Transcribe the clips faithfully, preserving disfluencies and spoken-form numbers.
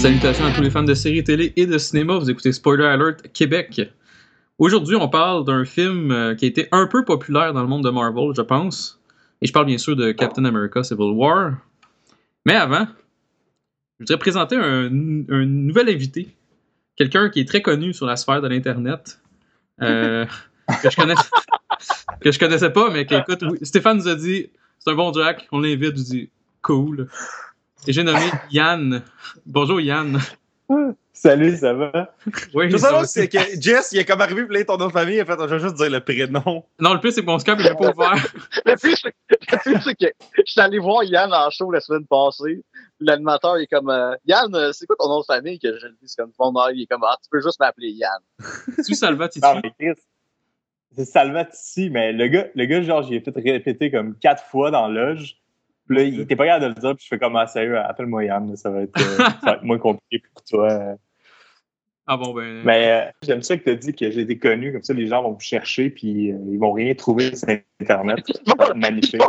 Salutations à tous les fans de séries télé et de cinéma, vous écoutez Spoiler Alert Québec. Aujourd'hui, on parle d'un film euh, qui a été un peu populaire dans le monde de Marvel, je pense. Et je parle bien sûr de Captain America Civil War. Mais avant, je voudrais présenter un, un nouvel invité. Quelqu'un qui est très connu sur la sphère de l'Internet. Euh, que, je connais, que je connaissais pas, mais qui, écoute, oui, Stéphane nous a dit c'est un bon Jack, on l'invite, je dis cool. Et j'ai nommé Yann. Bonjour Yann. Salut, ça va? Oui, tout ça, c'est que Jess, il est comme arrivé, puis là, ton nom de famille, en fait, je vais juste dire le prénom. Non, le plus, c'est que mon Skype, il n'est pas ouvert. Le plus, c'est, le plus, c'est que je suis allé voir Yann en show la semaine passée. L'animateur, il est comme, euh, Yann, c'est quoi ton nom de famille? Que je le dis, c'est comme ton nom, il est comme, ah, tu peux juste m'appeler Yann. Tu Salvatiti? Non, mais Chris, c'est Salvatiti, mais le gars, le gars, genre, j'ai fait répéter comme quatre fois dans l'âge. Puis là, il était pas capable de le dire, puis je fais comme, ah, sérieux, appelle-moi Yann, ça va être, euh, ça va être moins compliqué pour toi. Ah bon, ben. Mais euh, j'aime ça que tu as dit que j'ai été connu, comme ça, les gens vont vous chercher, puis euh, ils vont rien trouver sur Internet. C'est magnifique.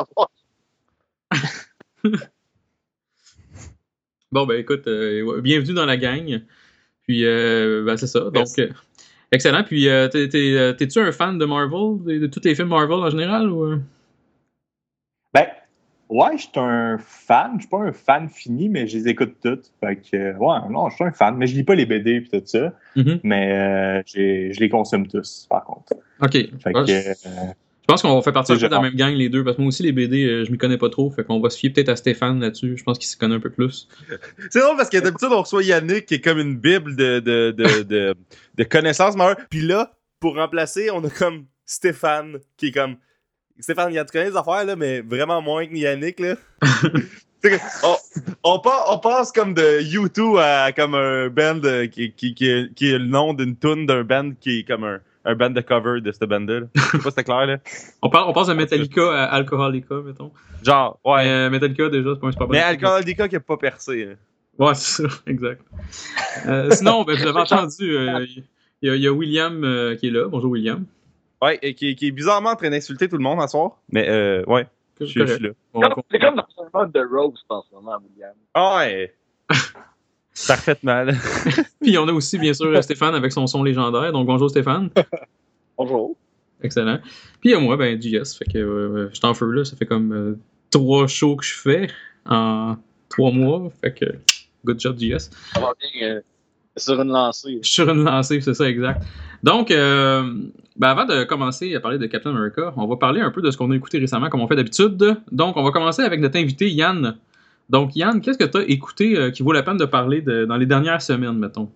Bon, ben, écoute, euh, bienvenue dans la gang. Puis, euh, ben, c'est ça. Donc, euh, excellent. Puis, euh, t'es, t'es, t'es-tu un fan de Marvel, de, de tous les films Marvel en général, ou? Ben, ouais, je suis un fan. Je suis pas un fan fini, mais je les écoute toutes. Fait que, ouais, non, je suis un fan. Mais je lis pas les B D et tout ça. Mm-hmm. Mais euh, je les consomme tous, par contre. OK. Fait ouais, que, je... Euh, je pense qu'on va faire partie de la même gang, les deux. Parce que moi aussi, les B D, euh, je m'y connais pas trop. Fait qu'on va se fier peut-être à Stéphane là-dessus. Je pense qu'il s'y connaît un peu plus. C'est drôle parce que d'habitude, on reçoit Yannick qui est comme une bible de, de, de, de, de connaissances. Puis là, pour remplacer, on a comme Stéphane qui est comme... Stéphane, tu connais des affaires, là, mais vraiment moins que Yannick, là. on, on, passe, on passe comme de U deux à comme un band qui, qui, qui, est, qui est le nom d'une tune d'un band qui est comme un, un band de cover de ce band-là. Je sais pas si c'était clair, là. on, parle, on passe de Metallica à Alcoholica, mettons. Genre, ouais. Mais, euh, Metallica, déjà, c'est pas un super bon. Mais Alcoholica qui a pas percé, là. Ouais, c'est ça, exact. euh, sinon, ben, vous avez entendu, il euh, y, y, y a William euh, qui est là. Bonjour, William. Ouais, et qui, qui est bizarrement en train d'insulter tout le monde ce soir. Mais, euh, ouais, je suis là. Bon, c'est comme dans un mode de roast en ce moment, William. Ah ouais! Parfaitement. Puis on a aussi, bien sûr, Stéphane avec son son légendaire. Donc, bonjour, Stéphane. Bonjour. Excellent. Puis, il y a moi, ben, J S. Fait que euh, je suis en feu, là. Ça fait comme euh, trois shows que je fais en trois mois. Fait que, good job, J S. Ça va bien euh, sur une lancée. Je suis sur une lancée, c'est ça, exact. Donc, euh, ben avant de commencer à parler de Captain America, on va parler un peu de ce qu'on a écouté récemment, comme on fait d'habitude. Donc, on va commencer avec notre invité, Yann. Donc, Yann, qu'est-ce que tu as écouté euh, qui vaut la peine de parler de, dans les dernières semaines, mettons?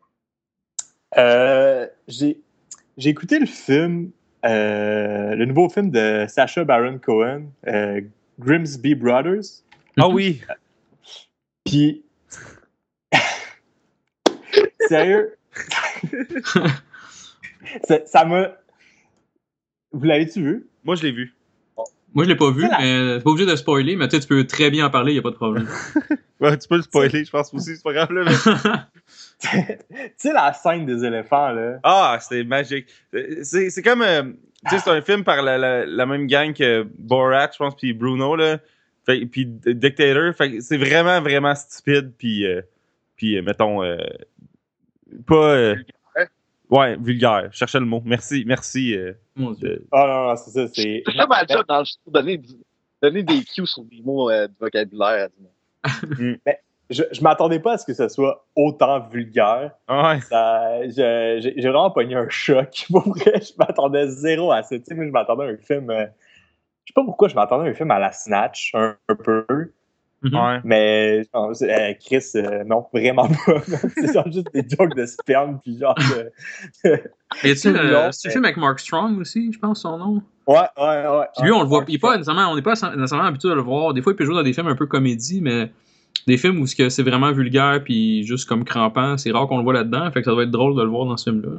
Euh, j'ai, j'ai écouté le film, euh, le nouveau film de Sacha Baron Cohen, euh, Grimsby Brothers. Ah oui! Puis, sérieux? ça, ça m'a... Vous l'avez-tu vu? Moi, je l'ai vu. Moi, je l'ai pas vu, voilà. Mais c'est pas obligé de spoiler, mais tu peux très bien en parler, il n'y a pas de problème. Ouais, tu peux le spoiler, je pense aussi, c'est pas grave, là. Mais... tu sais, la scène des éléphants, là. Ah, c'est magique. C'est, c'est comme... Euh, tu sais, c'est un film par la, la, la même gang que Borat, je pense, puis Bruno, là. Fait, puis Dictator. Fait c'est vraiment, vraiment stupide, puis... Euh, puis, euh, mettons... Euh, pas... Euh, ouais, vulgaire. Je cherchais le mot. Merci, merci. Euh, Mon Dieu. Ah non, non, c'est ça, c'est... C'est ça, ma job dans le show, donner, donner des cues sur des mots euh, de vocabulaire. Mais je, je m'attendais pas à ce que ce soit autant vulgaire. Ouais. Ça, je, j'ai, j'ai vraiment pogné un choc. Pour vrai, je m'attendais zéro à ça. Tu sais, moi, je m'attendais à un film... Euh, je sais pas pourquoi je m'attendais à un film à la Snatch, un, un peu. Mm-hmm. Ouais. Mais non, euh, Chris, euh, non, vraiment pas. C'est genre juste des jokes de sperme, puis genre de... Et tu euh, c'est un film avec Mark Strong aussi, je pense, son nom? Ouais, ouais, ouais. Puis lui, on le voit, il est pas nécessairement, on n'est pas nécessairement habitué à le voir. Des fois, il peut jouer dans des films un peu comédie, mais des films où c'est vraiment vulgaire, puis juste comme crampant, c'est rare qu'on le voit là-dedans, fait que ça doit être drôle de le voir dans ce film-là.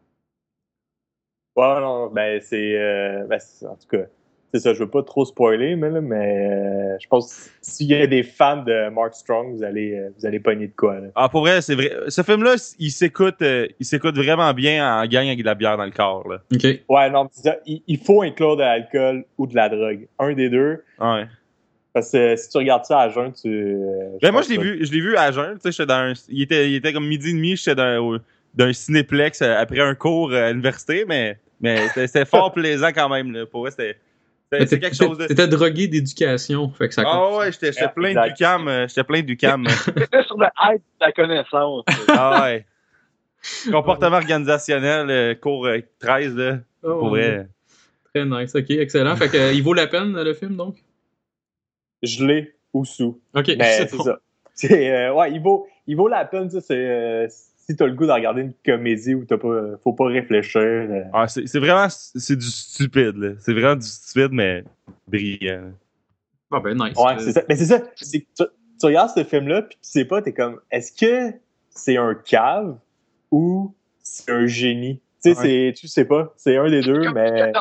Ouais, non, ben c'est... Euh, ben, c'est en tout cas... C'est ça, je veux pas trop spoiler, mais, là, mais euh, je pense que s'il y a des fans de Mark Strong, vous allez, euh, vous allez pogner de quoi. Là. Ah, pour vrai, c'est vrai. Ce film-là, il s'écoute, euh, il s'écoute vraiment bien en gang avec de la bière dans le corps. Là. OK. Ouais, non, c'est ça. Il, il faut inclure de l'alcool ou de la drogue. Un des deux. Ouais. parce que si tu regardes ça à jeun, tu. Euh, ben moi, je l'ai vu, je l'ai vu à jeun. Tu sais, j'étais dans un, il était, il était comme midi et demi, j'étais dans, dans un cinéplex après un cours à l'université, mais, mais c'était, c'était fort plaisant quand même. Là. Pour vrai, c'était, c'était, c'était quelque chose de. T'étais drogué d'éducation, fait que ça. Ah ouais, j'étais, j'étais plein de Ducam, j'étais plein de Ducam. C'était sur le hype de la connaissance. Ah ouais. Comportement organisationnel, cours treize, là. Oh, pour vrai. Très nice, ok, excellent. Fait que, euh, il vaut la peine, le film, donc? Je l'ai ou sous. Ok, mais c'est, c'est bon. Ça. C'est, euh, ouais, il vaut, il vaut la peine, ça, c'est, euh, si t'as le goût de regarder une comédie où t'as pas, faut pas réfléchir. Euh... Ah, c'est, c'est vraiment, c'est du stupide, là. C'est vraiment du stupide, mais brillant. Ah ben, nice. Ouais, c'est ça. Mais c'est ça, c'est, tu, tu regardes ce film-là, pis tu sais pas, t'es comme, est-ce que c'est un cave ou c'est un génie? Tu sais, ouais. c'est, tu sais pas, c'est un des deux, mais.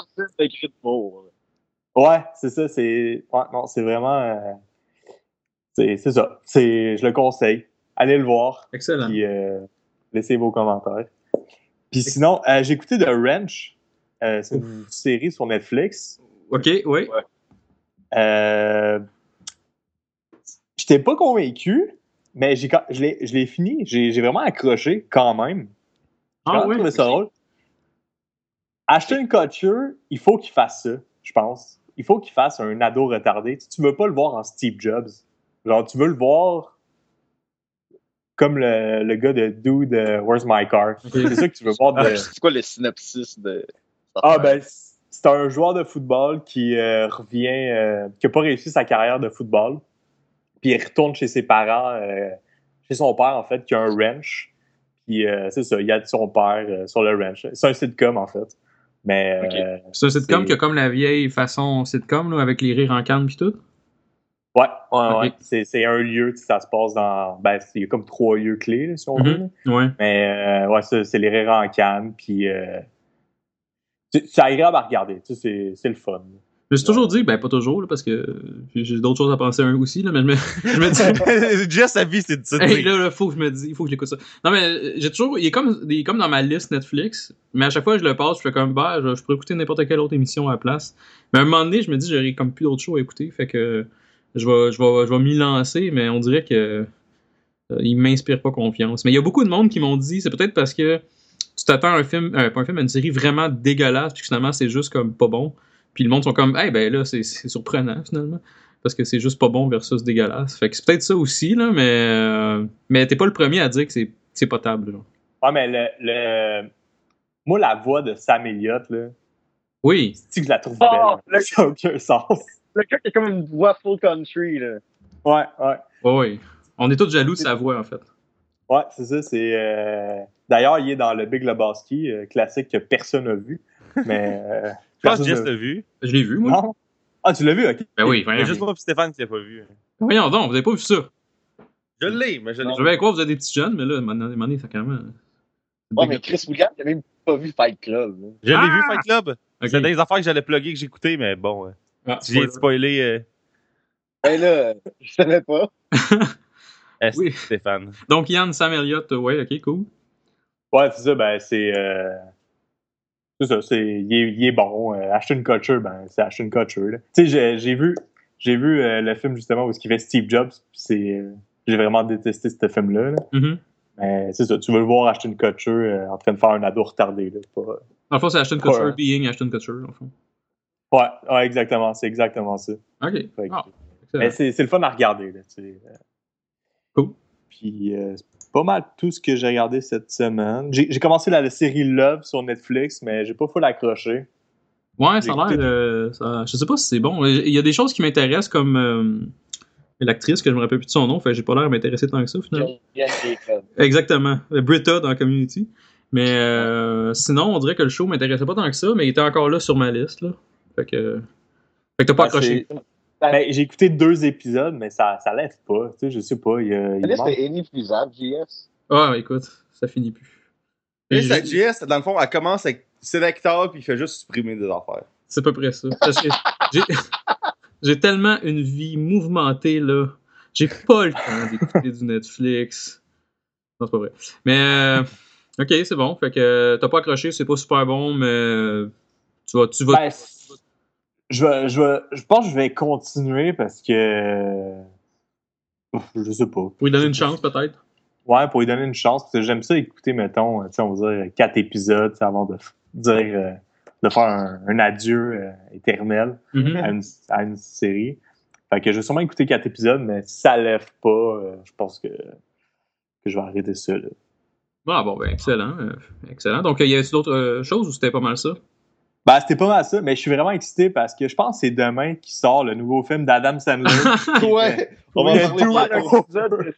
Ouais, c'est ça, c'est. Ouais, non, c'est vraiment. Euh... C'est, c'est ça. C'est... Je le conseille. Allez le voir. Excellent. Puis euh, laissez vos commentaires. Puis sinon, euh, j'ai écouté The Ranch. Euh, c'est une Ouf. série sur Netflix. OK, oui. Ouais. Euh... J'étais pas convaincu, mais j'ai... Je, l'ai... je l'ai fini. J'ai... j'ai vraiment accroché quand même. J'ai ah oui? trouvé ça drôle. Ashton Kutcher, il faut qu'il fasse ça, je pense. Il faut qu'il fasse un ado retardé. Tu, tu veux pas le voir en Steve Jobs. Genre, tu veux le voir comme le, le gars de Dude, uh, Where's My Car? Okay. C'est ça que tu veux voir. De... C'est quoi le synopsis de... Ah, ben, c'est un joueur de football qui euh, revient, euh, qui a pas réussi sa carrière de football. Puis il retourne chez ses parents, euh, chez son père, en fait, qui a un ranch. Puis euh, c'est ça, il aide son père euh, sur le ranch. C'est un sitcom, en fait. Mais, okay. euh, c'est un sitcom c'est... qui a comme la vieille façon sitcom, là, avec les rires en canne pis tout? Ouais, ouais, okay. ouais. C'est, c'est un lieu, ça se passe dans... Ben, il y a comme trois lieux clés, là, si on mm-hmm. veut. Ouais. Mais, euh, ouais, c'est, c'est les rires en canne, puis... Euh, c'est, c'est agréable à regarder, tu sais, c'est, c'est le fun. Je me suis toujours dit, ben pas toujours, là, parce que j'ai d'autres choses à penser à un aussi, là, mais je me, je me dis... Déjà, sa vie, c'est ça. Hey, là, là, faut que je me dise, il faut que j'écoute ça. Non, mais j'ai toujours... Il est, comme, il est comme dans ma liste Netflix, mais à chaque fois que je le passe, je fais comme, bah, je, je pourrais écouter n'importe quelle autre émission à la place. Mais à un moment donné, je me dis, j'aurais comme plus d'autres shows à écouter, fait que je vais, je vais, je vais m'y lancer, mais on dirait que euh, il m'inspire pas confiance. Mais il y a beaucoup de monde qui m'ont dit, c'est peut-être parce que tu t'attends à un film, euh, pas un film, à une série vraiment dégueulasse, puis finalement, c'est juste comme pas bon. Puis le monde sont comme, hey, ben là, c'est, c'est surprenant finalement. Parce que c'est juste pas bon versus dégueulasse. Fait que c'est peut-être ça aussi, là, mais, euh, mais t'es pas le premier à dire que c'est, c'est potable. Là. Ouais, mais le, le. Moi, la voix de Sam Elliott, là. Oui. C'est que je la trouve belle. Oh, le... Ça n'a aucun sens. Le gars qui a comme une voix full country, là. Ouais, ouais. Oui. On est tous jaloux de sa voix, en fait. Ouais, c'est ça. C'est. Euh... D'ailleurs, il est dans le Big Lebowski, euh, classique que personne n'a vu. Mais. Euh... Je pense que Jess l'a vu. Je l'ai vu, moi. Non? Ah, tu l'as vu, ok. Ben oui, vraiment. Juste moi et Stéphane qui l'a pas vu. Voyons donc, vous avez pas vu ça. Je l'ai, mais je l'ai. Je vais quoi, vous êtes des petits jeunes, mais là, à un moment donné, ça carrément. Ouais, mais Chris Williams, il a même pas vu Fight Club. Là. Je ah! l'ai vu, Fight Club. Okay. C'est des affaires que j'allais plugger que j'écoutais, mais bon. Euh, ah, si j'ai spoilé. Euh... Ben là, je savais pas. Est oui. Stéphane. Donc, Yann, Sam Elliott, ouais, ok, cool. Ouais, c'est ça, ben, c'est. Euh... C'est ça, c'est, il, est, il est bon. Euh, Ashton Kutcher, ben, c'est Ashton Kutcher. Tu sais, j'ai, j'ai vu, j'ai vu euh, le film justement où il fait Steve Jobs. Puis c'est, euh, j'ai vraiment détesté ce film-là. Là. Mm-hmm. Mais c'est ça, tu veux le voir Ashton Kutcher euh, en train de faire un ado retardé. Là, pas, dans le fond, c'est Ashton Kutcher pas, being Ashton Kutcher, dans le fond. Ouais, ouais, exactement, c'est exactement ça. Ok. Que, oh, mais c'est, c'est le fun à regarder. Là, tu sais. Cool. Puis euh, c'est pas mal tout ce que j'ai regardé cette semaine. J'ai, j'ai commencé la, la série Love sur Netflix, mais j'ai pas full accroché. Ouais, ça a l'air. Euh, ça, je sais pas si c'est bon. Il y a des choses qui m'intéressent comme euh, l'actrice, que je me rappelle plus de son nom, fait j'ai pas l'air à m'intéresser tant que ça finalement. Exactement. Britta dans Community. Mais euh, sinon, on dirait que le show m'intéressait pas tant que ça, mais il était encore là sur ma liste. Là. Fait que. Fait que t'as pas ah, accroché. C'est... Ben, j'ai écouté deux épisodes, mais ça, ça l'aide pas. Tu sais, je sais pas. Il y a. La liste est inépuisable, J S. Ah, écoute, ça finit plus. Et la J S, dans le fond, elle commence avec sélecteur puis il fait juste supprimer des affaires. C'est à peu près ça. Parce que j'ai, j'ai tellement une vie mouvementée, là. J'ai pas le temps d'écouter du Netflix. Non, c'est pas vrai. Mais, euh, ok, c'est bon. Fait que t'as pas accroché, c'est pas super bon, mais tu vas. Tu vas... Ben, Je, vais, je, vais, je pense que je vais continuer parce que. Je sais pas. Pour lui donner une chance, peut-être. Ouais, pour lui donner une chance. Parce que j'aime ça écouter, mettons, on va dire quatre épisodes avant de dire. Euh, de faire un, un adieu euh, éternel mm-hmm. à, une, à une série. Fait que je vais sûrement écouter quatre épisodes, mais si ça lève pas, euh, je pense que, que je vais arrêter ça. Là. Ah bon, ben excellent. Euh, excellent. Donc, y avait-tu d'autres euh, choses ou c'était pas mal ça? Ben, c'était pas mal ça, mais je suis vraiment excité parce que je pense que c'est demain qui sort le nouveau film d'Adam Sandler. Ouais! On va en parler tout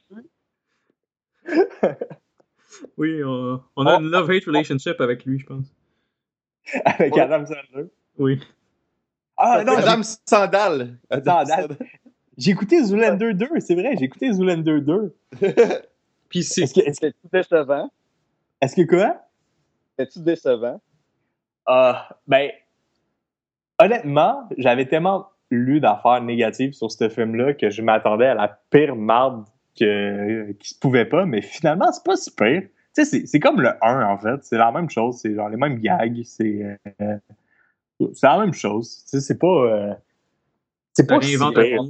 Oui, on, on a oh. une love-hate relationship avec lui, je pense. Avec ouais. Adam Sandler? Oui. Ah non, Adam Sandal. Adam Sandal. J'ai écouté Zoolander deux, c'est vrai, j'ai écouté Zoolander deux. Puis c'est... Est-ce que, est-ce que c'est décevant? Est-ce que quoi? C'est-tu décevant? Euh, ben, honnêtement, j'avais tellement lu d'affaires négatives sur ce film-là que je m'attendais à la pire marde que, qui se pouvait pas, mais finalement, c'est pas si pire. Tu sais, c'est, c'est comme le un, en fait. C'est la même chose. C'est genre les mêmes gags. C'est, euh, c'est la même chose. Tu sais, c'est pas... Euh, c'est pas si pire.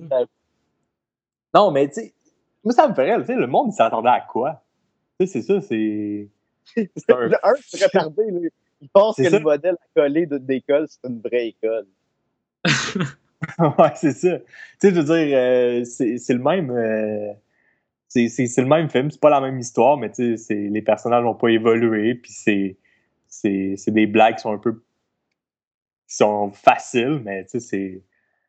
Non, mais tu sais, moi, ça me ferait, tu sais, le monde, il s'attendait à quoi? Tu sais, c'est ça, c'est... c'est un... Le un, c'est retardé, là. Il pense c'est que ça. Le modèle à coller d'école, c'est une vraie école. Ouais, c'est ça. Tu sais, je veux dire, euh, c'est, c'est le même... Euh, c'est, c'est, c'est le même film, c'est pas la même histoire, mais tu sais, c'est, les personnages n'ont pas évolué, puis c'est, c'est, c'est des blagues qui sont un peu... qui sont faciles, mais tu sais, c'est...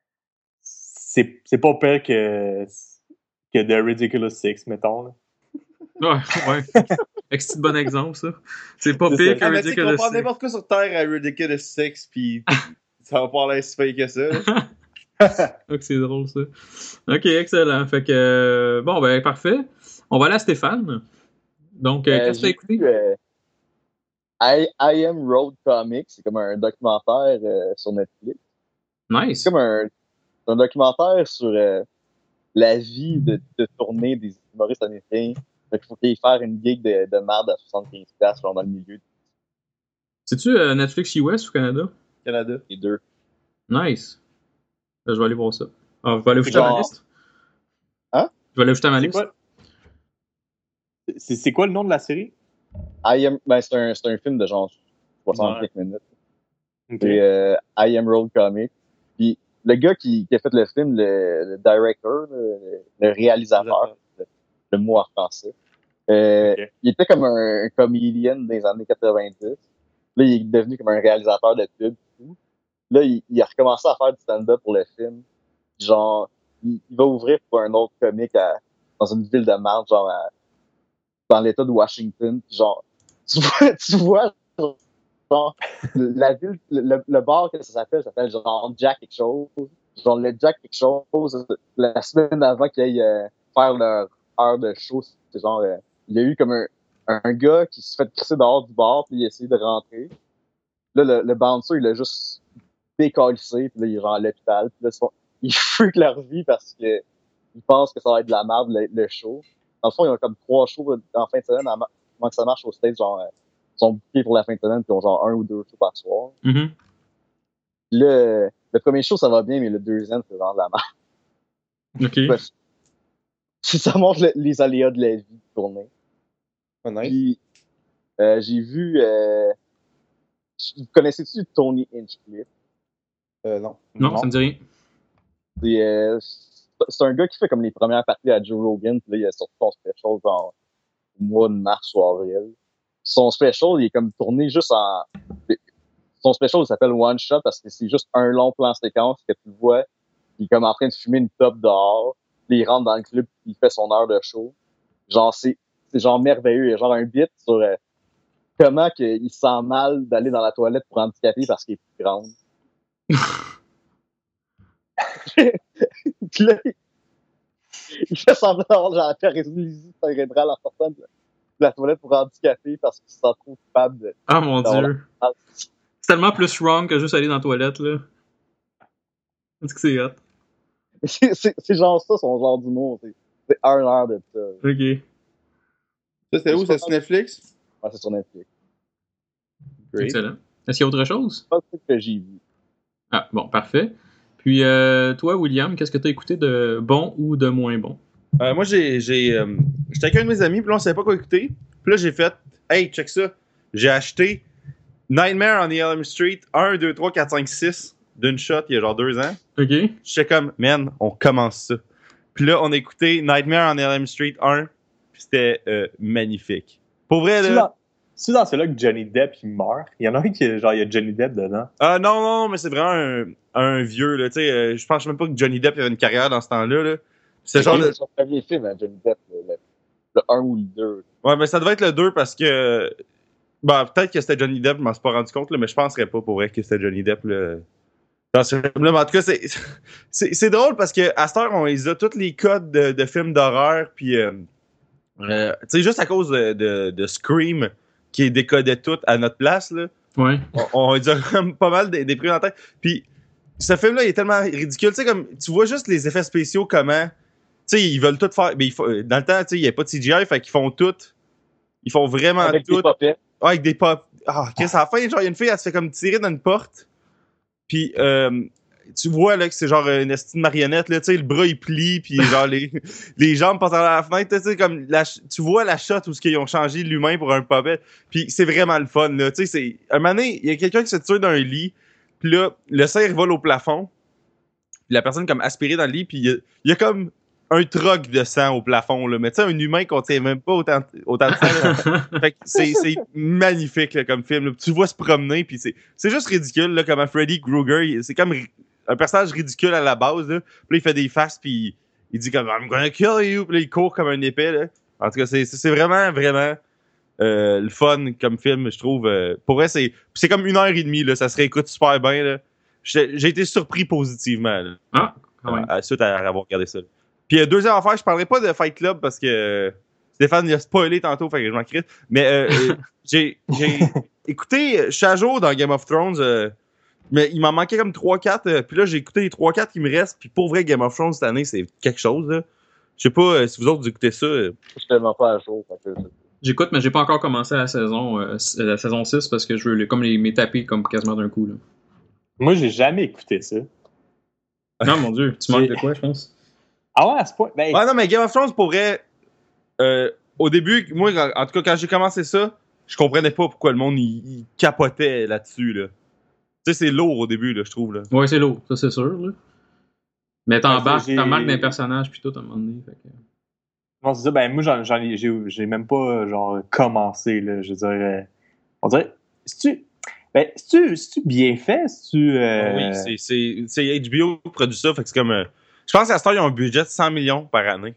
C'est, c'est pas pire que, que The Ridiculous Six, mettons, là. Ouais, ouais. C'est un bon exemple, ça. C'est pas c'est pire ça. que ah, Ridiculous Six. On Six. n'importe quoi sur Terre à Ridiculous Six, puis ça va pas l'air si pire que ça. Ok, c'est drôle, ça. Ok, excellent. Fait que, euh, bon, ben, parfait. On va aller à Stéphane. Donc, euh, euh, qu'est-ce que tu as écouté? Euh, I, I Am Road Comics, c'est comme un documentaire euh, sur Netflix. Nice. C'est comme un, c'est un documentaire sur euh, la vie de, de tournée des humoristes américains. Fait qu'il faut qu'ils fassent une gig de, de merde à soixante-quinze dollars dans le milieu. C'est-tu euh, Netflix U S ou Canada? Canada. Les deux. Nice. Là, je vais aller voir ça. Ah, je vais aller ajouter à ma liste. Hein? Je vais aller ajouter à ma c'est liste. Quoi? C'est, c'est quoi le nom de la série? I am, ben, c'est, un, c'est un film de genre soixante ouais. minutes. Okay. C'est euh, I Am Road Comics. Puis le gars qui, qui a fait le film, le, le director, le, le réalisateur, le, le mot en français, euh, okay. il était comme un, un comédien des années quatre-vingt-dix. Là, il est devenu comme un réalisateur de pub. Tout. Là, il, il a recommencé à faire du stand-up pour le film. Genre, il, il va ouvrir pour un autre comique à, dans une ville de marde, genre à, dans l'État de Washington. Puis genre, tu vois, tu vois genre, la ville, le, le bar que ça s'appelle, ça s'appelle genre Jack quelque chose. Genre le Jack quelque chose, la semaine avant qu'ils aillent euh, faire leur heure de show, c'est genre, euh, il y a eu comme un, un gars qui se fait crisser dehors du bar, puis il a essayé de rentrer. Là, le, le bouncer, il a juste décalissé, puis là, il est genre à l'hôpital. Puis là, ils freak leur vie parce que ils pensent que ça va être de la merde, le, le show. Dans le fond, ils ont comme trois shows en fin de semaine, avant que ça marche au stage, genre, ils sont bookés pour la fin de semaine, puis ils ont genre un ou deux shows par soir. Mm-hmm. Le, le premier show, ça va bien, mais le deuxième, c'est genre de la merde. OK. Bref, ça montre le, les aléas de la vie de tournée. Oh, nice. Puis, euh, j'ai vu... Euh, connaissez-tu Tony Hinchcliffe? Euh, non. non. Non, ça me dit rien. C'est, euh, c'est un gars qui fait comme les premières parties à Joe Rogan, puis là, il a sorti son special genre au mois de mars ou avril. Son special, il est comme tourné juste en... Son special, il s'appelle One Shot parce que c'est juste un long plan séquence que tu vois. Il est comme en train de fumer une top dehors. Puis il rentre dans le club, il fait son heure de show. Genre, c'est, c'est genre merveilleux. Il y a genre un bit sur euh, comment qu'il se sent mal d'aller dans la toilette pour handicapé parce qu'il est plus grand. Puis là, il fait semblant d'avoir genre la paralysie cérébrale en sortant de la toilette pour handicapé parce qu'il se sent trop coupable de... Ah mon Dieu! La... C'est tellement plus wrong que juste aller dans la toilette, là. Est-ce que c'est hot? c'est, c'est, c'est genre ça, son genre d'humour. C'est, c'est un heure de ça. OK. Ça, c'était où? C'est sur Netflix? Ouais, c'est sur Netflix. Great. Excellent. Est-ce qu'il y a autre chose? C'est pas ce que j'ai vu. Ah, bon, parfait. Puis, euh, toi, William, qu'est-ce que tu as écouté de bon ou de moins bon? Euh, moi, j'ai, j'ai, euh, j'étais avec un de mes amis, puis là, on savait pas quoi écouter. Puis là, j'ai fait, hey, check ça. J'ai acheté Nightmare on the Elm Street un, deux, trois, quatre, cinq, six d'une shot il y a genre deux ans. OK. J'étais comme, man, on commence ça. Puis là, on a écouté Nightmare on Elm Street un, puis c'était euh, magnifique. Pour vrai, C'est là... dans, c'est dans celui-là que Johnny Depp, il meurt. Il y en a un qui, genre, il y a Johnny Depp dedans. Ah non, non, mais c'est vraiment un, un vieux, là, tu sais, euh, je pense même pas que Johnny Depp avait une carrière dans ce temps-là, là. C'est genre... C'est son premier film, hein, Johnny Depp, le, le un ou le deux. Ouais, mais ça devait être le deux parce que... Bah, peut-être que c'était Johnny Depp, je m'en suis pas rendu compte, là, mais je penserais pas pour vrai que c'était Johnny Depp, là. Dans ce film-là, mais en tout cas, c'est, c'est, c'est drôle parce que à cette heure, on les a tous les codes de, de films d'horreur, puis euh, euh, tu sais, juste à cause de, de, de Scream qui décodait tout à notre place, là, Ouais. on, on les a comme pas mal des, des prix en tête. Puis ce film-là, il est tellement ridicule, tu sais, comme tu vois juste les effets spéciaux, comment, tu sais, ils veulent tout faire, mais il faut, dans le temps, tu sais, il n'y a pas de C G I, fait qu'ils font tout, ils font vraiment Avec tout. des puppets. Ouais, avec des pop. Ah, Chris, à la fin, genre, il y a une fille, elle se fait comme tirer dans une porte. Puis, euh, tu vois là que c'est genre une estime marionnette, là, tu sais, le bras il plie, puis genre les, les jambes passent à la fenêtre, tu sais, comme la, tu vois la shot où ils ont changé l'humain pour un puppet, puis c'est vraiment le fun, là, tu sais, c'est, un moment donné, il y a quelqu'un qui se tire dans un lit, puis là, le cerf vole au plafond, puis la personne comme aspirée dans le lit, puis il y a, il y a comme un troc de sang au plafond, là, mais tu sais, un humain contient même pas autant, autant de sang, là. Fait que c'est, c'est magnifique, là, comme film, là. Tu vois se promener, puis c'est, c'est juste ridicule, là, comment Freddy Krueger, c'est comme un personnage ridicule à la base, là. Puis là, il fait des faces, puis il dit comme « I'm gonna kill you », puis là, il court comme un épée, là. En tout cas, c'est, c'est vraiment, vraiment euh, le fun comme film, je trouve. Euh, pour vrai, c'est, c'est comme une heure et demie, là, ça se réécoute super bien, là. J'ai, j'ai été surpris positivement, là, Ah, quand même. à, à, suite à avoir regardé ça, là. Puis euh, deuxième affaire, je parlerai pas de Fight Club parce que euh, Stéphane il a spoilé tantôt, fait que je m'en crisse. Mais euh, euh, j'ai, j'ai écouté, je suis à jour dans Game of Thrones, euh, mais il m'en manquait comme trois quatre. Euh, puis là, j'ai écouté les trois quatre qui me restent. Puis pour vrai, Game of Thrones cette année, c'est quelque chose. Là. Je sais pas euh, si vous autres vous écoutez ça. Euh. Je suis tellement pas à jour. Que... J'écoute, mais j'ai pas encore commencé la saison, euh, la saison six parce que je veux les, comme les m'étaper comme quasiment d'un coup. Là. Moi, j'ai jamais écouté ça. Non, mon Dieu, tu manques de quoi, je pense? Ah ouais, à ce point. Ben... Ouais, non, mais Game of Thrones, pour vrai, euh, au début, moi, en tout cas, quand j'ai commencé ça, je comprenais pas pourquoi le monde il, il capotait là-dessus. Là. Tu sais, c'est lourd au début, là, je trouve. Là. Ouais, c'est lourd, ça c'est sûr. Là. Mais t'embarques, j'ai... t'embarques d'un personnage puis tout à un moment donné. Fait que... Non, c'est ça. Ben, moi, j'en, j'en ai, j'ai, j'ai même pas, genre, commencé, là. Je veux dire, euh, on dirait, c'est-tu, ben, c'est-tu, c'est-tu bien fait? C'est-tu, euh... Oui, c'est, c'est, c'est H B O qui produit ça, fait que c'est comme, euh, je pense qu'à ce temps, ils ont un budget de cent millions par année.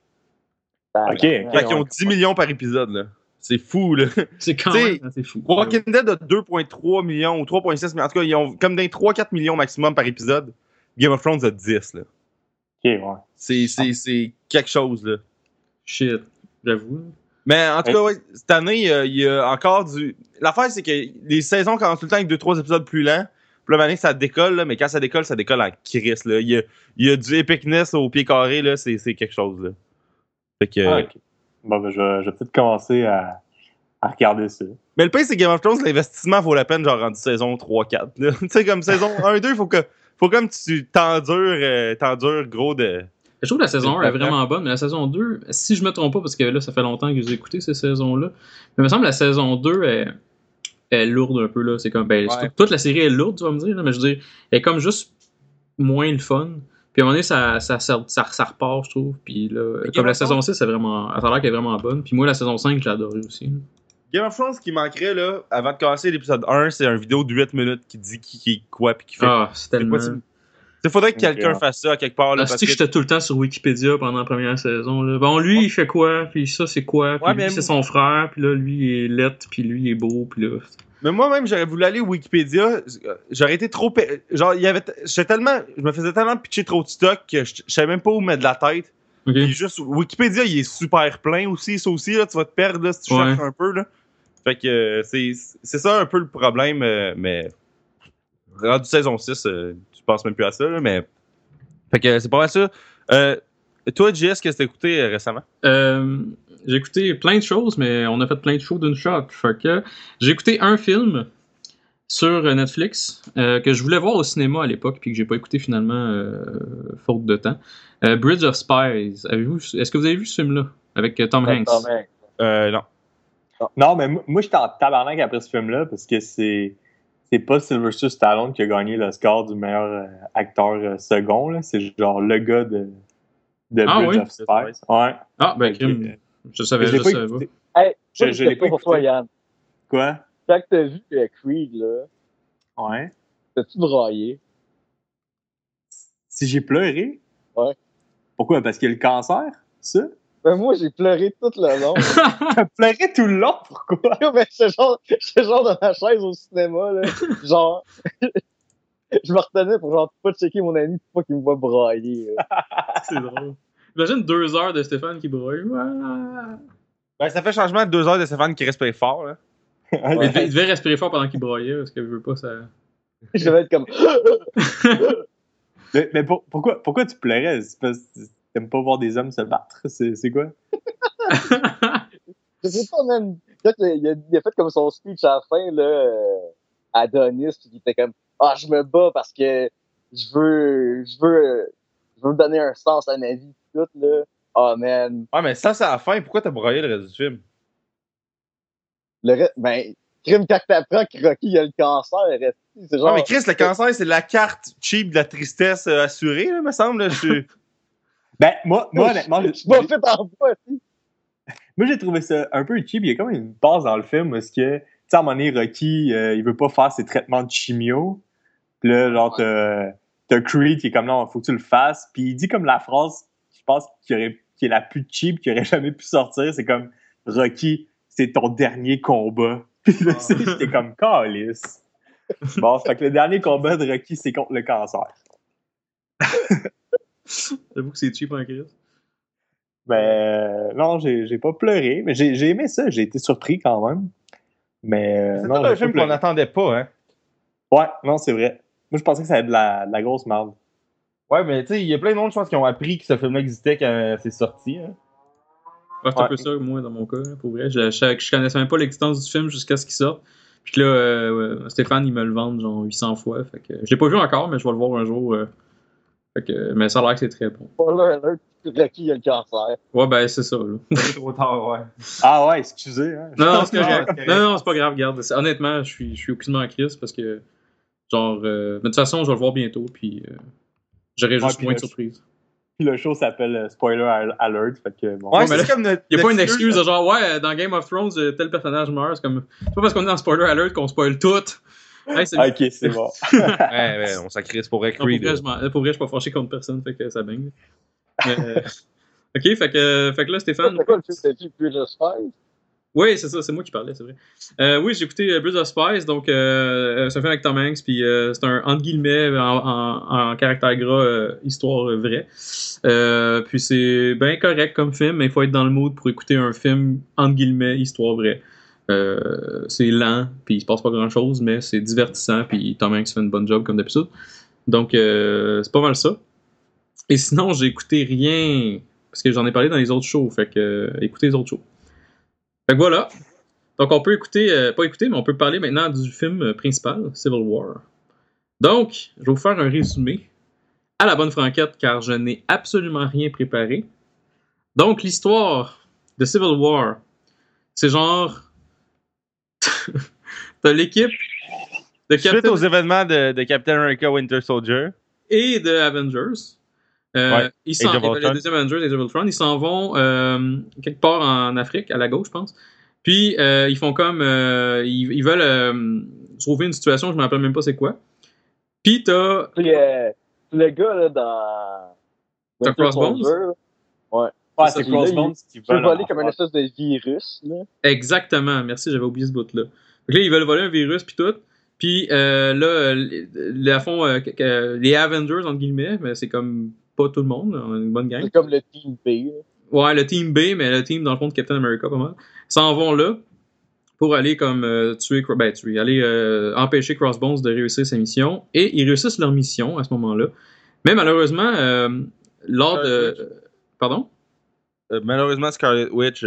OK. okay fait qu'ils ont dix millions par épisode, là. C'est fou, là. C'est quand T'sais, même assez fou. Walking Dead a deux virgule trois millions ou trois virgule six, mais en tout cas, ils ont comme d'un trois à quatre millions maximum par épisode. Game of Thrones a dix, là. OK, ouais. C'est, c'est, c'est quelque chose, là. Shit, j'avoue. Mais en tout cas, ouais, cette année, euh, il y a encore du... L'affaire, c'est que les saisons commencent tout le temps avec deux trois épisodes plus lents. Puis là, ça décolle, là, mais quand ça décolle, ça décolle en crise, là. Il y a, il y a du epicness au pied carré, là. C'est, c'est quelque chose, là. Fait que... Ah, okay. Bon, ben, je vais, je vais peut-être commencer à, à regarder ça. Mais le pire, c'est Game of Thrones, l'investissement vaut la peine, genre, rendu saison trois quatre. Tu sais, comme saison un deux, faut que, faut comme tu t'endures, euh, t'endures gros de... Je trouve que la saison un est vraiment bonne, mais la saison deux, si je me trompe pas, parce que là, ça fait longtemps que j'ai écouté ces saisons-là, mais il me semble que la saison deux est, est lourde un peu, là. C'est comme, ben, ouais. Toute la série est lourde, tu vas me dire, là, mais je veux dire, elle est comme juste moins le fun. Puis à un moment donné, ça, ça, ça, ça, ça repart, je trouve. Puis là, mais comme la saison six, c'est vraiment, ça a l'air qu'elle est vraiment bonne. Puis moi, la saison cinq, j'ai adoré aussi. Là. Game of Thrones, ce qui manquerait, là, avant de commencer l'épisode un, c'est une vidéo de huit minutes qui dit qui, qui est quoi, puis qui fait... Ah, c'est tellement... Il faudrait que quelqu'un okay. fasse ça à quelque part. Là, ah, parce que j'étais tout le temps sur Wikipédia pendant la première saison. Là. Bon, lui, ouais. il fait quoi? Puis ça, c'est quoi? Puis ouais, lui, c'est son frère. Puis là, lui, il est lettre. Puis lui, il est beau. Puis là... Mais moi-même, j'aurais voulu aller Wikipédia. J'aurais été trop... Genre, il y avait... J'étais tellement... Je me faisais tellement pitcher trop de stock que je, je savais même pas où mettre de la tête. Okay. Juste... Wikipédia, il est super plein aussi. Ça aussi, là, tu vas te perdre là, si tu ouais. cherches un peu. Là. Fait que euh, c'est, c'est ça un peu le problème. Euh, mais... Rendu saison six, euh, tu penses même plus à ça. Là, mais... Fait que c'est pas mal ça. Euh, toi, J S, qu'est-ce que t'as écouté euh, récemment? Euh, j'ai écouté plein de choses, mais on a fait plein de shows d'une shot. Fait que j'ai écouté un film sur Netflix, euh, que je voulais voir au cinéma à l'époque, puis que j'ai pas écouté finalement, euh, faute de temps. Euh, Bridge of Spies. Avez-vous, est-ce que vous avez vu ce film-là avec euh, Tom Hanks? Tom Hanks. Euh, non. Non, non mais moi, j'étais en tabarnak après ce film-là parce que c'est c'est pas Sylvester Stallone qui a gagné le score du meilleur euh, acteur euh, second. Là. C'est genre le gars de, de Ah, Bridge oui? of Spies. Ouais. Ah, ben, Ok. crime. Je savais, Je je l'ai pas savais écouté. pas. Hey, Je- je, je l'ai pas pour toi, écouté. Yann. Quoi? Quand t'as vu euh, Creed, là, Ouais. t'as-tu braillé? Si j'ai pleuré? Ouais. Pourquoi? Parce qu'il y a le cancer? Ça? Ben, moi, j'ai pleuré tout le long. T'as pleuré tout le long? Pourquoi? ben, c'est genre, c'est genre dans ma chaise au cinéma, là. Genre, je me retenais pour genre pas checker mon ami pour pas qu'il me voit brailler. Là. C'est drôle. Imagine deux heures de Stéphane qui broye. Ouais. Ben, ça fait changement de deux heures de Stéphane qui respire fort, là. Il, devait, il devait respirer fort pendant qu'il broyait parce qu'il veut pas ça. Je devais être comme. mais mais pour, pourquoi, pourquoi tu pleurais? C'est parce que t'aimes pas voir des hommes se battre? C'est, c'est quoi? Je sais pas, même. Quand il a, il a fait comme son speech à la fin, là, euh, Adonis, puis il était comme ah, je me bats parce que je veux, je veux, je veux me donner un sens à ma vie, tout, là. Oh, man. Ouais, mais ça, c'est à la fin. Pourquoi t'as broyé le reste du film? Le reste, ben, crime, quand t'apprends que Rocky il a le cancer, c'est genre. Non, mais Chris, le cancer, c'est la carte cheap de la tristesse euh, assurée, là, me semble. Là, je suis... Ben, moi, moi honnêtement, je suis pas fait en bas, aussi. Moi, j'ai trouvé ça un peu cheap. Il y a comme une passe dans le film où est-ce que, tu sais, à un moment donné, Rocky, euh, il veut pas faire ses traitements de chimio. Puis là, genre, t'as, t'as Creed qui est comme, non, faut que tu le fasses. Puis il dit comme la phrase, je pense, qui, aurait, qui est la plus cheap, qui aurait jamais pu sortir. C'est comme, Rocky, c'est ton dernier combat. Puis là, oh. J'étais comme, calice. Bon, fait que le dernier combat de Rocky, c'est contre le cancer. J'avoue que c'est cheap en crise. Ben, euh, non, j'ai, j'ai pas pleuré, mais j'ai, j'ai aimé ça, j'ai été surpris quand même. Mais, euh, c'est non, tout un film qu'on n'attendait pas, hein. Ouais, non, c'est vrai. Moi, je pensais que ça allait être de la, de la grosse merde. Ouais, mais tu sais, il y a plein de monde, je pense, qui ont appris que ce film-là existait quand c'est sorti, hein. Ouais, c'est ouais. un peu ça, moi, dans mon cas, là, pour vrai. Je, je, je connaissais même pas l'existence du film jusqu'à ce qu'il sorte. Puis là, euh, Stéphane, il me le vend genre huit cents fois. Fait que je l'ai pas vu encore, mais je vais le voir un jour. Euh, fait que, mais ça a l'air que c'est très bon. Spoiler alert, Rocky a le cancer. Ouais, ben c'est ça. Là. C'est trop tard, ouais. Ah ouais, excusez. Hein. Non, non, c'est correct. Non, non, c'est pas grave, regarde. Honnêtement, je suis, je suis aucunement en crise parce que, genre, euh, mais de toute façon, je vais le voir bientôt, puis euh, j'aurai juste ouais, moins de surprises. Puis le show s'appelle euh, Spoiler Alert, fait que bon. Ouais, ouais c'est là, comme notre, y a notre pas une excuse de genre, ouais, dans Game of Thrones, tel personnage meurt. C'est comme, c'est pas parce qu'on est dans Spoiler Alert qu'on spoil tout. Hey, c'est ok, c'est bon. ouais, ouais, on s'accrisse pour Creed. Pour vrai, je pour vrai, je suis pas fâché contre personne, fait que ça baigne. Mais, euh, ok, fait que, fait que là, Stéphane. C'est quoi le film que t'as vu, Bridge of Spies? Oui, c'est ça, c'est moi qui parlais, c'est vrai. Euh, oui, j'ai écouté Bridge of Spies, donc euh, c'est un film avec Tom Hanks, puis euh, c'est un entre guillemets en, en, en caractère gras, euh, histoire euh, vraie. Euh, puis c'est bien correct comme film, mais il faut être dans le mood pour écouter un film entre guillemets histoire vraie. Euh, c'est lent, puis il se passe pas grand chose, mais c'est divertissant, puis Tom Hanks fait une bonne job comme d'habitude. Donc euh, c'est pas mal ça. Et sinon, j'ai écouté rien, parce que j'en ai parlé dans les autres shows, fait que euh, écoutez les autres shows. Fait que voilà. Donc on peut écouter, euh, pas écouter, mais on peut parler maintenant du film principal, Civil War. Donc, je vais vous faire un résumé à la bonne franquette, car je n'ai absolument rien préparé. Donc, l'histoire de Civil War, c'est genre... T'as l'équipe de Captain... Suite aux événements de, de Captain America Winter Soldier. Et de Avengers. Euh, ouais. Ils s'en, les deuxièmes Avengers et Age of Ultron, ils s'en vont euh, quelque part en Afrique, à la gauche, je pense. Puis, euh, ils font comme... Euh, ils, ils veulent euh, trouver une situation, je me rappelle même pas c'est quoi. Puis, t'as... Puis, euh, le gars, là, dans... T'as Crossbones? Ouais. Ah, c'est Crossbones qui veut voler comme une espèce de virus, là. Exactement. Merci, j'avais oublié ce bout-là. Donc là, ils veulent voler un virus, puis tout. Puis, euh, là, les, à fond, euh, les Avengers, entre guillemets, mais c'est comme... pas tout le monde, on a une bonne gang. C'est comme le Team B. Là. Ouais, le Team B, mais le team, dans le fond, de Captain America, pas mal. S'en vont là pour aller comme euh, tuer, ben tuer, aller euh, empêcher Crossbones de réussir sa mission. Et ils réussissent leur mission à ce moment-là. Mais malheureusement, euh, lors de... Pardon? Euh, malheureusement, Scarlet Witch... Euh...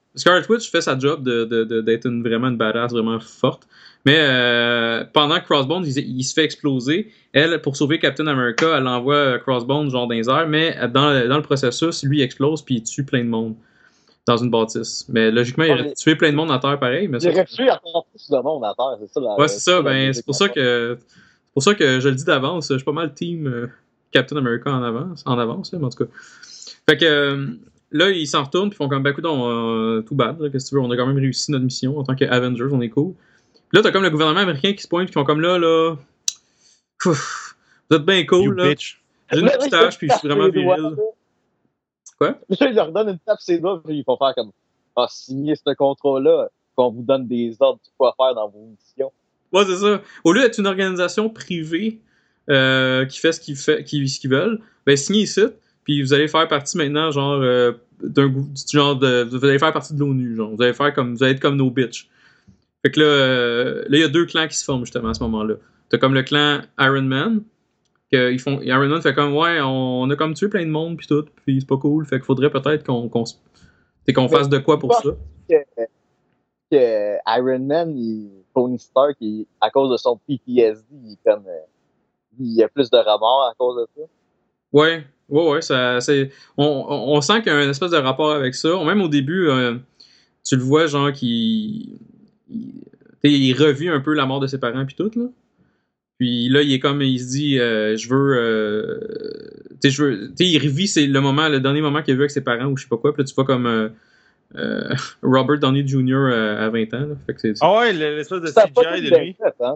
Scarlet Witch fait sa job de, de, de, d'être une, vraiment une badass vraiment forte. Mais euh, pendant que Crossbones, il, il se fait exploser, elle, pour sauver Captain America, elle envoie Crossbones genre dans les airs, mais dans le, dans le processus, lui il explose puis il tue plein de monde dans une bâtisse. Mais logiquement, il aurait tué plein de monde à terre pareil. Mais il aurait tué encore plus de monde à terre, c'est ça la. Ouais, c'est ça, ben c'est pour ça que c'est pour ça que je le dis d'avance, je suis pas mal team euh, Captain America en avance, en avance, là, mais en tout cas. Fait que euh, là, ils s'en retournent puis font comme ben écoute, euh, tout bad, là, qu'est-ce que tu veux, on a quand même réussi notre mission en tant qu'Avengers, on est cool. Là, t'as comme le gouvernement américain qui se pointe, qui font comme là, là. Ouf, vous êtes bien cool, là. J'ai une moustache, puis je suis vraiment viril. Quoi? Là, ils leur donnent une tape ses doigts, puis ils font faire comme ah, signez ce contrat-là, qu'on vous donne des ordres de quoi faire dans vos missions. Ouais, c'est ça. Au lieu d'être une organisation privée euh, qui fait ce qu'ils fait, qui, ce qu'ils veulent, ben signez ici, puis vous allez faire partie maintenant, genre, euh, d'un du genre de. Vous allez faire partie de l'ONU, genre. Vous allez faire comme. Vous allez être comme nos bitches. Fait que là, euh, là, il y a deux clans qui se forment justement à ce moment-là. T'as comme le clan Iron Man, que ils font, Iron Man fait comme ouais, on, on a comme tué plein de monde puis tout, puis c'est pas cool. Fait qu'il faudrait peut-être qu'on qu'on, qu'on fasse de quoi pour ça. Que, que Iron Man, il, Tony Stark, il, à cause de son P T S D, il est comme euh, il a plus de remords à cause de ça. Ouais, ouais, ouais, ça, c'est, on, on, on sent qu'il y a un espèce de rapport avec ça. Même au début, euh, tu le vois genre qu'il Il, il revit un peu la mort de ses parents puis tout là. Puis là il est comme il se dit euh, je veux euh, tu sais je veux tu sais il revit c'est le moment le dernier moment qu'il a vu avec ses parents ou je sais pas quoi. Puis là tu vois comme euh, euh, Robert Downey junior euh, à vingt ans là. Fait que c'est, c'est... Ah ouais, l'espèce de C G I de lui. Fait, hein,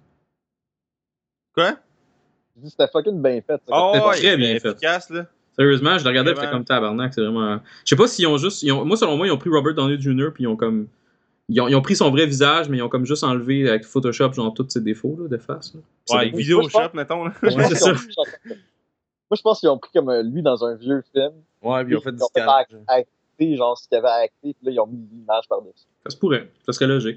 quoi? Je dis c'était fucking bien fait. Ça, oh c'était ouais, très bien fait. Efficace là. Sérieusement, je le regardais, c'était comme tabarnak, c'est vraiment. Je sais pas s'ils ont juste, ils ont... moi selon moi ils ont pris Robert Downey junior puis ils ont comme Ils ont, ils ont pris son vrai visage, mais ils ont comme juste enlevé avec Photoshop genre tous ses défauts là, de face. Là. Ouais, avec Vidéoshop, mettons. Là. Ouais, c'est ça. Moi, je pense qu'ils ont pris comme lui dans un vieux film. Ouais, puis ils ont fait du scan. Ils ont fait acter, genre ce qu'il y avait à acter, puis là, ils ont mis l'image par-dessus. Ça se pourrait. Ça serait logique.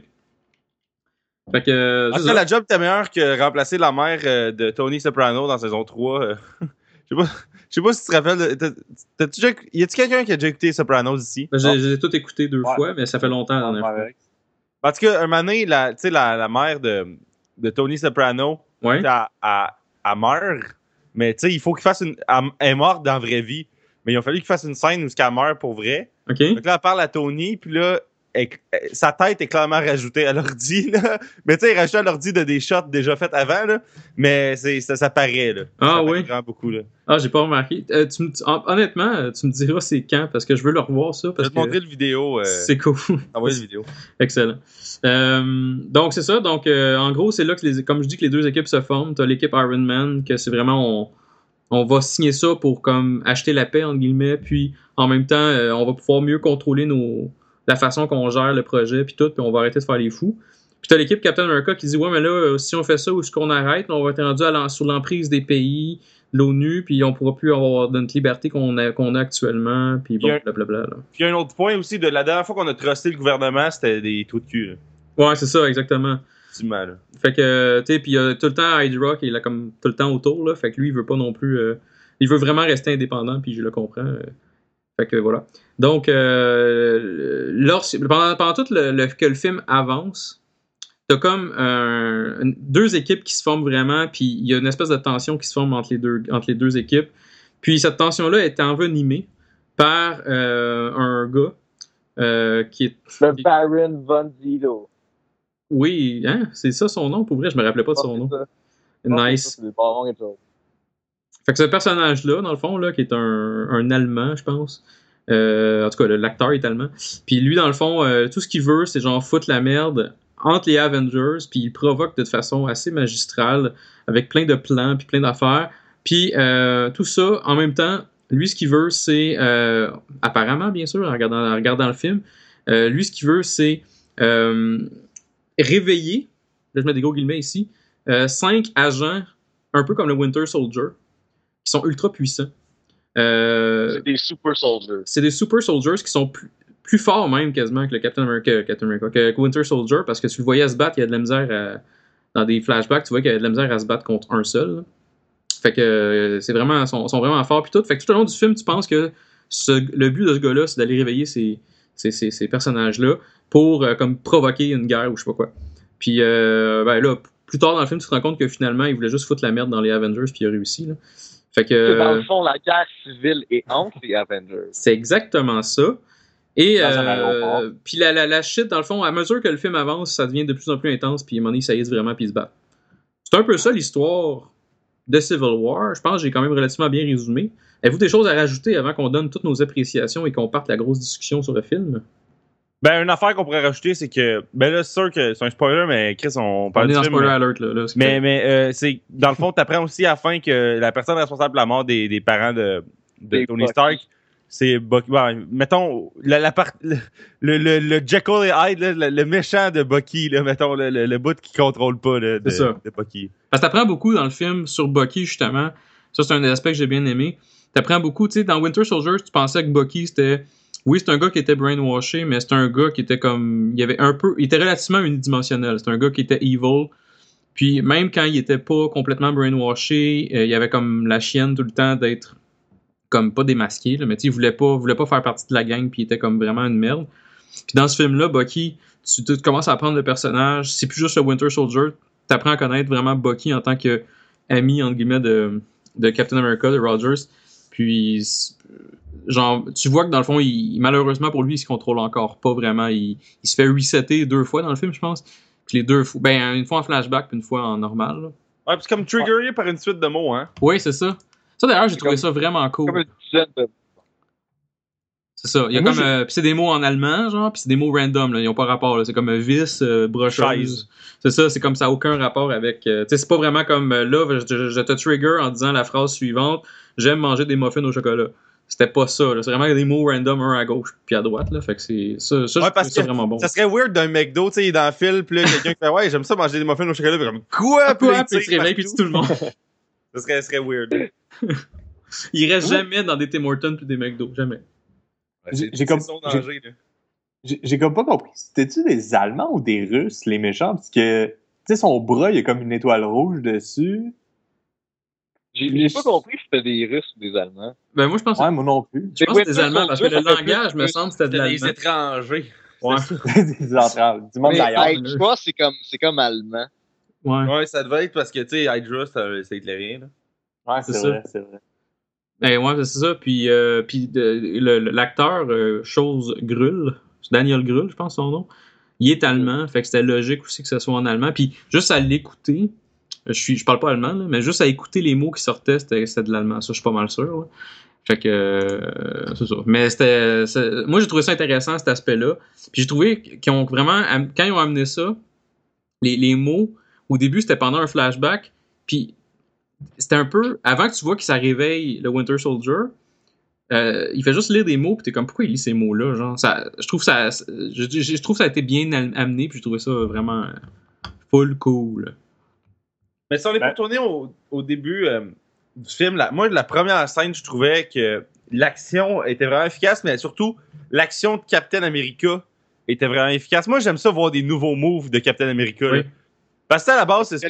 Fait que. Après, la job était meilleure que remplacer la mère euh, de Tony Soprano dans saison trois. Euh. Je sais pas. Je sais pas si tu te rappelles. T'as, t'as-tu déjà... Y a-tu quelqu'un qui a déjà écouté Sopranos ici? Ben, j'ai, j'ai tout écouté deux ouais. fois, mais ça fait longtemps la dernière ouais, fois. En tout cas, un moment donné, la, la, la mère de, de Tony Soprano, ouais. elle, elle, elle meurt, mais tu sais, il faut qu'il fasse une. Elle est morte dans la vraie vie, mais il a fallu qu'il fasse une scène où elle meurt pour vrai. OK. Donc là, elle parle à Tony, puis là, elle, elle, sa tête est clairement rajoutée à l'ordi, là. Mais tu sais, il rajoute à l'ordi de des shots déjà faits avant, là. Mais c'est, ça, ça paraît, là. Ah ça oui. Paraît beaucoup, là. Ah, j'ai pas remarqué. Euh, tu, tu, honnêtement, tu me diras c'est quand, parce que je veux le revoir, ça. Parce je vais te montrer que le vidéo. Euh... C'est cool. Envoyer le vidéo. Excellent. Euh, donc, c'est ça. Donc, euh, en gros, c'est là que, les, comme je dis, que les deux équipes se forment. T'as l'équipe Iron Man, que c'est vraiment... On, on va signer ça pour comme acheter la paix, entre guillemets, puis en même temps, euh, on va pouvoir mieux contrôler nos, la façon qu'on gère le projet, puis tout, puis on va arrêter de faire les fous. Puis t'as l'équipe Captain America qui dit « Ouais, mais là, si on fait ça, où est-ce qu'on arrête? On va être rendu à l'en, sous l'emprise des pays, de l'ONU, puis on pourra plus avoir notre liberté qu'on a, qu'on a actuellement, puis bon, blablabla. » Là. Puis il y a un autre point aussi, de la dernière fois qu'on a trusté le gouvernement, c'était des trous de cul. Là. Ouais, c'est ça, exactement. Mal. Fait que, tu sais, puis il y a tout le temps Hydra qui est là comme tout le temps autour, là. Fait que lui, il veut pas non plus. Euh, il veut vraiment rester indépendant, puis je le comprends. Euh, fait que voilà. Donc, euh, lorsque, pendant, pendant tout le, le, que le film avance, t'as comme euh, deux équipes qui se forment vraiment, puis il y a une espèce de tension qui se forme entre les deux, entre les deux équipes. Puis cette tension-là est envenimée par euh, un gars euh, qui est. Le Baron Von Zito. Oui, hein? C'est ça son nom, pour vrai, je me rappelais pas de son nom. Ça. Nice. Ça, fait que ce personnage-là, dans le fond, là, qui est un, un Allemand, je pense. Euh, en tout cas, l'acteur est allemand. Puis lui, dans le fond, euh, tout ce qu'il veut, c'est genre foutre la merde entre les Avengers, puis il provoque de façon assez magistrale, avec plein de plans, puis plein d'affaires. Puis euh, tout ça, en même temps, lui, ce qu'il veut, c'est, euh, apparemment, bien sûr, en regardant, en regardant le film, euh, lui, ce qu'il veut, c'est euh, réveiller, là je mets des gros guillemets ici, euh, cinq agents, un peu comme le Winter Soldier, qui sont ultra puissants. Euh, c'est des super soldiers. C'est des super soldiers qui sont plus, plus forts même quasiment que le Captain America, Captain America que, que Winter Soldier, parce que tu le voyais se battre, il y a de la misère à, dans des flashbacks, tu vois qu'il y a de la misère à se battre contre un seul. Là. Fait que euh, c'est vraiment, sont, sont vraiment forts puis tout. Fait que tout au long du film, tu penses que ce, le but de ce gars-là, c'est d'aller réveiller ces, ces, ces, ces personnages-là, pour euh, comme provoquer une guerre ou je sais pas quoi. Puis euh, ben là, plus tard dans le film, tu te rends compte que finalement, il voulait juste foutre la merde dans les Avengers, puis il a réussi. Là. Fait que, dans le fond, la guerre civile est entre les Avengers. C'est exactement ça. Et euh, puis la, la, la shit, dans le fond, à mesure que le film avance, ça devient de plus en plus intense, puis à un moment donné, ça y est vraiment, puis ils se battent. C'est un peu ça l'histoire de Civil War. Je pense que j'ai quand même relativement bien résumé. Avez-vous des choses à rajouter avant qu'on donne toutes nos appréciations et qu'on parte la grosse discussion sur le film? Ben, une affaire qu'on pourrait rajouter, c'est que. Ben là, c'est sûr que c'est un spoiler, mais Chris, on parle on est du dans film, spoiler mais... alert, là. là mais mais euh, c'est. Dans le fond, t'apprends aussi à la fin que la personne responsable de la mort des, des parents de, de Tony Bucky. Stark, c'est Bucky. Ben, mettons, la, la part, le, le, le, le Jekyll et Hyde, là, le, le méchant de Bucky, là, mettons, le, le, le bout qui contrôle pas là, de, de Bucky. Parce que t'apprends beaucoup dans le film sur Bucky, justement. Ça, c'est un des aspects que j'ai bien aimé. T'apprends beaucoup, tu sais, dans Winter Soldier, tu pensais que Bucky, c'était... Oui, c'est un gars qui était brainwashé, mais c'est un gars qui était comme... Il avait un peu... Il était relativement unidimensionnel. C'est un gars qui était evil. Puis même quand il était pas complètement brainwashé, euh, il avait comme la chienne tout le temps d'être comme pas démasqué, là, mais tu sais, il voulait pas, voulait pas faire partie de la gang, puis il était comme vraiment une merde. Puis dans ce film-là, Bucky, tu, tu commences à apprendre le personnage. C'est plus juste le Winter Soldier. T'apprends à connaître vraiment Bucky en tant que ami, entre guillemets, de, de Captain America, de Rogers. Puis... Genre, tu vois que dans le fond, il, malheureusement pour lui, il se contrôle encore pas vraiment. Il, il se fait resetter deux fois dans le film, je pense. Puis les deux fois, ben, une fois en flashback, puis une fois en normal. Là. Ouais, puis comme triggeré par une suite de mots, hein. Oui, c'est ça. Ça d'ailleurs, j'ai c'est trouvé comme, ça vraiment cool. Comme une dizaine de... C'est ça. Il y a comme, euh, puis c'est des mots en allemand, genre, puis c'est des mots random, là. Ils ont pas rapport, là. C'est comme euh, vis, euh, brocheuse. C'est ça, c'est comme ça, aucun rapport avec. Euh, tu sais, c'est pas vraiment comme euh, là, je, je, je te trigger en disant la phrase suivante: j'aime manger des muffins au chocolat. C'était pas ça, là. C'est vraiment des mots random, un à gauche puis à droite, là. Fait que c'est ça, ça, ouais, parce c'est que vraiment bon. Ça serait weird d'un McDo, tu sais, il est dans le fil, puis là, quelqu'un qui fait ouais, j'aime ça manger des muffins au chocolat, puis comme quoi, puis il se réveille, puis tout le monde. Ça serait, ça serait weird. Il reste ouais. jamais dans des Tim Hortons puis des McDo, jamais. Ouais, j'ai, j'ai, comme, son danger, j'ai, j'ai, j'ai comme pas compris. C'était-tu des Allemands ou des Russes, les méchants? Parce que, tu sais, son bras, il y a comme une étoile rouge dessus. J'ai, j'ai pas compris si c'était des Russes ou des Allemands. Ben moi je pense. Ouais, moi non plus. Je pense que c'était des Allemands parce que le langage me semble que c'était de l'allemand. Des étrangers. Ouais. Des étrangers. Du monde d'ailleurs. Hydra, c'est comme, c'est comme allemand. Ouais. Ouais, ça devait être parce que, tu sais, Hydra, c'est hitlérien, là. Ouais, c'est, c'est vrai, c'est vrai. Ben ouais, c'est ça. Puis, euh, puis de, le, l'acteur, euh, Chose Grull, Daniel Grull, je pense son nom, il est allemand, fait que c'était logique aussi que ce soit en allemand. Puis juste à l'écouter, je suis, je parle pas allemand, là, mais juste à écouter les mots qui sortaient, c'était, c'était de l'allemand. Ça, je suis pas mal sûr. Là. Fait que, euh, c'est ça. Mais c'était, c'est, moi, j'ai trouvé ça intéressant, cet aspect-là. Puis j'ai trouvé qu'ils ont vraiment, quand ils ont amené ça, les, les mots, au début, c'était pendant un flashback, puis c'était un peu, avant que tu vois que ça réveille le Winter Soldier, euh, il fait juste lire des mots, puis t'es comme, pourquoi il lit ces mots-là, genre, ça, je trouve ça, je, je, je trouve ça a été bien amené, puis je trouvais ça vraiment full cool. Mais si on est ben, pour tourner au, au début euh, du film, là, moi, la première scène, je trouvais que l'action était vraiment efficace, mais surtout, l'action de Captain America était vraiment efficace. Moi, j'aime ça voir des nouveaux moves de Captain America. Oui. Là. Parce que à la base, c'est...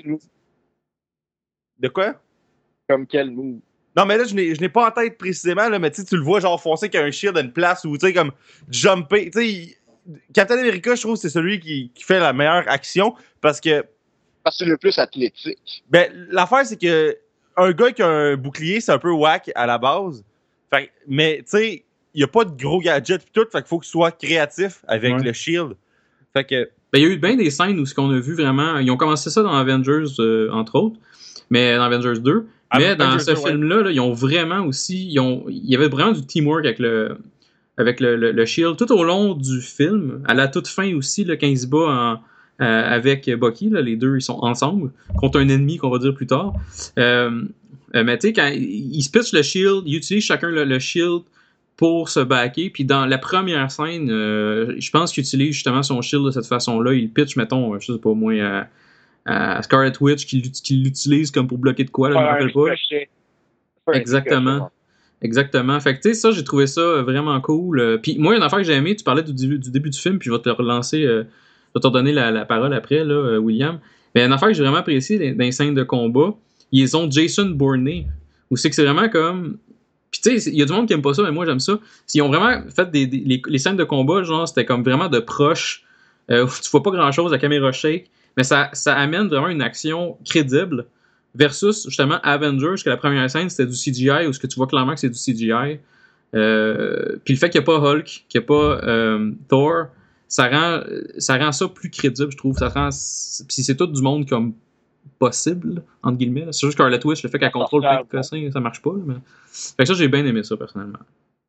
De quoi? Comme quel move? Non, mais là, je n'ai, je n'ai pas en tête précisément, là, mais tu le vois genre foncer qu'il y a un shield à une place où, tu sais, comme jumper. Tu sais, Captain America, je trouve, c'est celui qui, qui fait la meilleure action parce que. Parce que c'est le plus athlétique. Ben, l'affaire, c'est que un gars qui a un bouclier, c'est un peu whack à la base. Fait, mais, tu sais, il n'y a pas de gros gadgets et tout, fait qu'il faut qu'il soit créatif avec ouais. le shield. Fait que. Ben, il y a eu bien des scènes où ce qu'on a vu vraiment. Ils ont commencé ça dans Avengers, euh, entre autres. Mais dans Avengers deux. Ah, mais dans Avengers ce deux, film-là, ouais. là, ils ont vraiment aussi. Ils ont, il y avait vraiment du teamwork avec le, avec le, le, le Shield tout au long du film. À la toute fin aussi, là, quand il se bat en, euh, avec Bucky, là, les deux ils sont ensemble contre un ennemi qu'on va dire plus tard. Euh, euh, mais tu sais, quand ils se pitchent le Shield, ils utilisent chacun le, le Shield pour se backer. Puis dans la première scène, euh, je pense qu'il utilise justement son Shield de cette façon-là. Il pitch, mettons, je sais pas moi. Euh, à Scarlet Witch qui, qui l'utilise comme pour bloquer de quoi, là, je me rappelle pas. Exactement. Exactement. Fait que tu sais, ça, j'ai trouvé ça vraiment cool. Euh, puis moi, une affaire que j'ai aimé, tu parlais du début du, début du film, puis je vais te relancer, euh, je vais te redonner la, la parole après, là, euh, William. Mais une affaire que j'ai vraiment appréciée dans les scènes de combat, ils ont Jason Bourne, où c'est que c'est vraiment comme. Puis tu sais, il y a du monde qui aime pas ça, mais moi j'aime ça. Ils ont vraiment fait des, des les, les scènes de combat, genre c'était comme vraiment de proche. Euh, tu vois pas grand chose, la caméra shake, mais ça, ça amène vraiment une action crédible. Versus justement Avengers, que la première scène c'était du C G I, où ce que tu vois clairement que c'est du C G I. Euh, puis le fait qu'il n'y a pas Hulk, qu'il n'y a pas euh, Thor, ça rend, ça rend ça plus crédible, je trouve. Ça rend, puis c'est tout du monde comme possible, entre guillemets. Là. C'est juste Scarlet Witch, le fait qu'elle contrôle plein de cossins, ça marche pas. Là, mais... Fait que ça, j'ai bien aimé ça, personnellement.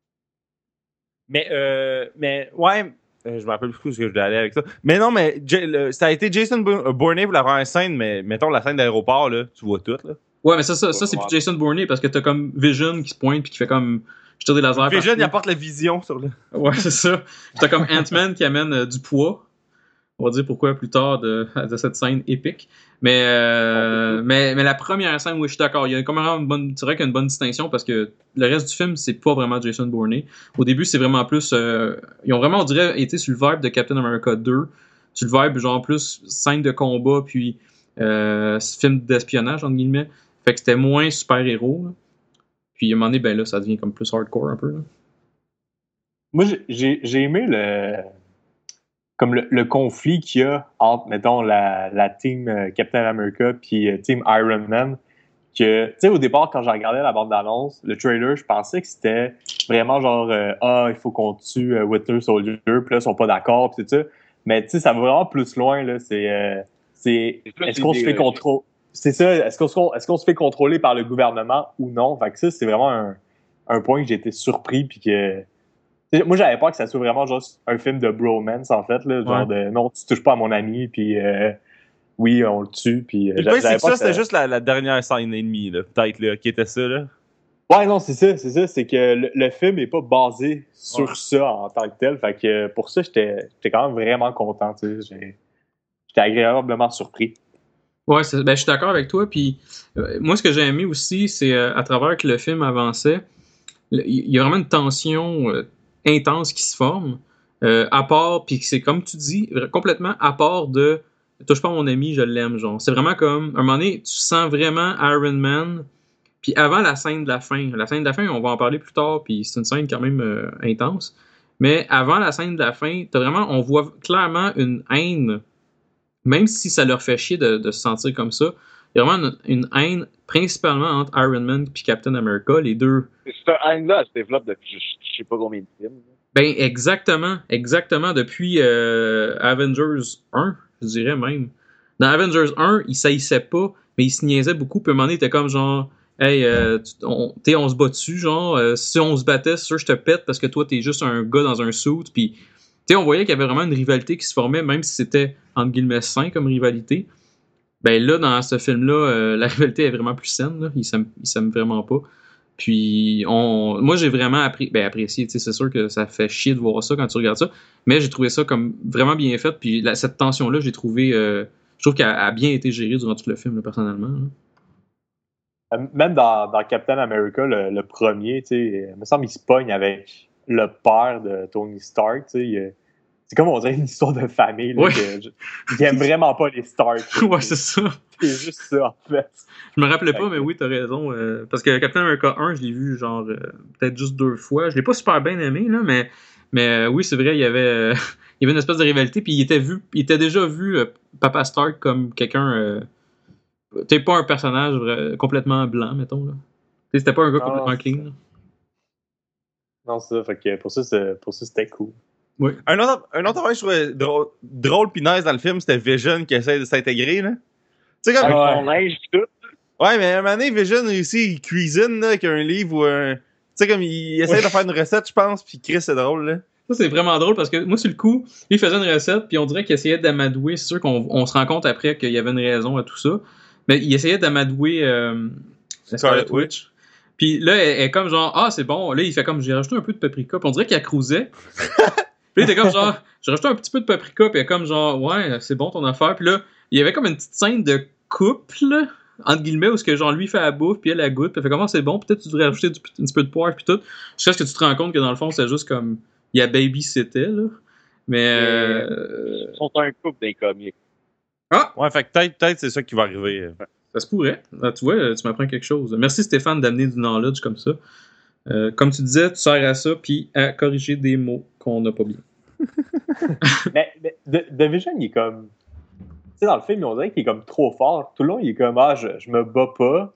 Mais, euh, mais ouais, euh, je me rappelle plus où ce que je voulais aller avec ça. Mais non, mais J- le, ça a été Jason Bourne pour la première scène, mais mettons la scène d'aéroport, là, tu vois tout. Là. Ouais, mais ça, ça, ça c'est plus Jason Bourne parce que t'as comme Vision qui se pointe puis qui fait comme. Je tire des lasers. Vision, il apporte la vision sur le. Ouais, c'est ça. T'as comme Ant-Man qui amène euh, du poids. On va dire pourquoi plus tard de, de cette scène épique. Mais, euh, mais, mais la première scène, oui, je suis d'accord. Il y a comme une bonne, c'est vrai qu'il y a une bonne distinction parce que le reste du film, c'est pas vraiment Jason Bourne. Au début, c'est vraiment plus. Euh, ils ont vraiment, on dirait, été sur le vibe de Captain America deux. Sur le vibe, genre plus scène de combat, puis euh, film d'espionnage, entre guillemets. Fait que c'était moins super-héros. Là. Puis à un moment donné, ben là, ça devient comme plus hardcore un peu. Là. Moi, j'ai, j'ai aimé le. Comme le, le conflit qu'il y a entre, mettons, la, la team euh, Captain America puis euh, team Iron Man. Que, tu sais, au départ, quand j'ai regardé la bande d'annonce, le trailer, je pensais que c'était vraiment genre, euh, ah, il faut qu'on tue euh, Winter Soldier, puis là, ils sont pas d'accord, puis tout ça. Mais, tu sais, ça va vraiment plus loin, là. C'est, euh, c'est, est-ce qu'on se fait contrôler? C'est ça, est-ce qu'on, est-ce qu'on se fait contrôler par le gouvernement ou non? Fait que ça, c'est vraiment un, un point que j'ai été surpris, puis que. Moi, j'avais peur que ça soit vraiment juste un film de bromance, en fait, là, genre ouais. de non, tu touches pas à mon ami, puis euh, oui, on le tue, puis. Le Euh, c'est que ça, que c'était juste la, la dernière scène et demie, là, peut-être, là, qui était ça, là. Ouais, non, c'est ça, c'est ça, c'est que le, le film est pas basé sur ouais. ça en tant que tel, fait que pour ça, j'étais, j'étais quand même vraiment content, tu sais, j'ai, j'étais agréablement surpris. Ouais, c'est, ben, je suis d'accord avec toi, puis euh, moi, ce que j'ai aimé aussi, c'est euh, à travers que le film avançait, il y a vraiment une tension euh, intense qui se forme, euh, à part, puis c'est comme tu dis, complètement à part de touche pas à mon ami, je l'aime, genre. C'est vraiment comme, à un moment donné, tu sens vraiment Iron Man, puis avant la scène de la fin, la scène de la fin, on va en parler plus tard, puis c'est une scène quand même euh, intense, mais avant la scène de la fin, t'as vraiment, on voit clairement une haine, même si ça leur fait chier de, de se sentir comme ça, il y a vraiment une, une haine, principalement entre Iron Man et Captain America, les deux. Cette haine-là, elle se développe depuis je, je sais pas combien de films. Ben, exactement, exactement, depuis euh, Avengers un, je dirais même. Dans Avengers un, il saillissait pas, mais il se niaisait beaucoup, puis à un moment donné, il était comme genre, hey, euh, tu, on, t'sais, on se bat dessus, genre, euh, si on se battait, c'est sûr, je te pète parce que toi, t'es juste un gars dans un suit, puis, tu sais, on voyait qu'il y avait vraiment une rivalité qui se formait, même si c'était, entre guillemets, sain comme rivalité. Ben là, dans ce film-là, euh, la rivalité est vraiment plus saine, là. Ils s'aiment, ils s'aiment vraiment pas. Puis, on, moi, j'ai vraiment appré- ben, apprécié. C'est sûr que ça fait chier de voir ça quand tu regardes ça. Mais j'ai trouvé ça comme vraiment bien fait. Puis, la, cette tension-là, j'ai trouvé. Euh, je trouve qu'elle a bien été gérée durant tout le film, là, personnellement. Là. Même dans, dans Captain America, le, le premier, tu sais, il me semble qu'il se pogne avec le père de Tony Stark. Tu sais, c'est comme on dirait une histoire de famille. Là, ouais. que je, il aime vraiment pas les Stark. ouais, c'est ça. C'est juste ça, en fait. Je me rappelais pas, mais oui, t'as raison. Euh, parce que Captain America un, je l'ai vu genre euh, peut-être juste deux fois. Je l'ai pas super bien aimé, là, mais, mais euh, oui, c'est vrai, il y avait euh, il y avait une espèce de rivalité, puis il était vu, il était déjà vu euh, Papa Stark comme quelqu'un. Euh, t'es pas un personnage euh, complètement blanc, mettons. Là. T'sais, c'était pas un gars non, complètement clean. Là. Non, c'est ça. Fait que pour ça, c'est, pour ça c'était cool. Oui. Un autre, un autre affaire que je trouvais drôle, drôle pis nice dans le film, c'était Vision qui essaie de s'intégrer, là. Tu sais, comme. Ah, Avec son linge tout. Ouais, mais à un moment donné, Vision réussit, il cuisine, là, avec un livre ou un. Tu sais, comme il essaie ouais. de faire une recette, je pense, pis Chris, c'est drôle, là. Ça, c'est vraiment drôle parce que moi, sur le coup, lui, il faisait une recette, puis on dirait qu'il essayait d'amadouer. C'est sûr qu'on on se rend compte après qu'il y avait une raison à tout ça. Mais il essayait d'amadouer euh, Scarlet Witch. Puis là, elle est comme genre, ah, c'est bon. Là, il fait comme, j'ai rajouté un peu de paprika. Puis on dirait qu'il accrousait. Puis il était comme genre, j'ai rajouté un petit peu de paprika. Puis elle est comme genre, ouais, c'est bon ton affaire. Puis là, il y avait comme une petite scène de couple, entre guillemets, où ce que genre lui fait la bouffe, puis elle la goûte. Puis elle fait comment c'est bon. Peut-être tu devrais rajouter du, un petit peu de poivre, puis tout. Jusqu'à ce que tu te rends compte que dans le fond, c'est juste comme, il y a baby c'était, là. Mais. Euh... Ils sont un couple des comiques. Ah! Ouais, fait que peut-être, peut-être c'est ça qui va arriver. Ça se pourrait. Ah, tu vois, tu m'apprends quelque chose. Merci Stéphane d'amener du knowledge comme ça. Euh, comme tu disais, tu sers à ça, puis à corriger des mots qu'on n'a pas bien. mais, mais The, The Vision, il est comme... Tu sais, dans le film, on dirait qu'il est comme trop fort. Tout le long, il est comme, ah, je, je me bats pas.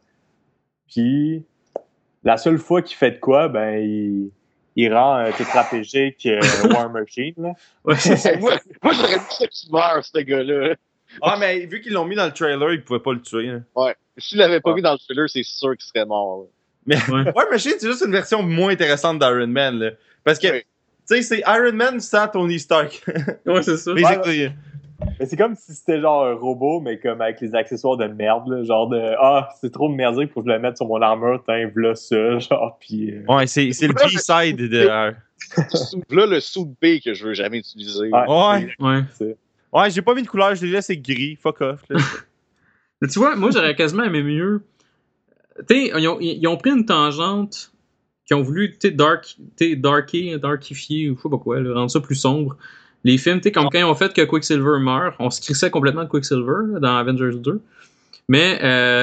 Puis, la seule fois qu'il fait de quoi, ben, il, il rend euh, tétraplégique euh, War Machine, là. Ouais, c'est ça. moi, moi j'aurais dit ça qu'il meurt, ce gars-là. Ah, mais vu qu'ils l'ont mis dans le trailer, ils pouvaient pas le tuer. Hein. Ouais. S'il l'avait pas ouais. mis dans le trailer, c'est sûr qu'il serait mort. Là. Mais Ouais. War Machine, c'est juste une version moins intéressante d'Iron Man. Là. Parce que, Oui. tu sais, c'est Iron Man sans Tony Stark. Ouais, c'est ça. Basically. Mais c'est comme si c'était genre un robot, mais comme avec les accessoires de merde, là, genre de ah, c'est trop merdique, faut que je le mette sur mon armure, tiens, v'là ça, genre, pis. Euh... Ouais, c'est, c'est le B-side de. Là, le sous de B que je veux jamais utiliser. Ouais. Ouais. Ouais. C'est... Ouais, j'ai pas mis de couleur, je l'ai laissé gris, fuck off. Là. Mais tu vois, moi, j'aurais quasiment aimé mieux. Tu sais, ils ont, ils ont pris une tangente qui ont voulu, tu sais, dark, t'sais, darker, darkifier, ou je sais pas quoi, là, rendre ça plus sombre. Les films, tu sais, comme quand ils ont fait que Quicksilver meurt, on se crissait complètement de Quicksilver là, dans Avengers deux. Mais,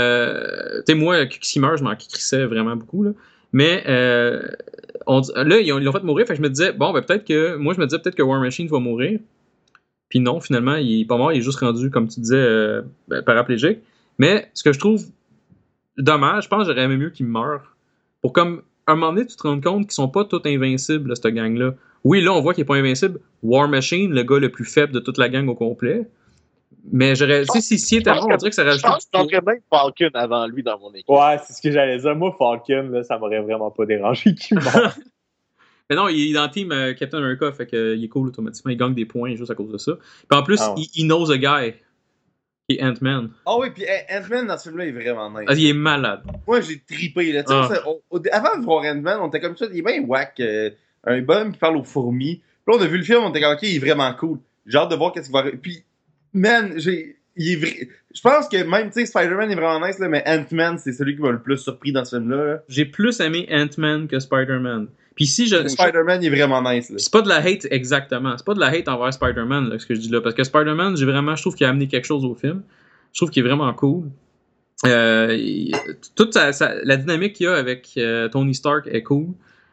euh, tu sais, moi, qui meurt, je m'en crissais vraiment beaucoup, là. Mais, euh, on, là, ils, ont, ils l'ont fait mourir, fait que je me disais, bon, ben peut-être que, moi, je me disais peut-être que War Machine va mourir. Puis non, finalement, il est pas mort, il est juste rendu, comme tu disais, euh, ben, paraplégique. Mais, ce que je trouve dommage, je pense que j'aurais aimé mieux qu'il meure. Pour comme, à un moment donné, tu te rends compte qu'ils sont pas tous invincibles, là, cette gang-là. Oui, là, on voit qu'il est pas invincible. War Machine, le gars le plus faible de toute la gang au complet. Mais j'aurais, tu sais, si si était bon, on dirait que ça rajoute. Je pense que j'entrais même Falcon avant lui dans mon équipe. Ouais, c'est ce que j'allais dire. Moi, Falcon, là, ça m'aurait vraiment pas dérangé qu'il meure. Mais non, il est dans le team euh, Captain America, fait qu'il est cool automatiquement. Il gagne des points juste à cause de ça. Puis en plus, ah ouais. il, il knows a guy. Qui est Ant-Man. Ah oh oui, pis Ant-Man dans ce film-là est vraiment nice. Ah, il est malade. Moi, j'ai trippé. Là. Ah. Ça, on, au, avant de voir Ant-Man, on était comme ça, il est bien whack. Euh, un bonhomme qui parle aux fourmis. Puis là, on a vu le film, on était comme, ok, il est vraiment cool. J'ai hâte de voir qu'est-ce qu'il va. Puis, man, j'ai. Il est vrai... Je pense que même, tu sais, Spider-Man est vraiment nice, là, mais Ant-Man, c'est celui qui m'a le plus surpris dans ce film-là. Là. J'ai plus aimé Ant-Man que Spider-Man. Puis si je. Spider-Man, il est vraiment nice. Là. C'est pas de la hate exactement. C'est pas de la hate envers Spider-Man, là, ce que je dis là. Parce que Spider-Man, j'ai vraiment, je trouve qu'il a amené quelque chose au film. Je trouve qu'il est vraiment cool. Euh, il, toute sa, sa, la dynamique qu'il y a avec euh, Tony Stark est cool.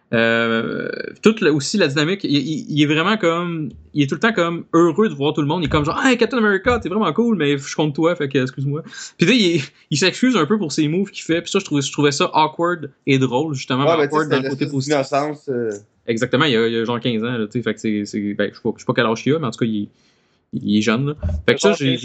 Euh, toute la, aussi la dynamique, il, il, il est vraiment comme, il est tout le temps comme heureux de voir tout le monde. Il est comme genre, hey Captain America, t'es vraiment cool, mais je compte toi, fait que excuse-moi. Puis tu sais, il, il s'excuse un peu pour ses moves qu'il fait. Puis ça, je trouvais, je trouvais ça awkward et drôle justement. Ouais, awkward dans le côté positif. Innocence, euh... Exactement, il y, a, il y a genre quinze ans, là, tu sais, fait que c'est, c'est ben, je sais pas, je sais pas quel âge il a, mais en tout cas, il, il est jeune. Là. Fait que ça, j'ai.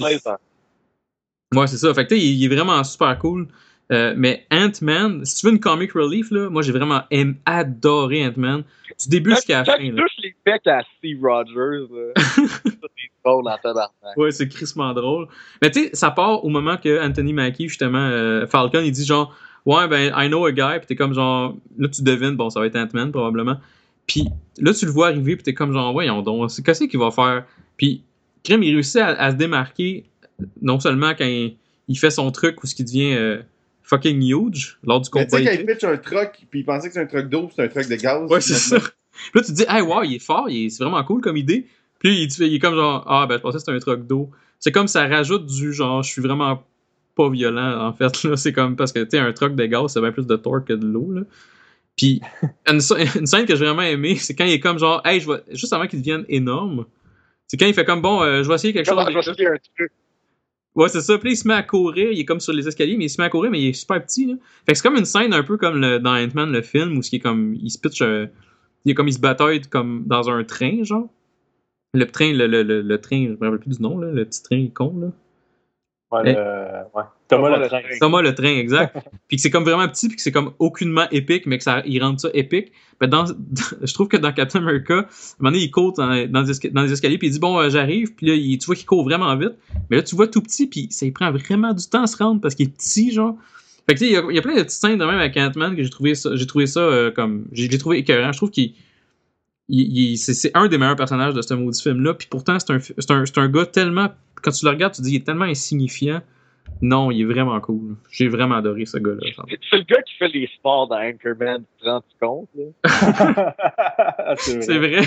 Ouais, c'est ça. Fait que, tu sais, il, il est vraiment super cool. Euh, mais Ant-Man, si tu veux une comic relief, là, moi, j'ai vraiment aimé, adoré Ant-Man. Du début jusqu'à la fin. Quand il touche les pecs à Steve Rogers, là, ça, c'est drôle en tabarnak. Ouais, c'est crissement drôle. Mais tu sais, ça part au moment que Anthony Mackie, justement, euh, Falcon, il dit genre, ouais, ben, I know a guy, pis t'es comme genre, là, tu devines, bon, ça va être Ant-Man, probablement. Puis là, tu le vois arriver, pis t'es comme genre, voyons donc, c'est qu'est-ce qu'il va faire? Puis, Krim, il réussit à, à se démarquer, non seulement quand il, il fait son truc ou ce qui devient euh, fucking huge lors du combat. Tu sais, quand il pitch un truck, puis il pensait que c'est un truck d'eau, c'est un truck de gaz. Ouais, c'est ça. Puis là, tu te dis, hey, wow, il est fort, il est, c'est vraiment cool comme idée. Puis il, il est comme genre, ah, ben, je pensais que c'était un truck d'eau. C'est comme ça rajoute du genre, je suis vraiment pas violent, en fait. Là. C'est comme, parce que, tu sais, un truck de gaz, c'est bien plus de torque que de l'eau, là. Puis, une, une scène que j'ai vraiment aimée, c'est quand il est comme genre, hey, je vais, juste avant qu'il devienne énorme, c'est quand il fait comme, bon, euh, je vais essayer quelque Comment chose. je vais essayer un truc. Ouais, c'est ça. Puis il se met à courir. Il est comme sur les escaliers, mais il se met à courir, mais il est super petit. Là. Fait que c'est comme une scène un peu comme le, dans Ant-Man, le film, où il est comme, il se pitch, euh, il est comme il se bataille comme dans un train, genre. Le train, le, le, le, le train, je me rappelle plus du nom, là, le petit train con, là. Ouais, Et, le, ouais. Thomas, Thomas le train. Thomas le train, exact. Puis que c'est comme vraiment petit, puis que c'est comme aucunement épique, mais que ça, il rend ça épique. Ben dans, je trouve que dans Captain America, à un moment donné, il court dans, dans, les, esca- dans les escaliers, puis il dit bon, euh, j'arrive, puis là, il, tu vois qu'il court vraiment vite. Mais là, tu vois tout petit, puis ça il prend vraiment du temps à se rendre parce qu'il est petit, genre. Fait que tu sais, il y a, il y a plein de petites scènes de même avec Ant-Man que j'ai trouvé ça, j'ai trouvé ça euh, comme, j'ai, j'ai trouvé écœurant. Je trouve qu'il il, il, c'est, c'est un des meilleurs personnages de ce maudit film-là, puis pourtant, c'est un, c'est, un, c'est un gars tellement, quand tu le regardes, tu te dis, il est tellement insignifiant. Non, il est vraiment cool. J'ai vraiment adoré ce gars-là. C'est le gars qui fait les sports dans Anchorman, tu te rends compte, là? C'est vrai.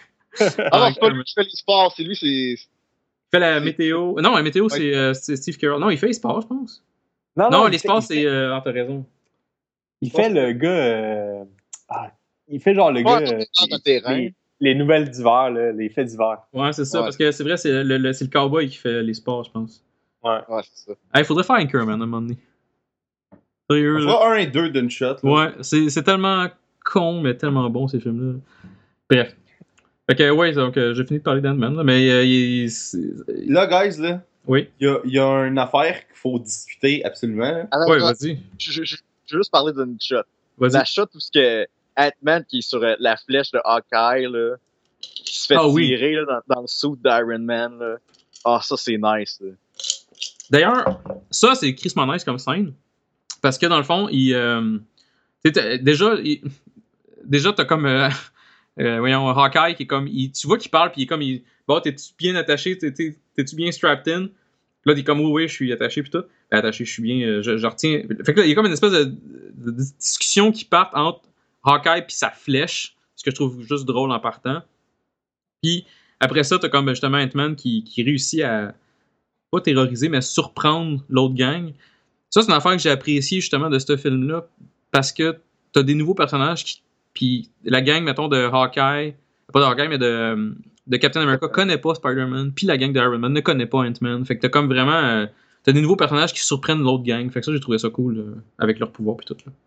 Ah non, c'est pas lui qui fait les sports, c'est lui, c'est... Il fait la météo. Non, la météo, ouais. c'est, euh, c'est Steve Carell. Non, il fait les sports, je pense. Non, non, non les sports, c'est... Euh... Ah, t'as raison. Il fait le gars... Euh... Ah, il fait genre le Pas gars. un euh, de terrain. les, les nouvelles d'hiver, là, les faits d'hiver. Ouais, c'est ça, Ouais. parce que c'est vrai, c'est le, le, c'est le cowboy qui fait les sports, je pense. Ouais. Ouais, c'est ça. Il hey, faudrait faire Anchorman à un moment donné. Sérieux, On là. fera un et deux d'une shot. Là. Ouais, c'est, c'est tellement con, mais tellement bon, ces films-là. Bref. Fait que, ouais, donc, euh, j'ai fini de parler d'Ant-Man, là, mais euh, il, c'est... Là, guys, là, Oui. il y a, y a une affaire qu'il faut discuter absolument. Là. Alors, Ouais, attends, vas-y. je, je, je, je veux juste parler d'une shot. Vas-y. La shot où ce que Ant-Man qui est sur euh, la flèche de Hawkeye, là, qui se fait Ah, oui. tirer là, dans, dans le suit d'Iron Man. Là. Ah, ça, c'est nice. Là. D'ailleurs, ça, c'est crissement nice comme scène. Parce que, dans le fond, il... Euh, t'sais, déjà, il, déjà, t'as comme... Euh, euh, voyons, Hawkeye qui est comme... Il, tu vois qu'il parle, puis il est comme... Il, bon, t'es-tu bien attaché? T'es, t'es, t'es-tu bien strapped in? Là, il est comme, oui, oui, je suis attaché, puis tout. Ben, attaché, je suis bien... euh, Je, je retiens... Fait que là, il y a comme une espèce de, de, de discussion qui part entre Hawkeye puis sa flèche, ce que je trouve juste drôle en partant. Puis, après ça, t'as comme, justement, Ant-Man qui, qui réussit à... pas terroriser, mais surprendre l'autre gang. Ça, c'est une affaire que j'ai appréciée justement de ce film-là, parce que t'as des nouveaux personnages qui. Puis la gang, mettons, de Hawkeye, pas de Hawkeye, mais de, de Captain America, connaît pas Spider-Man, puis la gang d'Iron Man ne connaît pas Ant-Man. Fait que t'as comme vraiment. Euh, t'as des nouveaux personnages qui surprennent l'autre gang. Fait que ça, j'ai trouvé ça cool, euh, avec leur pouvoir, puis tout. Là.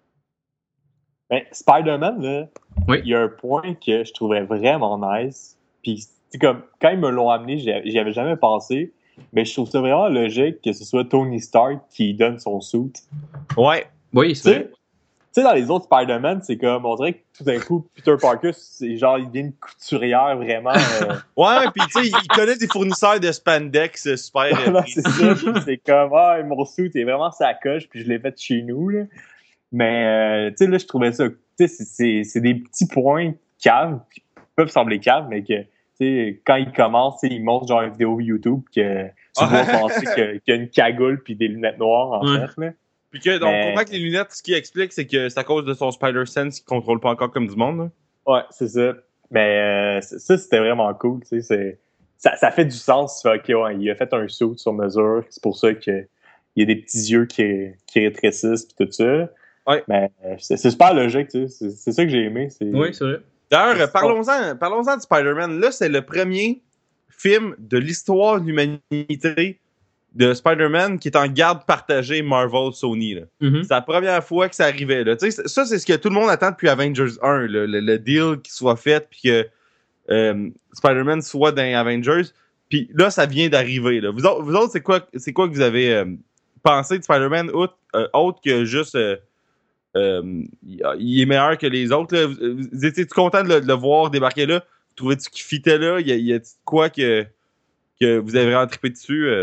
Ben, Spider-Man, là, Oui. il y a un point que je trouvais vraiment nice. Puis, c'est comme, quand ils me l'ont amené, j'y avais jamais pensé. Mais je trouve ça vraiment logique que ce soit Tony Stark qui donne son suit. Ouais. Oui, Tu c'est sais, vrai. tu sais, dans les autres Spider-Man, c'est comme, on dirait que tout d'un coup, Peter Parker, c'est genre, il devient une couturière vraiment. Euh... Ouais, pis tu sais, il connaît des fournisseurs de spandex euh, super. euh, non, c'est ça, puis c'est comme, ah, mon suit est vraiment sa coche, puis je l'ai fait chez nous, là. Mais, euh, tu sais, là, je trouvais ça, tu sais, c'est, c'est, c'est des petits points caves, qui peuvent sembler caves, mais que, tu sais, quand il commence, il montre genre une vidéo YouTube que tu vois penser que, qu'il y a une cagoule puis des lunettes noires, en Ouais. fait, là. Puis que, Mais- on comprend que les lunettes, ce qu'il explique, c'est que c'est à cause de son Spider-Sense qu'il contrôle pas encore comme du monde. Là. Ouais, c'est ça. Mais euh, ça, c'était vraiment cool, tu sais, c'est... Ça, ça fait du sens, tu fais, ok, ouais, il a fait un suit sur mesure, c'est pour ça qu'il y a des petits yeux qui, qui rétrécissent puis tout ça. Ouais. Mais euh, c'est, c'est super logique, tu sais, c'est, c'est ça que j'ai aimé. C'est... Oui, c'est vrai. D'ailleurs, C'est parlons-en, parlons-en de Spider-Man. Là, c'est le premier film de l'histoire de l'humanité de Spider-Man qui est en garde partagée Marvel-Sony. Là. Mm-hmm. C'est la première fois que ça arrivait. Là. Tu sais, ça, c'est ce que tout le monde attend depuis Avengers un. Là. Le, le deal qui soit fait puis que euh, Spider-Man soit dans Avengers. Puis là, ça vient d'arriver. Là. Vous, autres, vous autres, c'est quoi, c'est quoi que vous avez euh, pensé de Spider-Man autre, euh, autre que juste... Euh, Euh, il est meilleur que les autres. Là. Vous, vous étiez-tu content de le, de le voir débarquer là? Trouvais-tu qu'il fitait là? Y a, y a quoi que, que vous avez vraiment trippé dessus? Euh?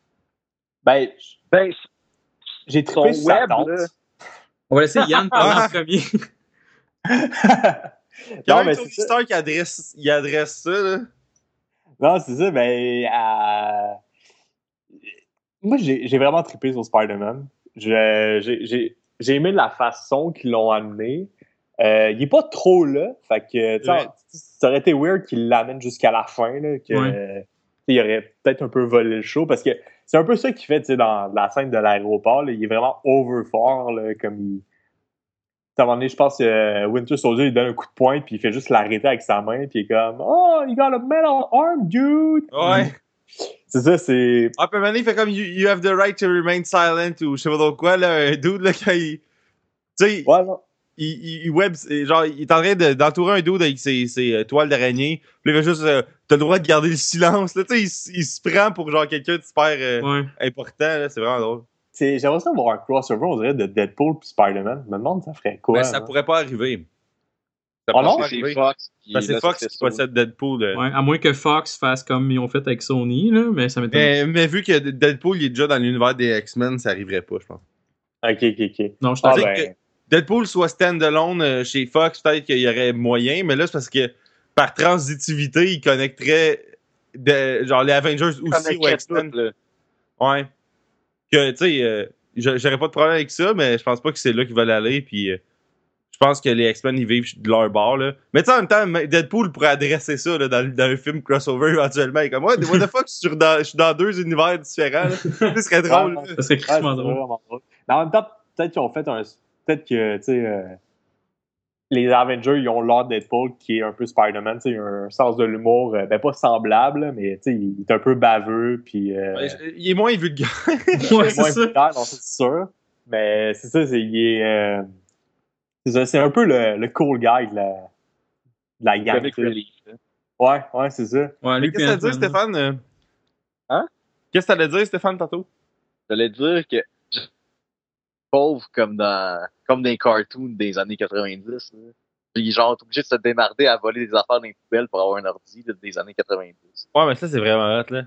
Ben, Ben, j'ai son trippé sur sa web, tante. On là. va laisser Yann parler en premier. Quand non, même, mais Tony c'est ça. Stark, il adresse, il adresse ça. Là. Non, c'est ça, ben... euh, Moi, j'ai, j'ai vraiment trippé sur Spider-Man. Je, j'ai, j'ai, j'ai aimé la façon qu'ils l'ont amené. Euh, il est pas trop là. Fait que, tu sais, Ouais. ça aurait été weird qu'il l'amène jusqu'à la fin. Là, que, Ouais. il aurait peut-être un peu volé le show. Parce que c'est un peu ça qu'il fait tu sais, dans la scène de l'aéroport. Là, il est vraiment over fort. Là, comme il... À un moment donné, je pense que euh, Winter Soldier, il donne un coup de poing, puis il fait juste l'arrêter avec sa main, puis il est comme « Oh, you got a metal arm, dude! » Ouais. C'est ça, c'est... Ah, puis maintenant, il fait comme you, you have the right to remain silent ou je sais pas trop quoi. Là, un dude, là, quand il. Tu sais, Ouais, non. il, il, il web, genre, il est en train de, d'entourer un dude avec ses, ses euh, toiles d'araignée. Puis il fait juste, euh, t'as le droit de garder le silence. Là, tu sais, il, s- il se prend pour genre quelqu'un de super euh, Ouais. important. Là, c'est vraiment drôle. C'est, j'aimerais ça voir un crossover, on dirait, de Deadpool puis Spider-Man. Je me demande, ça ferait quoi? Mais ça hein? pourrait pas arriver. Ça Ah pourrait non? pas C'est arriver. Fox. Qui, Parce que là, c'est Fox ça fait qui ça. possède Deadpool. là. Ouais, à moins que Fox fasse comme ils ont fait avec Sony, là, mais ça m'étonne. Mais, mais vu que Deadpool il est déjà dans l'univers des X-Men, ça arriverait pas, je pense. Ok, ok, ok. Non, je Ah, t'en sais ben, que- Deadpool soit stand-alone euh, chez Fox, peut-être qu'il y aurait moyen, mais là, c'est parce que par transitivité, il connecterait de, genre les Avengers aussi Connecterait aux X-Men. tout, là. Ouais. Que, tu sais, euh, j'a- j'aurais pas de problème avec ça, mais je pense pas que c'est là qu'ils veulent aller, puis euh, je pense que les X-Men, ils vivent de leur bord, là. Mais tu sais, en même temps, Deadpool pourrait adresser ça là, dans, dans un film crossover éventuellement. Il est comme, ouais, what the fuck, je suis dans, je suis dans deux univers différents, là. Ce serait drôle, Ouais, là. Ça serait ouais, c'est crissement drôle. vraiment drôle. Mais en même temps, peut-être qu'ils ont fait un... Peut-être que, tu sais... euh, les Avengers, ils ont leur Deadpool qui est un peu Spider-Man, tu sais, il a un sens de l'humour, euh, ben pas semblable, mais tu sais, il est un peu baveux, puis... Euh, ouais, il est moins vulgaire. Ouais, il est c'est moins ça. vulgaire, non, c'est sûr. Mais c'est ça, c'est, il est... Euh, c'est ça, c'est un peu le, le cool guy de la, de la gang. Comic relief. Ouais, ouais, c'est ça. Ouais, Mais lui, qu'est-ce que t'allais dire, Stéphane? Euh... Hein? Qu'est-ce que t'allais dire, Stéphane, tantôt? J'allais dire que pauvre comme dans comme dans les cartoons des années quatre-vingt-dix. Là. Puis genre, t'es obligé de se démarrer à voler des affaires dans les poubelles pour avoir un ordi là, des années quatre-vingt-dix. Ouais, mais ça, c'est vraiment hot, là.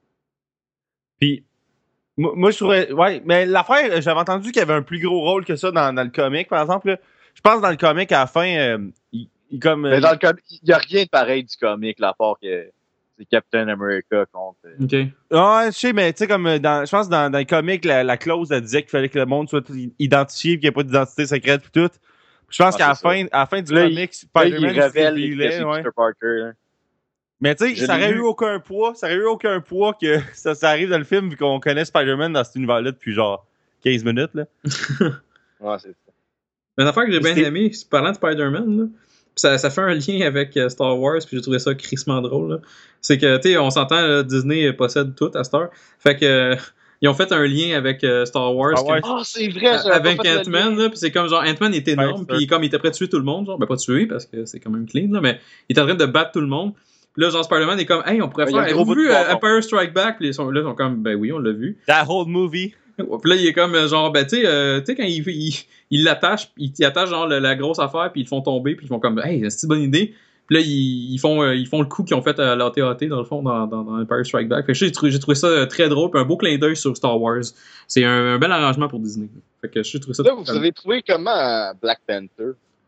Puis, moi, moi je trouvais... Ouais, mais l'affaire, j'avais entendu qu'il y avait un plus gros rôle que ça dans, dans le comic, par exemple. Là. Je pense dans le comic, à la fin, euh, il, il comme... Euh, mais dans le comic, il n'y a rien de pareil du comic, là, à part que c'est Captain America contre... Euh... OK. Ouais, je sais, mais tu sais, comme dans, je pense dans, dans les comics, la, la clause, elle disait qu'il fallait que le monde soit identifié et qu'il n'y ait pas d'identité secrète et tout. Je pense ah, qu'à la fin, à la fin du là, comic, il, Spider-Man là, il révèle les ouais. Peter Parker. Là. Mais tu sais, ça aurait eu aucun poids. Ça aurait eu aucun poids que ça, ça arrive dans le film vu qu'on connaît Spider-Man dans cet univers-là depuis genre quinze minutes. Là. Ouais, c'est ça. Une affaire que j'ai bien aimé, parlant de Spider-Man, là, ça, ça fait un lien avec uh, Star Wars, puis j'ai trouvé ça crissement drôle. Là. C'est que, tu sais, on s'entend, là, Disney possède tout à cette heure. Fait que, euh, ils ont fait un lien avec uh, Star Wars. Ah, ouais. que, oh, c'est vrai, euh, avec Ant-Man, là, puis c'est comme genre, Ant-Man est énorme, puis comme il était prêt de tuer tout le monde, genre, ben pas tuer, parce que c'est quand même clean, là, mais il est en train de battre tout le monde. Puis là, genre, Spider-Man est comme, hey, on pourrait ouais, faire, avez-vous vu uh, Empire Strike Back? Puis ils sont, là, ils sont comme, ben oui, on l'a vu. That whole movie. Puis là, il est comme, genre, ben, tu sais, euh, tu sais, quand il, il, il l'attache, il, il attache, genre, la, la grosse affaire, puis ils le font tomber, puis ils font comme, hey, c'est une bonne idée. Puis là, ils, ils, font, euh, ils font le coup qu'ils ont fait à l'A T A T, dans le fond, dans, dans, dans Empire Strike Back. Fait que j'ai trouvé, j'ai trouvé ça très drôle, puis un beau clin d'œil sur Star Wars. C'est un, un bel arrangement pour Disney. Fait que j'ai trouvé ça... Là, vous avez trouvé comment Black Panther?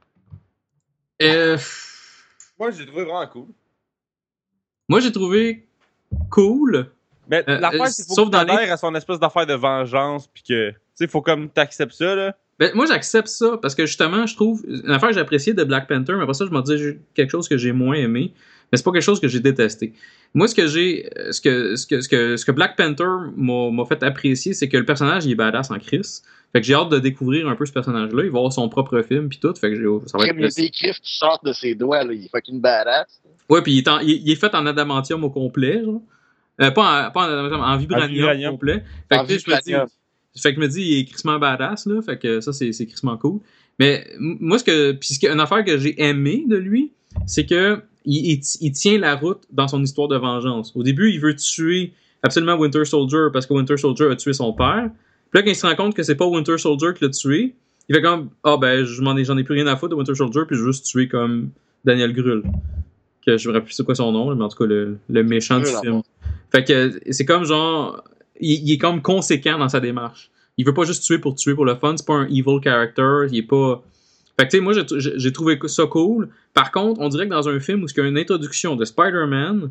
Euh... Moi, j'ai trouvé vraiment cool. Moi, j'ai trouvé cool... Mais euh, l'affaire, c'est qu'il faut qu'il adhère les... à son espèce d'affaire de vengeance, puis que, tu sais, faut comme t'acceptes ça, là. Ben, moi, j'accepte ça, parce que justement, je trouve, une affaire que j'appréciais de Black Panther, mais après ça, je m'en disais quelque chose que j'ai moins aimé, mais c'est pas quelque chose que j'ai détesté. Moi, ce que j'ai, ce que, ce que, ce que, ce que Black Panther m'a, m'a fait apprécier, c'est que le personnage, il est badass en Chris. Fait que j'ai hâte de découvrir un peu ce personnage-là, il va avoir son propre film, puis tout, fait que j'ai, ça va être... Il y a des griffes qui sortent de ses doigts, là, il est fucking badass. Ouais, puis il est, en, il, il est fait en adamantium au complet, genre. Euh, pas en, pas en, en vibranium, vibranium complet. Fait que, je me dis, fait que je me dis, il est crissement badass, là. Fait que ça, c'est, c'est crissement cool. Mais moi, ce que, puis une affaire que j'ai aimé de lui, c'est que il, il, il tient la route dans son histoire de vengeance. Au début, il veut tuer absolument Winter Soldier parce que Winter Soldier a tué son père. Puis là, quand il se rend compte que c'est pas Winter Soldier qui l'a tué, il fait comme, ah oh, ben, je m'en ai, j'en ai plus rien à foutre de Winter Soldier, puis je veux juste tuer comme Daniel Grull. Que je me rappelle plus c'est quoi son nom, mais en tout cas, le, le méchant du film. Fait que c'est comme genre, il, il est comme conséquent dans sa démarche. Il veut pas juste tuer pour tuer pour le fun, c'est pas un evil character, il est pas... Fait que tu sais, moi j'ai, j'ai trouvé ça cool. Par contre, on dirait que dans un film où il y a une introduction de Spider-Man,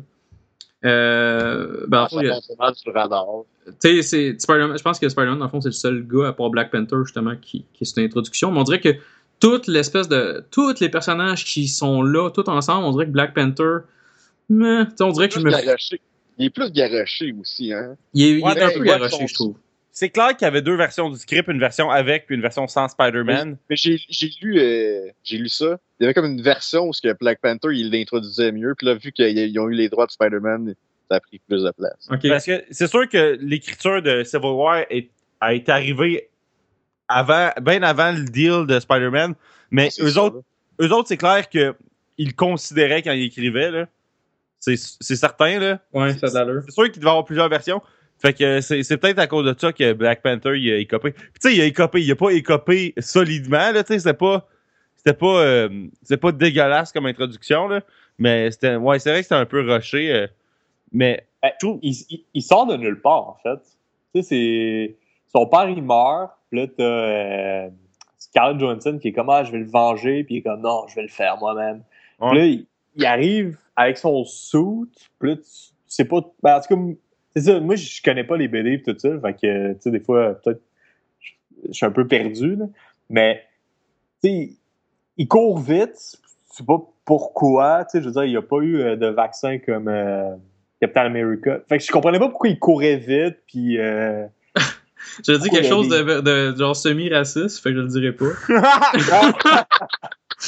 euh, ben, ça passe mal sur le radar. Tu sais, c'est Spider-Man, je pense que Spider-Man, dans le fond, c'est le seul gars, à part Black Panther, justement, qui, qui est cette introduction. Mais on dirait que toute l'espèce de... Tous les personnages qui sont là, tous ensemble, on dirait que Black Panther... Mais, on dirait que je me... Garoché. Il est plus garoché aussi, hein? Il est, ouais, il est un peu garoché, son... je trouve. C'est clair qu'il y avait deux versions du script, une version avec puis une version sans Spider-Man. Mais, mais j'ai, j'ai lu euh, j'ai lu ça. Il y avait comme une version où ce que Black Panther, il l'introduisait mieux. Puis là, vu qu'ils ont eu les droits de Spider-Man, ça a pris plus de place. Okay. Parce que c'est sûr que l'écriture de Civil War est, a été arrivée avant, bien avant le deal de Spider-Man. Mais ah, eux, ça, autres, eux autres, c'est clair qu'ils considéraient quand ils écrivaient. Là. C'est, c'est certain. Là. Ouais, ça a de l'allure. C'est sûr qu'il devait y avoir plusieurs versions. Fait que c'est, c'est peut-être à cause de ça que Black Panther il a écopé. Puis tu sais, il a écopé, il a pas écopé solidement, là, tu sais, c'était pas c'était pas euh, c'était pas dégueulasse comme introduction, là, mais c'était ouais, c'est vrai que c'était un peu rushé, euh, mais ben, tout... il, il, il sort de nulle part en fait. Tu sais, c'est son père il meurt, puis là t'as euh, Scarlett Johansson qui est comme ah, je vais le venger, puis il est comme non, je vais le faire moi-même. Ouais. Puis là il, il arrive avec son suit, puis là tu sais pas ben, en tout cas c'est ça, moi, je connais pas les B D et tout ça, fait que, tu sais, des fois, peut-être, je suis un peu perdu, là, mais, tu sais, il court vite, je sais pas pourquoi, tu sais, je veux dire, il n'y a pas eu de vaccin comme euh, Captain America, fait que je comprenais pas pourquoi il courait vite, puis... Euh, je dis quelque chose de, de, de genre semi-raciste, fait que je le dirai pas.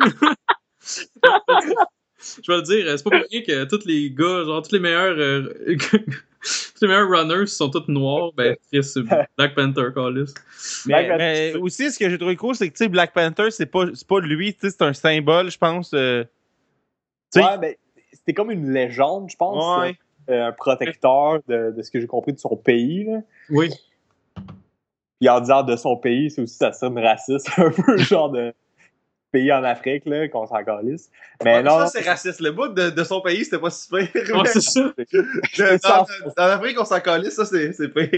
Je vais le dire, c'est pas pour rien que tous les gars, genre tous les meilleurs euh, tous les meilleurs runners sont tous noirs, ben c'est Black Panther, Callis. Mais, mais aussi, ce que j'ai trouvé cool, c'est que tu sais, Black Panther, c'est pas, c'est pas lui, tu sais, c'est un symbole, je pense. Euh, ouais, ben c'était comme une légende, je pense. Ouais. Euh, un protecteur de, de ce que j'ai compris de son pays. Là. Oui. Puis en disant de son pays, c'est aussi ça sonne raciste, un peu genre de pays en Afrique, là, qu'on s'en calisse. Mais ouais, non. Ça, c'est raciste. Le bout de, de son pays, c'était pas si pire. Ouais, c'est ça. De, dans, dans l'Afrique, on s'en calisse, ça, c'est, c'est pire.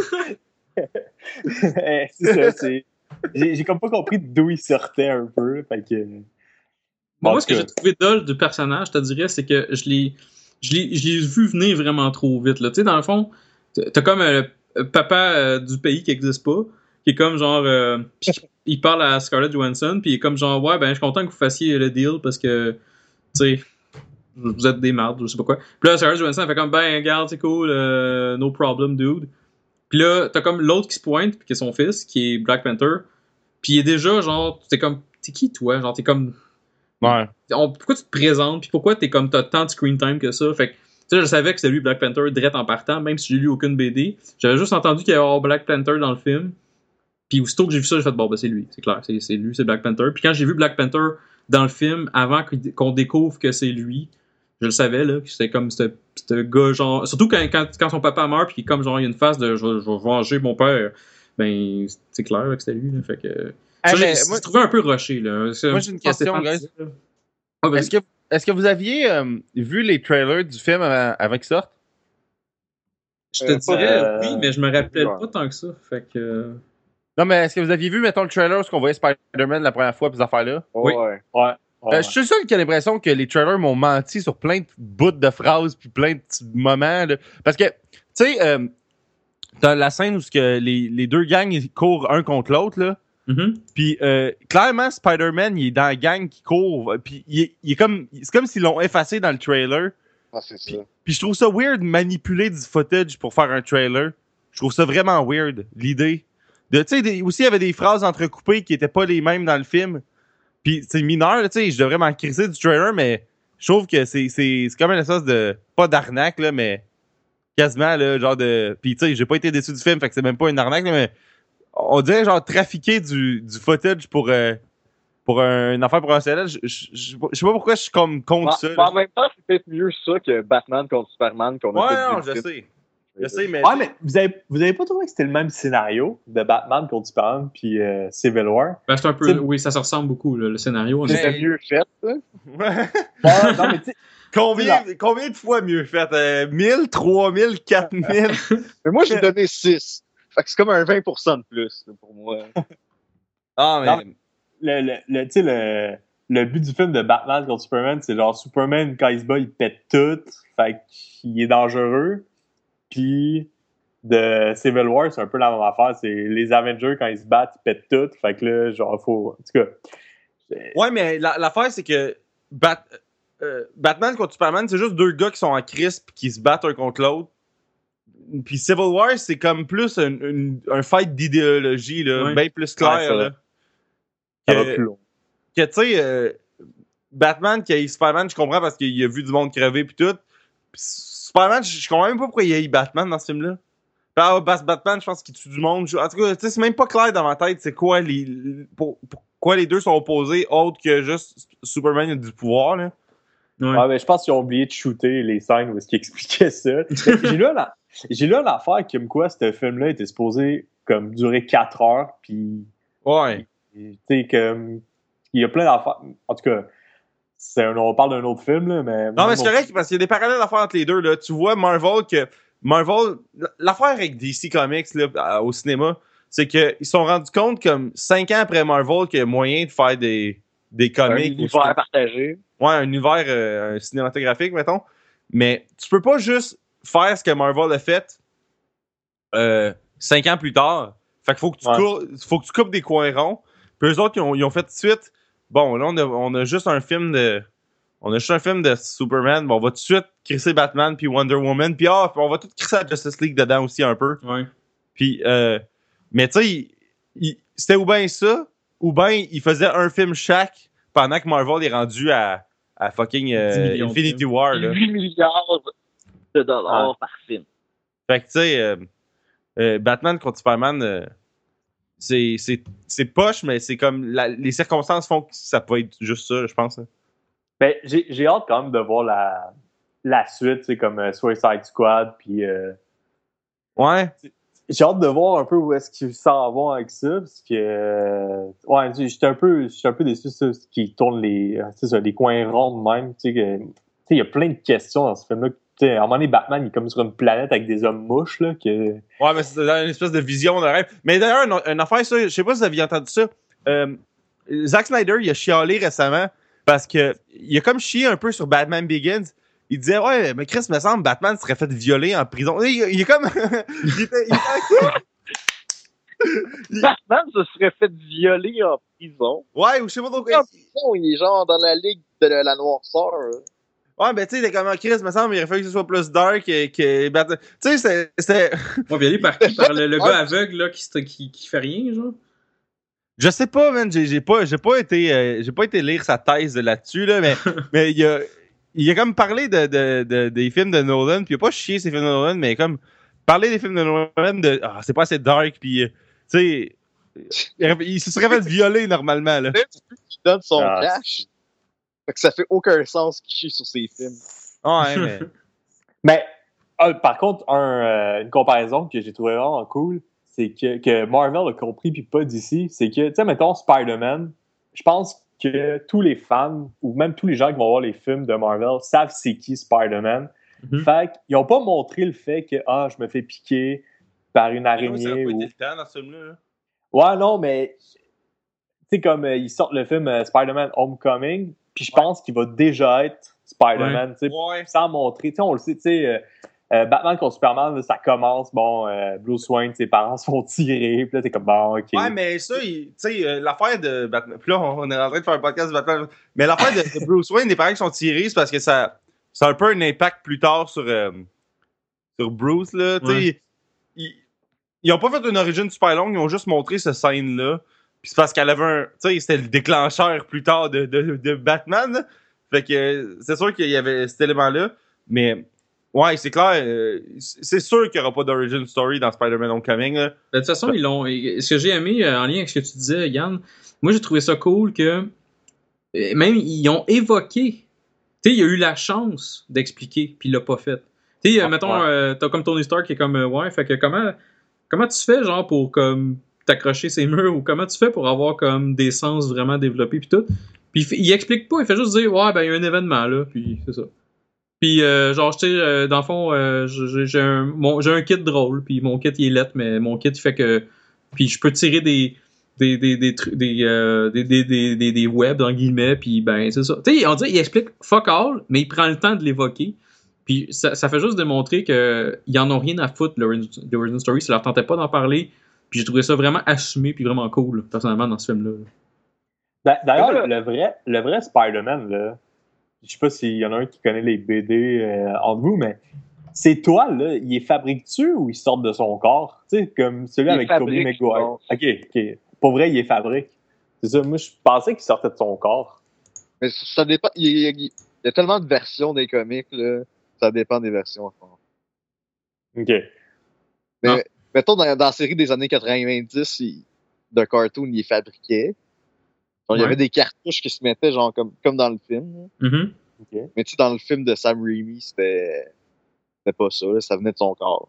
c'est ça, c'est. J'ai, j'ai comme pas compris d'où il sortait un peu. Fait que. Bon, moi, ce que j'ai trouvé dole du personnage, je te dirais, c'est que je l'ai, je l'ai, je l'ai vu venir vraiment trop vite. Là. Tu sais, dans le fond, t'as comme un euh, papa euh, du pays qui existe pas, qui est comme genre. Euh, il parle à Scarlett Johansson, puis il est comme genre, ouais, ben, je suis content que vous fassiez le deal parce que, tu sais, vous êtes des mardes, je sais pas quoi. Puis là, Scarlett Johansson, elle fait comme, ben, regarde, c'est cool, euh, no problem, dude. Puis là, t'as comme l'autre qui se pointe, puis qui est son fils, qui est Black Panther. Puis il est déjà genre, t'es comme, t'es qui toi? Genre, t'es comme. Ouais. On, pourquoi tu te présentes, puis pourquoi t'es comme, t'as tant de screen time que ça? Fait que, tu sais, je savais que c'était lui Black Panther direct en partant, même si j'ai lu aucune B D. J'avais juste entendu qu'il y avait Black Panther dans le film. Puis aussitôt que j'ai vu ça, j'ai fait, bon, ben c'est lui, c'est clair, c'est, c'est lui, c'est Black Panther. Puis quand j'ai vu Black Panther dans le film, avant qu'on découvre que c'est lui, je le savais, là, que c'était comme ce gars, genre. Surtout quand, quand, quand son papa meurt, puis comme, genre, il y a une phase de je vais, je vais venger mon père, ben, c'est clair là, que c'était lui, là. Fait que. Ça, hey, j'ai, moi, j'ai trouvé un peu rushé, là. C'est, moi, j'ai une question, guys. Ah, est-ce, que, est-ce que vous aviez euh, vu les trailers du film avant, avant qu'il sorte? Je te euh, dirais euh, oui, mais je me rappelle ouais. pas tant que ça. Fait que. Non, mais est-ce que vous aviez vu, mettons, le trailer où on voyait Spider-Man la première fois, pis ces affaires-là? Oui. Ouais. ouais. Euh, je suis le seul qui a l'impression que les trailers m'ont menti sur plein de bouts de phrases puis plein de petits moments. Là. Parce que, tu sais, euh, t'as la scène où que les, les deux gangs ils courent un contre l'autre, là. Mm-hmm. Puis, euh, clairement, Spider-Man, il est dans la gang qui court. Puis, il est, il est comme, c'est comme s'ils l'ont effacé dans le trailer. Ah, c'est ça. Puis, puis je trouve ça weird de manipuler du footage pour faire un trailer. Je trouve ça vraiment weird, l'idée. Tu sais, aussi, il y avait des phrases entrecoupées qui étaient pas les mêmes dans le film. Puis, c'est mineur, tu sais, je devrais m'en crisser du trailer, mais je trouve que c'est, c'est, c'est comme une espèce de, pas d'arnaque, là, mais quasiment, là, genre de... Puis, tu sais, j'ai pas été déçu du film, fait que c'est même pas une arnaque, là, mais on dirait, genre, trafiquer du, du footage pour, euh, pour un, une affaire professionnelle. Je, je, je, je sais pas pourquoi je suis comme contre bah, ça. Bah, en même temps, c'est peut-être mieux ça que Batman contre Superman qu'on a ouais, fait. Ouais, non, je sais. Je sais, mais. Ouais, mais vous avez, vous avez pas trouvé que c'était le même scénario de Batman contre Superman puis euh, Civil War? Ben, c'est un peu. T'sais, oui, ça se ressemble beaucoup, là, le scénario. C'était mais... mieux fait, ça. Ouais. ouais non, mais combien, combien de fois mieux fait? Euh, mille, trois mille, quatre mille? Mais moi, j'ai donné six. Fait que c'est comme un vingt pour cent de plus, là, pour moi. Ah, mais. Non, le, le, le, tu sais, le, le but du film de Batman contre Superman, c'est genre Superman, quand il se bat, il pète tout. Fait qu'il est dangereux. Puis de Civil War, c'est un peu la même affaire. C'est les Avengers, quand ils se battent, ils pètent tout. Fait que là, genre, faut. En tout cas. C'est... Ouais, mais la, l'affaire, c'est que Bat, euh, Batman contre Superman, c'est juste deux gars qui sont en crise pis qui se battent un contre l'autre. Puis Civil War, c'est comme plus un, un, un fight d'idéologie, là, ouais. Bien plus clair. Ouais, ça là, ça que, va plus long. Que, tu sais, euh, Batman qui a eu Superman, je comprends parce qu'il a vu du monde crever pis tout. Pis Superman, je comprends même pas pourquoi il y a eu Batman dans ce film-là. Ah, Batman, je pense qu'il tue du monde. En tout cas, c'est même pas clair dans ma tête c'est quoi les. Pour, pourquoi les deux sont opposés, autre que juste Superman a du pouvoir, là. Ouais. Ah, ben, je pense qu'ils ont oublié de shooter les scènes où est-ce qu'ils expliquaient ça. J'ai lu une, j'ai lu une affaire comme quoi ce film-là était supposé comme durer quatre heures, puis. Ouais. Tu sais, comme. Il y a plein d'affaires. En tout cas. C'est un, on parle d'un autre film, là, mais... Non, mais c'est correct, parce qu'il y a des parallèles à faire entre les deux, là. Tu vois, Marvel, que... Marvel... L'affaire avec D C Comics, là, au cinéma, c'est qu'ils se sont rendus compte, comme, cinq ans après Marvel, qu'il y a moyen de faire des, des comics... Un univers partagé. Ouais, un univers euh, un cinématographique, mettons. Mais tu peux pas juste faire ce que Marvel a fait euh, cinq ans plus tard. Fait qu'il faut que tu, ouais. coupes, faut que tu coupes des coins ronds. Puis eux autres, ils ont, ils ont fait tout de suite... Bon, là, on a, on a juste un film de... On a juste un film de Superman. Bon, on va tout de suite crisser Batman puis Wonder Woman. Puis ah, on va tout crisser la Justice League dedans aussi un peu. Ouais. Puis, euh... Mais tu sais, c'était ou bien ça, ou bien il faisait un film chaque pendant que Marvel est rendu à, à fucking euh, Infinity War. Là. huit milliards de dollars ah. par film. Fait que tu sais, euh, euh, Batman contre Superman, euh, c'est, c'est, c'est poche, mais c'est comme la, les circonstances font que ça peut être juste ça, je pense. Hein. Ben, j'ai, j'ai hâte quand même de voir la, la suite, c'est comme euh, Suicide Squad, puis... Euh, ouais. J'ai hâte de voir un peu où est-ce qu'ils s'en vont avec ça, parce que... Euh, ouais, j'étais un peu, j'étais un peu déçu ça, qu'ils tournent les, ça, les coins ronds de même, tu sais, il y a plein de questions dans ce film-là. T'sais, à un moment donné, Batman, il est comme sur une planète avec des hommes mouches, là, que... Ouais, mais c'est une espèce de vision de rêve. Mais d'ailleurs, une, une affaire, ça, je sais pas si vous aviez entendu ça, euh, Zack Snyder, il a chialé récemment, parce que il a comme chié un peu sur Batman Begins. Il disait, ouais, mais Chris, me semble, Batman serait fait violer en prison. Il, il est comme... il était, il était... Batman se serait fait violer en prison. Ouais, ou je sais pas trop quoi. En prison, il est genre dans la ligue de la noirceur. Ouais, ben tu sais, il est comme Chris, me semble, il aurait fallu que ce soit plus dark que, que Batman. Tu sais, c'était... c'était... Ouais, violé par qui? Par le, le gars aveugle, là, qui, qui, qui fait rien, genre? Je sais pas, man, j'ai, j'ai pas, j'ai pas été, euh, j'ai pas été lire sa thèse là-dessus, là, mais, mais il a... Il a comme parlé de, de, de, des films de Nolan, puis il a pas chié ces films de Nolan, mais comme parler des films de Nolan, de ah, c'est pas assez dark, puis tu sais, il, il se serait fait violer normalement. Là. Il donne son ah, cash. Fait que ça fait aucun sens qu'il chie sur ses films. Ouais, mais. mais euh, par contre, un, euh, une comparaison que j'ai trouvé vraiment cool, c'est que, que Marvel a compris, puis pas d'ici, c'est que, tu sais, mettons Spider-Man, je pense que que tous les fans, ou même tous les gens qui vont voir les films de Marvel, savent c'est qui Spider-Man. Mm-hmm. Fait qu'ils n'ont pas montré le fait que ah, je me fais piquer par une araignée. Ça n'a pas ou... été le temps dans ce film-là. Là. Ouais, non, mais tu sais, comme euh, ils sortent le film euh, Spider-Man Homecoming, puis je ouais. pense qu'il va déjà être Spider-Man, tu sais, ouais. sans montrer. Tu sais, on le sait, tu sais. Euh, Euh, Batman contre Superman, là, ça commence, bon, euh, Bruce Wayne, ses parents se font tirer, puis là, t'es comme, bon, ok. Ouais, mais ça, tu sais, euh, l'affaire de Batman, puis là, on est en train de faire un podcast de Batman, mais l'affaire de, de Bruce Wayne, les parents qui sont tirés, c'est parce que ça, ça a un peu un impact plus tard sur, euh, sur Bruce, là, tu sais. Ouais. Ils, ils ont pas fait une origine super longue, ils ont juste montré cette scène-là, puis c'est parce qu'elle avait un, tu sais, c'était le déclencheur plus tard de, de, de Batman, là. Fait que c'est sûr qu'il y avait cet élément-là, mais... Ouais, c'est clair. Euh, c'est sûr qu'il n'y aura pas d'origin story dans Spider-Man Homecoming. Là. De toute façon, ils l'ont. Ce que j'ai aimé euh, en lien avec ce que tu disais, Yann, moi j'ai trouvé ça cool que même ils ont évoqué. Tu sais, il y a eu la chance d'expliquer, puis il l'a pas fait. Tu sais, ah, mettons, ouais. euh, t'as comme Tony Stark qui est comme euh, ouais, fait que comment comment tu fais genre pour comme t'accrocher ces murs ou comment tu fais pour avoir comme des sens vraiment développés puis tout. Puis il, il explique pas, il fait juste dire ouais ben il y a un événement là, puis c'est ça. Puis, euh, genre, tu sais, euh, dans le fond, euh, j'ai, j'ai, un, mon, j'ai un kit drôle, puis mon kit, il est lettre, mais mon kit, il fait que... Puis, je peux tirer des des des des des, euh, des, des, des, des, des webs, dans guillemets, puis ben, c'est ça. Tu sais, on dirait, il explique fuck all, mais il prend le temps de l'évoquer. Puis, ça, ça fait juste démontrer qu'ils en ont rien à foutre, l'origin story, ça leur tentait pas d'en parler. Puis, j'ai trouvé ça vraiment assumé, puis vraiment cool, personnellement, dans ce film-là. D'ailleurs, le vrai, le vrai Spider-Man, là... Je sais pas s'il y en a un qui connaît les B D euh, entre vous, mais ces toiles-là, il les fabrique-tu ou ils sortent de son corps? Tu sais, comme celui il avec Tobey Maguire. OK, OK. Pour vrai, il les fabrique. C'est ça. Moi, je pensais qu'il sortait de son corps. Mais ça dépend. Il y a, il y a tellement de versions des comics, là. Ça dépend des versions. Encore. OK. Mais, ah. mettons, dans, dans la série des années quatre-vingt-dix, il, de cartoon, il les fabriquait. Genre, ouais. Il y avait des cartouches qui se mettaient, genre, comme, comme dans le film. Mm-hmm. Okay. Mais tu sais, dans le film de Sam Raimi, c'était, c'était pas ça, là, ça venait de son corps.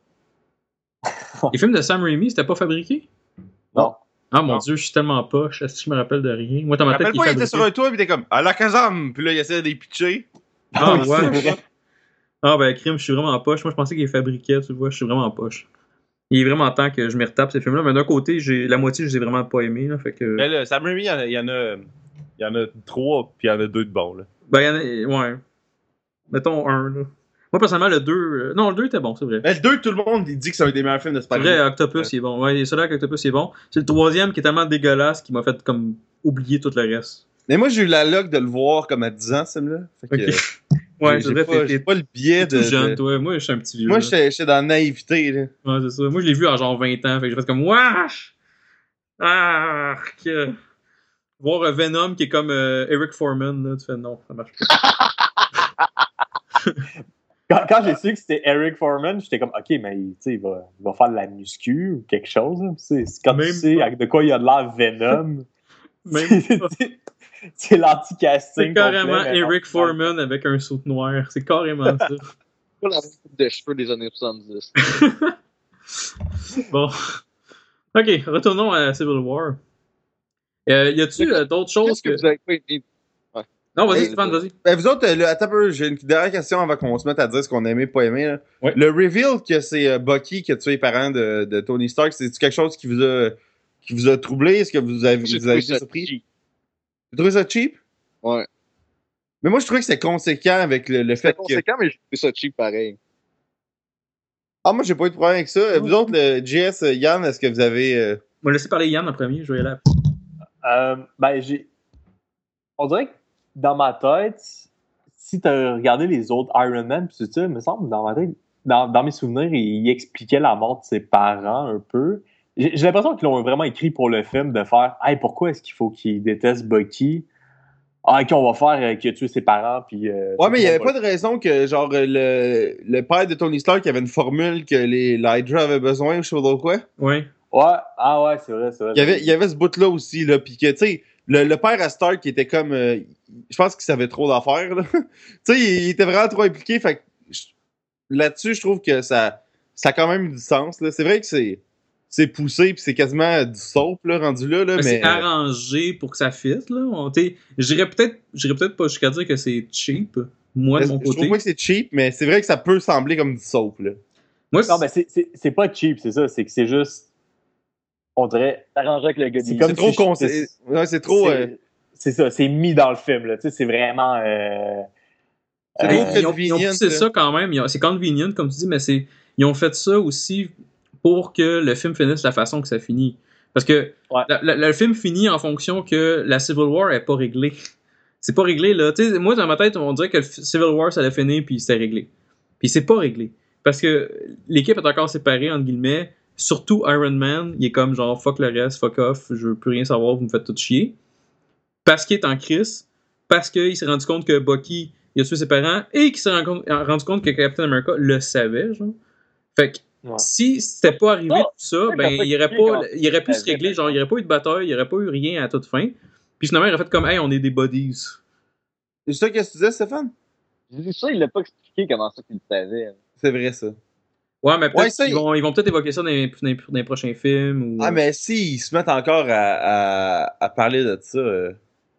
Les films de Sam Raimi, c'était pas fabriqué? Non. Ah mon non. Dieu, je suis tellement poche. Est-ce que je me rappelle de rien? Moi, dans ma tête, il, il était sur un toit, puis il était comme, à la Kazam! Puis là, il essayait de les pitcher. Ah, ouais. Ah, ben, crime, je suis vraiment poche. Moi, je pensais qu'il fabriquait, tu vois, je suis vraiment poche. Il est vraiment temps que je me retape ces films-là, mais d'un côté, j'ai la moitié, je les ai vraiment pas aimés. Là, fait que... Mais là, Sam Raimi, il y en a, il y en a, il y en a trois, puis il y en a deux de bons. Là. Ben, il y en a, ouais. Mettons un, là. Moi, personnellement, le deux... Euh... Non, le deux était bon, c'est vrai. Mais le deux, tout le monde il dit que c'est un des meilleurs films de Spider-Man. C'est vrai, Octopus, ouais. Il est bon. Ouais, celui-là avec Octopus, il est bon. C'est le troisième qui est tellement dégueulasse qu'il m'a fait comme oublier tout le reste. Mais moi, j'ai eu la luck de le voir comme à dix ans, ce film-là. Fait que, okay. Ouais, j'ai, j'ai, pas, j'ai pas le biais de... jeune, de... toi. Moi, je suis un petit vieux. Moi, j'étais, j'étais dans la naïveté, là. Ouais, c'est ça. Moi, je l'ai vu à genre vingt ans. Fait que j'ai fait comme, wesh! Ah! Que... voir euh, Venom qui est comme euh, Eric Foreman, là, tu fais non, ça marche pas. Quand, quand j'ai su que c'était Eric Foreman, j'étais comme, OK, mais il va, il va faire de la muscu ou quelque chose. Hein. C'est, c'est quand Même tu sais pas. de quoi il a de l'air Venom, Même c'est, pas. c'est, c'est l'anti-casting. C'est carrément complet, Eric non, Foreman avec un saut noir. C'est carrément ça. Pas la même coupe de cheveux des années soixante-dix. Bon. Ok, retournons à Civil War. Euh, y a-tu euh, d'autres choses Qu'est-ce que que. vous avez pas aimé? Non, vas-y, Hey, Stéphane, vas-y. Ben, vous autres, euh, le- attends un peu, j'ai une dernière question avant qu'on se mette à dire ce qu'on a aimé, pas aimé. Là. Ouais. Le reveal que c'est euh, Bucky qui a tué les parents de, de Tony Stark, c'est quelque chose qui vous a, qui vous a troublé? Est-ce que vous avez, J'ai vous avez trouvé été ça surpris? cheap. Vous trouvez ça cheap? Ouais. Mais moi, je trouvais que c'est conséquent avec le, le fait C'est que. conséquent, mais j'ai trouvé ça cheap pareil. Ah, moi, j'ai pas eu de problème avec ça. Vous autres, le J S, euh, Yann, est-ce que vous avez. euh, On va laisser parler Yann en premier, je vais y aller. Euh, ben, j'ai. On dirait que dans ma tête, si tu as regardé les autres Iron Man, pis tout ça, il me semble, dans ma tête, dans, dans mes souvenirs, il, il expliquait la mort de ses parents un peu. J'ai, j'ai l'impression qu'ils l'ont vraiment écrit pour le film de faire Hey, pourquoi est-ce qu'il faut qu'il déteste Bucky? Ah, ok, on va faire euh, qu'il a tué ses parents, puis. Euh, Ouais, mais il n'y avait va- pas de raison que, genre, euh, le, le père de Tony Stark avait une formule que les l'Hydra avait besoin ou je sais pas trop quoi. Oui. Ouais, ah ouais, c'est vrai, c'est vrai. Il y avait, il y avait ce bout-là aussi, là, pis que, tu sais, le, le père à Stark était comme, euh, je pense qu'il savait trop d'affaires, là. Tu sais, il, il était vraiment trop impliqué, fait que, je- là-dessus, je trouve que ça, ça a quand même du sens, là. C'est vrai que c'est, c'est poussé pis c'est quasiment du soap, là, rendu là, là, Mais mais... c'est arrangé pour que ça fitte, là. On, t'sais, j'irais peut-être, j'irais peut-être pas jusqu'à dire que c'est cheap, moi de mon je trouve côté. pas que c'est cheap, mais c'est vrai que ça peut sembler comme du soap, là. Moi, Non, mais c'est, c'est, c'est pas cheap, c'est ça. C'est que c'est juste. On dirait. Arrangé avec le gars C'est des- comme C'est trop si- con, c'est- c'est ouais, c'est trop... c'est, euh, c'est ça, c'est mis dans le film, là. Tu sais, c'est vraiment. Euh, c'est Ben, trop ils, ont, ils ont convenient, poussé là. ça quand même. Ils ont- C'est convenient, comme tu dis, mais c'est, ils ont fait ça aussi pour que le film finisse de la façon que ça finit. Parce que Ouais. la- la- le film finit en fonction que la Civil War est pas réglée. C'est pas réglé, là. Tu sais, moi, dans ma tête, on dirait que le Civil War, ça allait finir, puis c'était réglé. Puis c'est pas réglé. Parce que l'équipe est encore séparée, entre guillemets. Surtout Iron Man, il est comme genre fuck le reste, fuck off, je veux plus rien savoir, vous me faites tout chier. Parce qu'il est en crise, parce qu'il s'est rendu compte que Bucky il a tué ses parents et qu'il s'est rendu, rendu compte que Captain America le savait, genre. Fait que Ouais. si c'était pas arrivé Oh, tout ça, c'est ben pas il aurait expliqué pas, comment il aurait pu ça se régler, avait, genre il y aurait pas eu de bataille, il y aurait pas eu rien à toute fin. Puis finalement il aurait fait comme hey, on est des buddies. C'est ça que tu disais, Stéphane? J'ai dit ça, il l'a pas expliqué comment ça qu'il le savait. C'est vrai, ça. Ouais, mais peut-être Ouais, ça, qu'ils vont, ils vont peut-être évoquer ça dans les, dans les- dans les prochains films. Ou, Ah, mais si, ils se mettent encore à, à, à parler de ça... euh,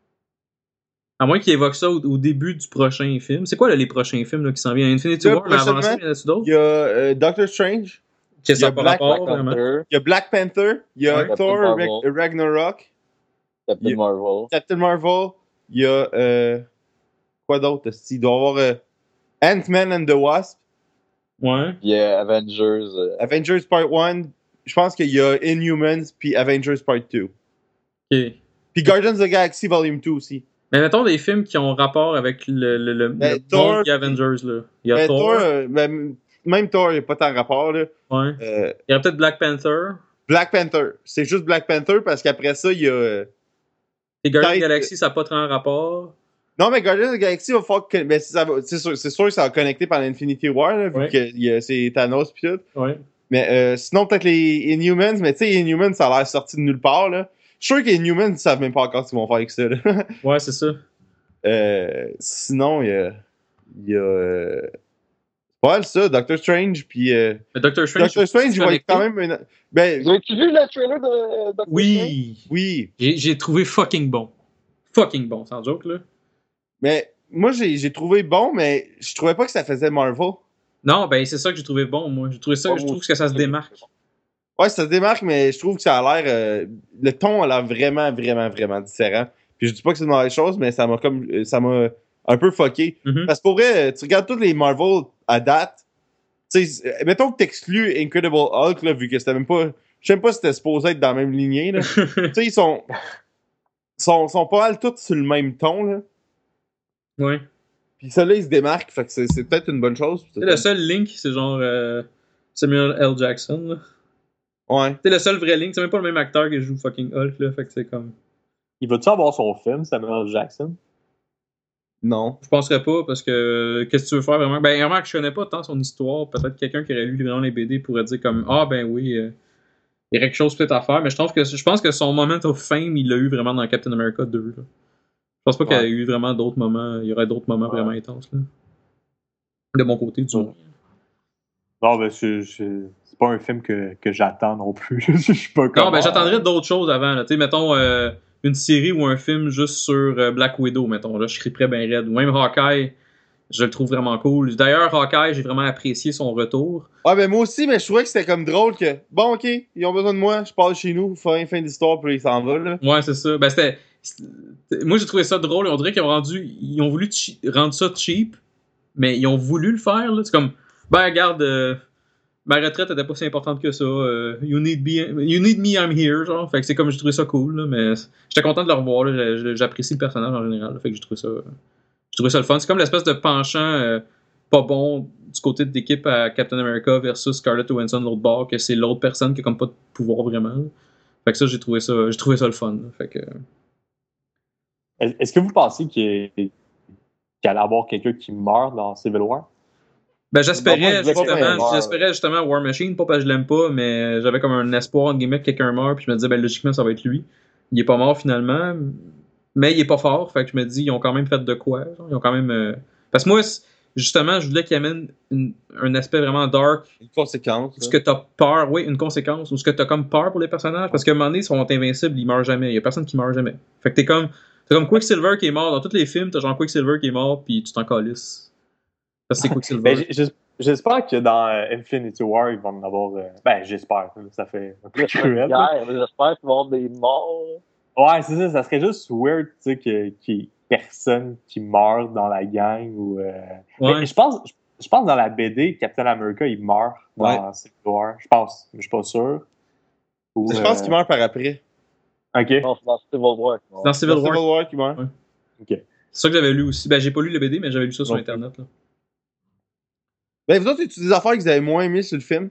À moins qu'ils évoquent ça au, au début du prochain film. C'est quoi là, les prochains films là, qui s'en viennent? Infinity Là, War, mais avant ça, prochainement, il y en a-tu d'autres? Il y a euh, Doctor Strange, Que il y ça a n'a pas Black- rapport, Black vraiment. Panther, il y a Black Panther, il y a Ouais. Thor Captain Rag- Marvel. Ragnarok, Captain Il- Marvel. Captain Marvel, il y a... Euh, quoi d'autre? esti? Il doit y avoir euh, Ant-Man and the Wasp, Ouais. Il y a Avengers. euh, Avengers Part un, je pense qu'il y a Inhumans, puis Avengers Part deux. Ok. Puis Guardians of the Galaxy Volume deux aussi. Mais mettons des films qui ont rapport avec le, le, le, Ben, le Thor, monde des Avengers. Là. Il y a Mais Thor. Thor, euh, ben, même Thor, il n'y a pas tant de rapport. Là. Ouais. Euh, Il y aurait peut-être Black Panther. Black Panther. C'est juste Black Panther parce qu'après ça, il y a... euh, Et Guardians of the Peut-être- Galaxy, ça n'a pas tant rapport. Non, mais Guardians of the Galaxy va falloir que. Ben, ça va- c'est sûr, c'est sûr que ça va connecter par l'Infinity War, là, vu Ouais. que il y a- c'est Thanos pis tout. Ouais. Mais euh, sinon, peut-être les Inhumans, mais tu sais, Inhumans, ça a l'air sorti de nulle part. Là. Je suis sûr que les Inhumans ne savent même pas encore ce qu'ils vont faire avec ça. Là. Ouais, c'est ça. Euh, sinon, il y a. Il y a. euh, c'est pas mal ça, Doctor Strange, puis. Euh, Mais Doctor Strange. Doctor Strange, il va être connecté. quand même. Une... Ben, Vous avez-tu vu le trailer de Doctor Strange? Oui. oui. J'ai, j'ai trouvé fucking bon. Fucking bon, sans joke, là. Mais moi, j'ai j'ai trouvé bon, mais je trouvais pas que ça faisait Marvel. Non, ben c'est ça que j'ai trouvé bon, moi. J'ai trouvé ça, Ouais, je moi trouve aussi, que ça se c'est démarque. Ouais, ça se démarque, mais je trouve que ça a l'air. Euh, le ton a l'air vraiment, vraiment, vraiment différent. Puis je dis pas que c'est une mauvaise chose, mais ça m'a comme. euh, Ça m'a un peu fucké. Mhm. Parce que pour vrai, euh, tu regardes tous les Marvel à date. Tu sais, euh, mettons que t'exclus Incredible Hulk, là, vu que c'était même pas. Je sais même pas si c'était supposé être dans la même lignée, là. Tu sais, ils sont. sont, sont pas mal tous sur le même ton, là. Ouais. Puis celui-là, il se démarque, fait que c'est c'est peut-être une bonne chose. Tu sais, le seul Link, c'est genre euh, Samuel L. Jackson, là. Ouais. C'est le seul vrai Link, c'est même pas le même acteur qui joue fucking Hulk, là. Fait que c'est comme. il va-tu avoir son film, Samuel Jackson? Non. Je penserais pas, parce que qu'est-ce que tu veux faire vraiment? Ben, vraiment que je connais pas tant son histoire. Peut-être quelqu'un qui aurait lu vraiment les B D pourrait dire comme ah ben oui, euh, il y aurait quelque chose peut-être à faire, mais je trouve que je pense que son moment of fame, il l'a eu vraiment dans Captain America deux. Là. Je pense pas ouais. qu'il y ait eu vraiment d'autres moments. Il y aurait d'autres moments ouais. vraiment intenses. Là. De mon côté, du moins. Non, ben c'est, c'est, c'est pas un film que, que j'attends non plus. Je suis pas comme. Non, ben j'attendrais d'autres choses avant. Tu sais, mettons euh, une série ou un film juste sur euh, Black Widow, mettons. Là, je serais prêt ben raide. Ou même Hawkeye, je le trouve vraiment cool. D'ailleurs, Hawkeye, j'ai vraiment apprécié son retour. Ouais, ben moi aussi, mais je trouvais que c'était comme drôle que. Bon, ok, ils ont besoin de moi, je pars chez nous, fin, fin d'histoire, puis ils s'en vont, là. Ouais, c'est ça. Ben c'était. c'était... Moi, j'ai trouvé ça drôle. On dirait qu'ils ont rendu. Ils ont voulu chi- rendre ça cheap, mais ils ont voulu le faire, là. C'est comme. Ben, regarde. Euh... Ma retraite était pas si importante que ça. Uh, you, need be, you need me, I'm here. Genre. Fait que c'est comme j'ai trouvé ça cool. Là, mais j'étais content de le revoir. Là. J'apprécie le personnage en général. Là, fait que j'ai trouvé ça. J'ai trouvé ça le fun. C'est comme l'espèce de penchant euh, pas bon du côté de l'équipe à Captain America versus Scarlett Johansson de l'autre bord, que c'est l'autre personne qui a comme pas de pouvoir vraiment. Là. Fait que ça, j'ai trouvé ça. J'ai trouvé ça le fun. Là. Fait que. Est-ce que vous pensez qu'il, qu'il allait y avoir quelqu'un qui meurt dans Civil War? Ben, j'espérais, justement, j'espérais justement War Machine, pas parce que je l'aime pas, mais j'avais comme un espoir, entre guillemets, que quelqu'un meurt, puis je me disais, ben, logiquement, ça va être lui. Il est pas mort finalement, mais il est pas fort, fait que je me dis, ils ont quand même fait de quoi, genre, ils ont quand même. Euh... Parce que moi, justement, je voulais qu'ils amènent une, un aspect vraiment dark. Une conséquence. Ce que t'as peur, oui, une conséquence, ou ce que t'as comme peur pour les personnages, parce qu'à un moment donné, ils sont invincibles, ils meurent jamais, il y a personne qui meurt jamais. Fait que t'es comme, t'es comme Quicksilver qui est mort, dans tous les films, t'as genre Quicksilver qui est mort, puis tu t'en calisses. C'est Quicksilver. Ben, j'espère que dans Infinity War, ils vont en avoir. Euh... Ben, j'espère. Ça fait un peu cruel. J'espère qu'ils vont avoir des morts. Ouais, c'est ça. Ça serait juste weird, tu sais, qu'il y ait personne qui meurt dans la gang. Ou, euh... ouais. Mais je pense, je pense dans la B D, Captain America, il meurt dans ouais. Civil War. Je pense. Mais je suis pas sûr. Ou, je euh... pense qu'il meurt par après. Ok. Non, c'est dans Civil War. C'est dans Civil War, Civil War qu'il meurt. Ouais. Ok. C'est ça que j'avais lu aussi. Ben, j'ai pas lu le B D, mais j'avais lu ça sur okay. Internet. Là. Ben, vous autres, tu des affaires que vous avez moins aimées sur le film?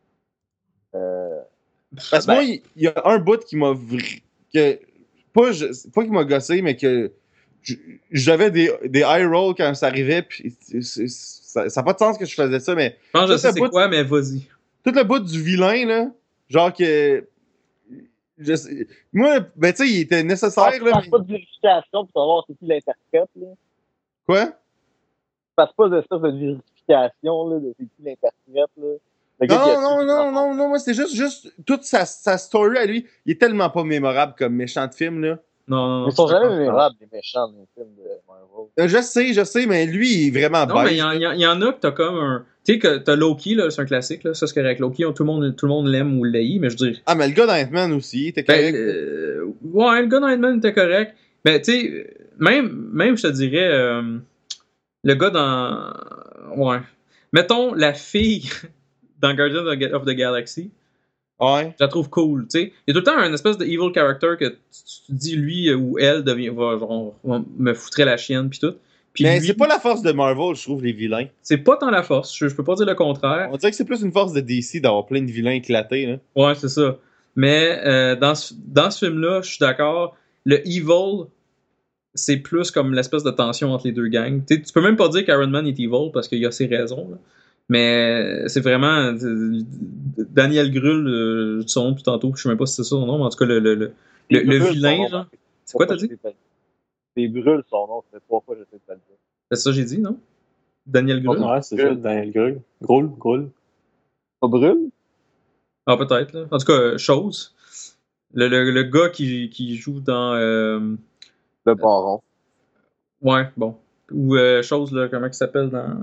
Euh... Parce que ben... moi, il y, y a un bout qui m'a... Que, pas, je, pas qui m'a gossé, mais que j'avais des, des eye rolls quand ça arrivait, puis ça n'a pas de sens que je faisais ça, mais... Je pense que je sais c'est quoi, mais vas-y. Tout le bout du vilain, là, genre que... Je sais, moi, ben tu sais, il était nécessaire, ah, là. Tu mais... pas de vérification pour savoir c'est qui l'interprète, là. Quoi? Tu passes pas d'espèce de vérification, là, de c'est qui l'interprète, là. Non, non, non, non, non, moi, c'est juste, juste, toute sa, sa story à lui, il est tellement pas mémorable comme méchant de film, là. Non, non, non. Ils sont jamais mémorables, les méchants dans les films de Marvel. Euh, je sais, je sais, mais lui, il est vraiment non, mais il y, y en a que t'as comme un... Tu sais que t'as Loki, là, c'est un classique, là, ça c'est correct. Loki, tout le monde, tout le monde l'aime ou l'haït, mais je veux dire... Ah, mais le gars d'Ant-Man aussi, était correct. Ben, euh, ouais, le gars d'Ant-Man était correct. Mais tu sais, même, même, je te dirais, euh, le gars dans... Ouais. Mettons, la fille dans Guardians of the Galaxy, ouais. Je la trouve cool, tu sais. Il y a tout le temps un espèce de evil character que tu, tu dis, lui ou elle devient, va, genre, va me foutrait la chienne, pis tout. Pis mais lui, c'est pas la force de Marvel, je trouve, les vilains. C'est pas tant la force, je, je peux pas dire le contraire. On dirait que c'est plus une force de D C d'avoir plein de vilains éclatés, là. Ouais, c'est ça. Mais euh, dans, ce, dans ce film-là, je suis d'accord, le evil, c'est plus comme l'espèce de tension entre les deux gangs. T'sais, tu peux même pas dire qu'Iron Man est evil parce qu'il a ses raisons, là. Mais c'est vraiment Daniel Gruhl, euh, son nom depuis tantôt, je sais même pas si c'est ça son nom, mais en tout cas le, le, le, le, le vilain, genre. C'est quoi t'as dit? C'est Brûle son nom, ça fait trois fois que j'essaie de le dire. C'est ça que j'ai dit, non? Daniel Gruhl? Ouais, c'est ça, Daniel Gruhl. Gruhl, Gruhl. Pas Brûle? Ah, peut-être, là. En tout cas, chose. Le, le, le gars qui, qui joue dans... Euh, le Baron. Euh, ouais, bon. Ou euh, chose, là, comment il s'appelle dans...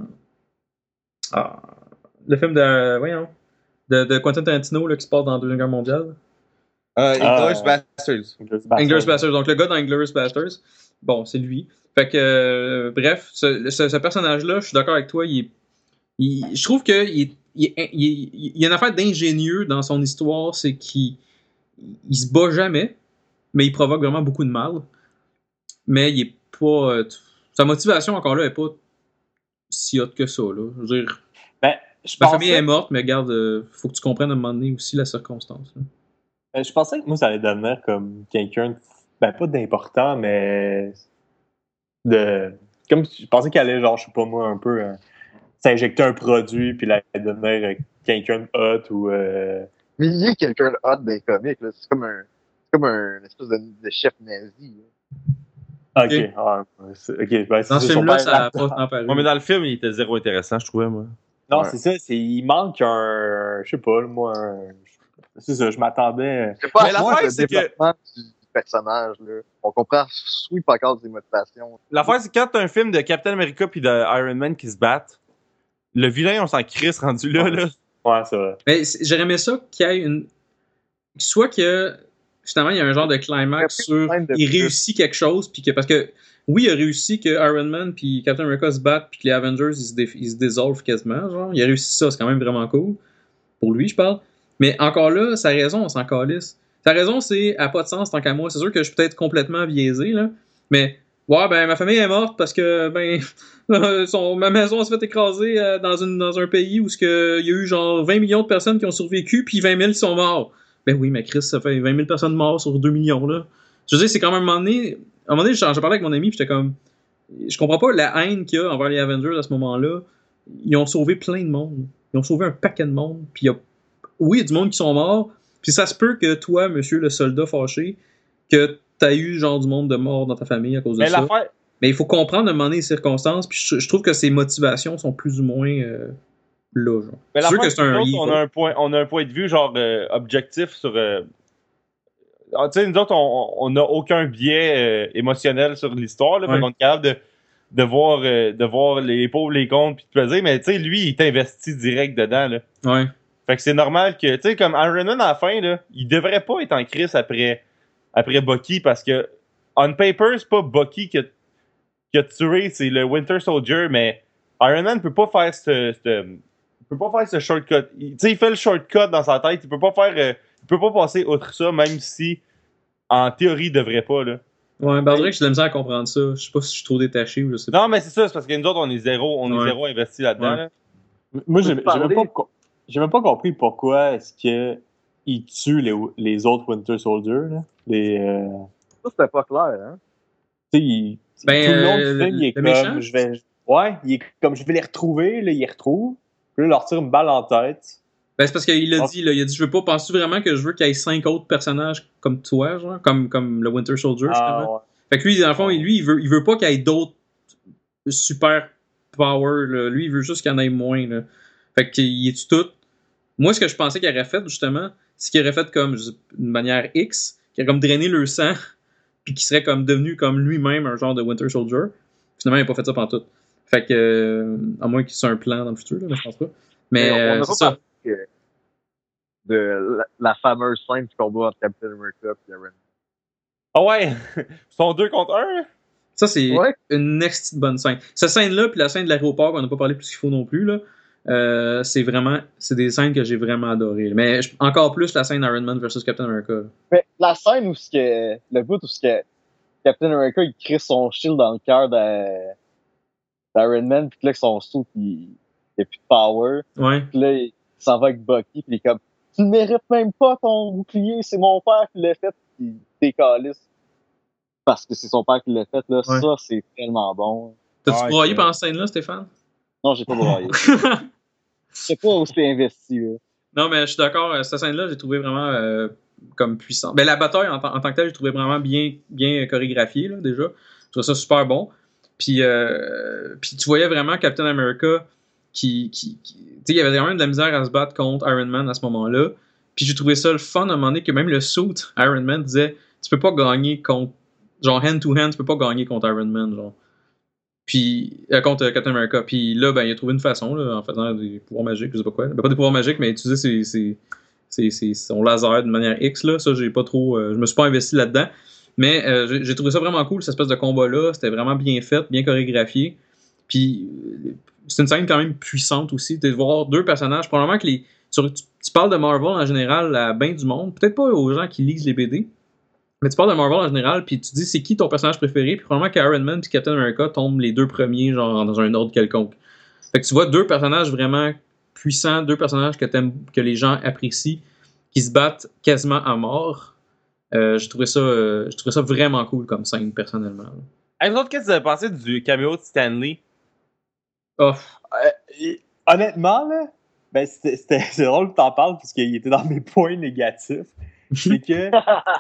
Ah, le film de, voyons, de, de Quentin Tarantino là, qui se passe dans la Deuxième Guerre mondiale. Euh, Inglourious Basterds. Inglourious Basterds. Donc le gars dans Inglourious Basterds, bon, c'est lui. Fait que, euh, bref, ce, ce, ce personnage-là, je suis d'accord avec toi, il est, il, je trouve qu'il il, il, il, il y a une affaire d'ingénieux dans son histoire, c'est qu'il il se bat jamais, mais il provoque vraiment beaucoup de mal. Mais il est pas... Euh, sa motivation, encore là, est pas si hot que ça, là. Je veux dire, ben, je ma pensais... famille est morte, mais regarde, euh, faut que tu comprennes à un moment donné aussi la circonstance. Là. Ben, je pensais que moi, ça allait devenir comme quelqu'un Ben, pas d'important, mais. De. Comme je pensais qu'elle allait, genre, je sais pas moi, un peu. Euh, s'injecter un produit, puis là, devenir euh, quelqu'un de hot ou. Euh... Mais il y a quelqu'un de hot dans les comics, là. C'est comme un. C'est comme un espèce de, de chef nazi. Là. Ok. Okay. Ah, ok. Ben, dans ce film-là, ça n'a pas tant paru. Ouais, mais dans le film, il était zéro intéressant, je trouvais, moi. Non, ouais. c'est ça. C'est, il manque un. Je sais pas, moi. Un, c'est ça, je m'attendais. C'est pas mais l'affaire, c'est que. Du personnage, là. On comprend sweep encore des motivations. L'affaire, c'est que quand t'as un film de Captain America puis de Iron Man qui se battent, le vilain, on s'en crisse rendu là, là. Ouais, c'est vrai. Mais j'aurais aimé ça qu'il y ait une. Soit que finalement il y a un genre de climax sur. Il réussit quelque chose, puis que. Parce que oui, il a réussi que Iron Man puis Captain America se battent, puis que les Avengers ils se, dé... ils se dissolvent quasiment. Genre. Il a réussi ça, c'est quand même vraiment cool. Pour lui, je parle. Mais encore là, sa raison, on s'en calisse. Sa raison, c'est, elle n'a pas de sens tant qu'à moi. C'est sûr que je suis peut-être complètement biaisé, là. Mais, ouais, ben, ma famille est morte parce que, ben, son, ma maison s'est fait écraser euh, dans, une, dans un pays où il y a eu genre vingt millions de personnes qui ont survécu, puis vingt mille qui sont morts. Ben oui, mais Chris, ça fait vingt mille personnes mortes sur deux millions, là. Je veux dire, c'est quand même un moment donné. À un moment donné, j'en parlais avec mon ami, puis j'étais comme. Je comprends pas la haine qu'il y a envers les Avengers à ce moment-là. Ils ont sauvé plein de monde. Ils ont sauvé un paquet de monde, puis il y a. Oui, il y a du monde qui sont morts. Puis ça se peut que toi, monsieur le soldat fâché, que t'as eu genre du monde de mort dans ta famille à cause de mais ça. L'affaire... Mais il faut comprendre à un moment donné les circonstances. Puis je, je trouve que ses motivations sont plus ou moins euh, là. Genre. Mais c'est sûr que c'est un autres, on a un point, on a un point de vue genre euh, objectif sur. Euh... Tu sais, nous autres, on n'a aucun biais euh, émotionnel sur l'histoire. Là, ouais. Fait qu'on est capable de, de, voir, euh, de voir les pauvres, les comptes, puis de plaisir. Mais tu sais, lui, il est investi direct dedans. Là. Ouais. Fait que c'est normal que, tu sais, comme Iron Man à la fin, là, il devrait pas être en crise après, après Bucky parce que, on paper, c'est pas Bucky qui a, qui a tué, c'est le Winter Soldier, mais Iron Man peut pas faire ce, ce peut pas faire ce shortcut. Tu sais, il fait le shortcut dans sa tête, il peut pas faire, euh, il peut pas passer outre ça, même si, en théorie, il devrait pas, là. Ouais, ben, on dirait que j'ai de la misère à comprendre ça. Je sais pas si je suis trop détaché ou je sais pas. Non, mais c'est ça, c'est parce que nous autres, on est zéro, on ouais. est zéro investi là-dedans, ouais. là. Moi, j'ai, j'ai même pas... J'ai même pas compris pourquoi est-ce qu'il tue les, les autres Winter Soldiers. Là. Les, euh... Ça, c'était pas clair, hein? Tu sais, il... ben, tout le long euh, du film, il est comme... Méchant? Je vais... Ouais, il est comme je vais les retrouver, là, il les retrouve. Puis là, il leur tire une balle en tête. Ben, c'est parce qu'il l'a dit, là, il a dit, je veux pas, penses-tu vraiment que je veux qu'il y ait cinq autres personnages comme toi, genre, comme, comme le Winter Soldier, ah, ouais. Fait que lui, dans le fond, lui, il veut, il veut pas qu'il y ait d'autres super power, là. Lui, il veut juste qu'il y en ait moins, là. Fait qu'il est tout. Moi, ce que je pensais qu'il aurait fait, justement, c'est qu'il aurait fait comme une manière X, qui aurait comme drainé le sang, puis qui serait comme devenu comme lui-même un genre de Winter Soldier. Finalement, il n'a pas fait ça pantoute. Fait que, euh, à moins qu'il soit un plan dans le futur, là, mais je pense pas. Mais, mais euh, c'est ça. De la, la fameuse scène du combat entre Captain America et Iron Man. Ah ouais! Ils sont deux contre un? Ça, c'est ouais. une next bonne scène. Cette scène-là, puis la scène de l'aéroport, on n'a pas parlé plus qu'il faut non plus, là. Euh, c'est vraiment, c'est des scènes que j'ai vraiment adorées. Mais je, encore plus la scène Iron Man versus Captain America. Mais la scène où ce que, le bout où ce que Captain America il crée son shield dans le cœur d'Iron Man, puis là son saut il n'y a plus de power. Ouais. Puis là il s'en va avec Bucky, puis il est comme tu ne mérites même pas ton bouclier, c'est mon père qui l'a fait, puis il décalisse parce que c'est son père qui l'a fait. Là, ouais. Ça c'est tellement bon. T'as-tu broyé pendant cette scène-là, Stéphane? Non, j'ai pas broyé. Je sais pas où c'était investi. Là. Non, mais je suis d'accord. Cette scène-là, j'ai trouvé vraiment euh, comme puissante. Ben, la bataille, en, t- en tant que telle, j'ai trouvé vraiment bien, bien chorégraphiée, là, déjà. Je trouvais ça super bon. Puis, euh, puis tu voyais vraiment Captain America qui... qui, qui tu sais, il y avait vraiment de la misère à se battre contre Iron Man à ce moment-là. Puis j'ai trouvé ça le fun à un moment donné que même le suit Iron Man disait tu peux pas gagner contre... Genre, hand-to-hand, tu peux pas gagner contre Iron Man, genre. Puis, euh, contre euh, Captain America. Puis là, ben, il a trouvé une façon, là, en faisant des pouvoirs magiques, je sais pas quoi. Ben, pas des pouvoirs magiques, mais utiliser ses, ses, ses, ses, son laser d'une manière X, là. Ça, j'ai pas trop. Euh, je me suis pas investi là-dedans. Mais euh, j'ai, j'ai trouvé ça vraiment cool, cette espèce de combat-là. C'était vraiment bien fait, bien chorégraphié. Puis, c'est une scène quand même puissante aussi, de voir deux personnages. Probablement que les. Sur, tu, tu parles de Marvel en général à ben du monde. Peut-être pas aux gens qui lisent les B D. Mais tu parles de Marvel en général, puis tu dis c'est qui ton personnage préféré, puis probablement qu'Iron Man et Captain America tombent les deux premiers, genre dans un ordre quelconque. Fait que tu vois deux personnages vraiment puissants, deux personnages que, t'aimes, que les gens apprécient, qui se battent quasiment à mort. Euh, j'ai trouvé ça, euh, j'ai trouvé ça vraiment cool comme scène, personnellement. Hey, vous autres, qu'est-ce que vous avez pensé du caméo de Stanley? Oh. Euh, honnêtement, là, ben, c'était, c'était, c'est drôle que t'en parles parce qu'il était dans mes points négatifs. C'est que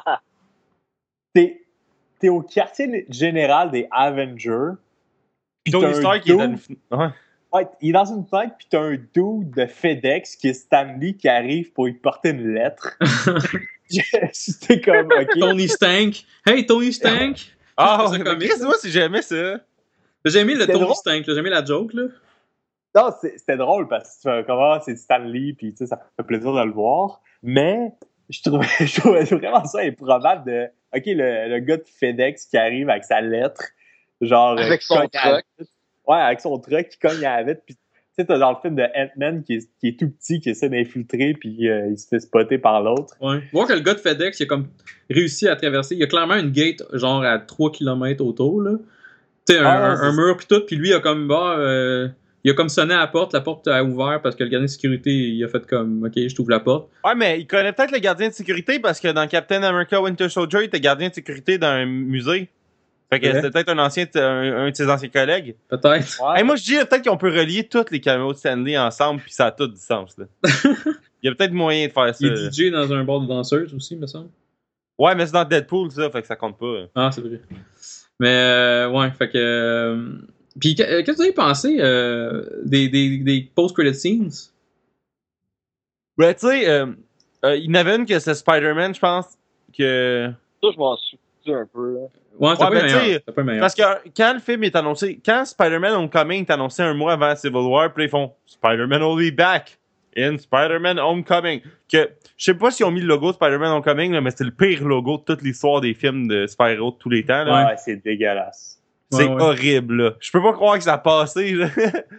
t'es, t'es au quartier général des Avengers. Tony Stark qui est dans une... Ouais. Ouais, il est dans une fenêtre, puis t'as un dude de FedEx qui est Stanley qui arrive pour lui porter une lettre. C'était comme, OK. Tony Stank. Hey, Tony Stank! Ah, oh, qu'est-ce que moi, si j'aimais ça? J'ai aimé le c'était Tony drôle. Stank, là. J'ai aimé la joke, là. Non, c'était drôle parce que tu fais comment c'est Stanley, puis tu sais, ça fait plaisir de le voir. Mais je trouvais, je trouvais vraiment ça improbable de, OK, le, le gars de FedEx qui arrive avec sa lettre, genre. Avec son truck. Ouais, avec son truck qui cogne à la vitre, puis tu sais, t'as dans le film de Ant-Man qui est, qui est tout petit, qui essaie d'infiltrer, puis euh, il se fait spotter par l'autre. Ouais. Voir que le gars de FedEx, il a comme réussi à traverser. Il y a clairement une gate, genre à trois kilomètres autour, là. Tu sais, un, ah, un, un mur, puis tout, puis lui, il a comme, bah, euh, il a comme sonné à la porte, la porte a ouvert parce que le gardien de sécurité, il a fait comme, OK, je t'ouvre la porte. Ouais, mais il connaît peut-être le gardien de sécurité parce que dans Captain America Winter Soldier, il était gardien de sécurité dans un musée. Fait que ouais. C'était peut-être un ancien, un, un de ses anciens collègues. Peut-être. Ouais. Hey, moi, je dis peut-être qu'on peut relier tous les caméos de Stanley ensemble, puis ça a tout du sens. Là. Il y a peut-être moyen de faire ça. Il est D J dans un bar de danseuse aussi, me semble. Ouais, mais c'est dans Deadpool, ça, fait que ça compte pas. Ah, c'est vrai. Mais, euh, ouais, fait que. Euh... Puis, qu'est-ce que vous avez pensé euh, des, des, des post-credit scenes? Ouais, tu sais, euh, euh, il y en avait une que c'est Spider-Man, je pense, que. Ça, je m'en suis foutu un peu, là. Ouais, c'est ouais, pas, pas meilleur. Parce que quand le film est annoncé, quand Spider-Man Homecoming est annoncé un mois avant Civil War, puis ils font Spider-Man will be back in Spider-Man Homecoming. Que je sais pas s'ils ont mis le logo de Spider-Man Homecoming, là, mais c'est le pire logo de toute l'histoire des films de super-héros de tous les temps. Là. Ouais, c'est dégueulasse. C'est ouais, ouais. horrible. Là. Je peux pas croire que ça a passé. Là.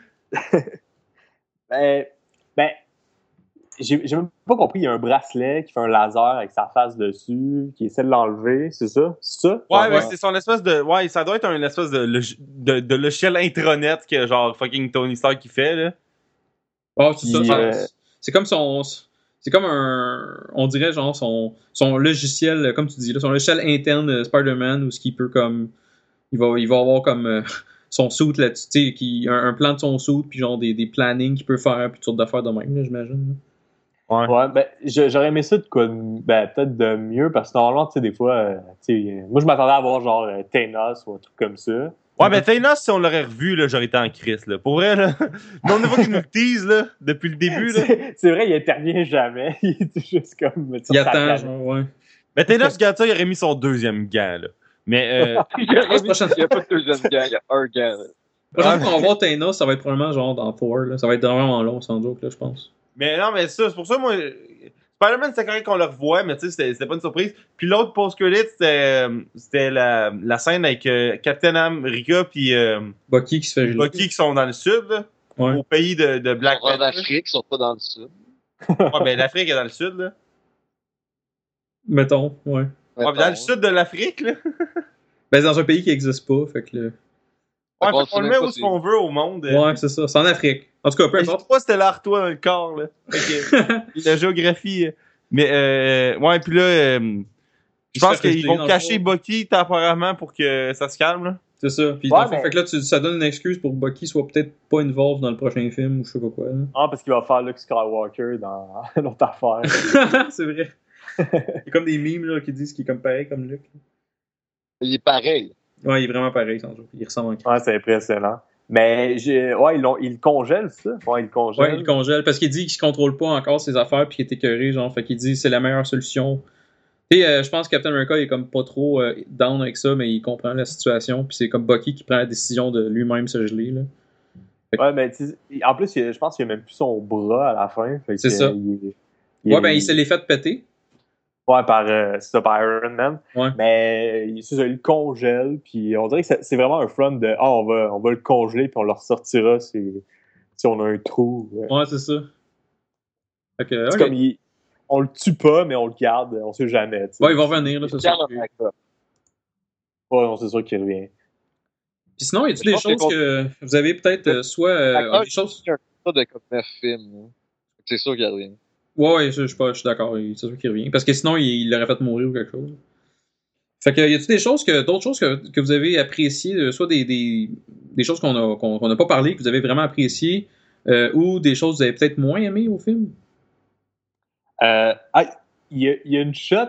ben, ben j'ai, j'ai même pas compris. Il y a un bracelet qui fait un laser avec sa face dessus, qui essaie de l'enlever. C'est ça? C'est ça? Ouais, ouais, c'est son espèce de. Ouais, ça doit être un espèce de, de, de logiciel intranet que genre fucking Tony Stark qui fait, là. Oh, c'est il, ça. euh... C'est comme son. C'est comme un. On dirait genre son, son logiciel, comme tu dis, là, son logiciel interne de Spider-Man où ce qu'il peut comme. Il va, il va avoir comme. Euh, son suit là-dessus, tu sais, qui, un, un plan de son suit, puis genre des, des plannings qu'il peut faire, puis toutes sortes d'affaires de même, là, j'imagine. Ouais. ouais, ben, j'aurais aimé ça de quoi, ben, peut-être de mieux, parce que normalement, tu sais, des fois, euh, tu sais, moi, je m'attendais à voir genre euh, Thanos ou un truc comme ça. Ouais, ben Thanos, si on l'aurait revu, là, j'aurais été en crise, là. Pour vrai, là. Mais on ne voit qu'il nous le tease, là, depuis le début, là. C'est, c'est vrai, il intervient jamais. Il est juste comme. Il attend, genre, ouais. Mais Thanos, regarde ça, il aurait mis son deuxième gant, là. Mais, euh. il n'y a, a pas de deuxième gant, il y a un gant, là. La prochaine fois qu'on va voir Thanos, ça va être probablement genre dans Thor, là. Ça va être vraiment long, sans doute, là, je pense. Mais non, mais ça, c'est pour ça, moi. Spider-Man, c'était correct qu'on le revoie, mais tu sais, c'était, c'était pas une surprise. Puis l'autre post-credit, c'était, c'était la, la scène avec euh, Captain America puis euh, Bucky qui se fait geler. Bucky qui sont dans le sud, là, ouais. Au pays de, de Black Panther. Ils sont en Afrique, ils sont pas dans le sud. Ouais, ben l'Afrique est dans le sud, là. Mettons, ouais. Ouais, mais dans le sud de l'Afrique, là. Ben, c'est dans un pays qui n'existe pas, fait que là. Ouais, fait qu'on le met où ce qu'on veut au monde. Euh. Ouais, c'est ça. C'est en Afrique. En tout cas, peu importe. Je sais pas si c'était l'Artois dans le corps, là. Okay. La géographie. Mais, euh, ouais, puis là, euh, je pense qu'ils vont cacher Bucky temporairement pour que ça se calme, là. C'est ça. Puis, ouais, mais... fait que là, tu, ça donne une excuse pour que Bucky soit peut-être pas involved dans le prochain film ou je sais pas quoi. Là. Ah, parce qu'il va faire Luke Skywalker dans l'autre affaire. C'est vrai. Il y a comme des memes là, qui disent qu'il est comme pareil comme Luke. Il est pareil. Ouais, il est vraiment pareil, sans doute. Il ressemble en Ouais, c'est impressionnant. Mais, j'ai... ouais, ils, ils le congèlent, ça? Ouais, ils le congèlent. Ouais, il le congèle parce qu'il dit qu'il ne contrôle pas encore ses affaires puis qu'il est écœuré, genre. Fait qu'il dit que c'est la meilleure solution. Et euh, je pense que Captain America il est comme pas trop euh, down avec ça, mais il comprend la situation. Puis c'est comme Bucky qui prend la décision de lui-même se geler, là. Fait... Ouais, mais en plus, je pense qu'il a même plus son bras à la fin. Fait c'est que, ça. Il, il, ouais, ben il se l'est fait péter. Ouais, par, euh, c'est ça, par Iron Man. Ouais. Mais c'est ça, il le congèle, puis on dirait que c'est vraiment un front de « Ah, on va, on va le congeler, puis on le ressortira si, si on a un trou. » Ouais, c'est ça. Fait que, c'est okay. comme, il, on le tue pas, mais on le garde, on sait jamais. T'sais. Ouais, il va revenir, là, c'est sûr. Ouais, non, c'est sûr qu'il revient. Puis sinon, y a-t-il des choses que vous avez peut-être euh, soit... Euh, des choses... Il y a un tas de comme neuf films. C'est sûr qu'il revient. Ouais, ouais, je, je, je suis d'accord, c'est sûr qu'il revient. Parce que sinon, il, il l'aurait fait mourir ou quelque chose. Fait que, y a-t-il des choses que, d'autres choses que, que vous avez appréciées, soit des, des, des choses qu'on a, qu'on, qu'on n'a pas parlé, que vous avez vraiment appréciées, euh, ou des choses que vous avez peut-être moins aimées au film? Euh, ah, il y, a, il y a une shot.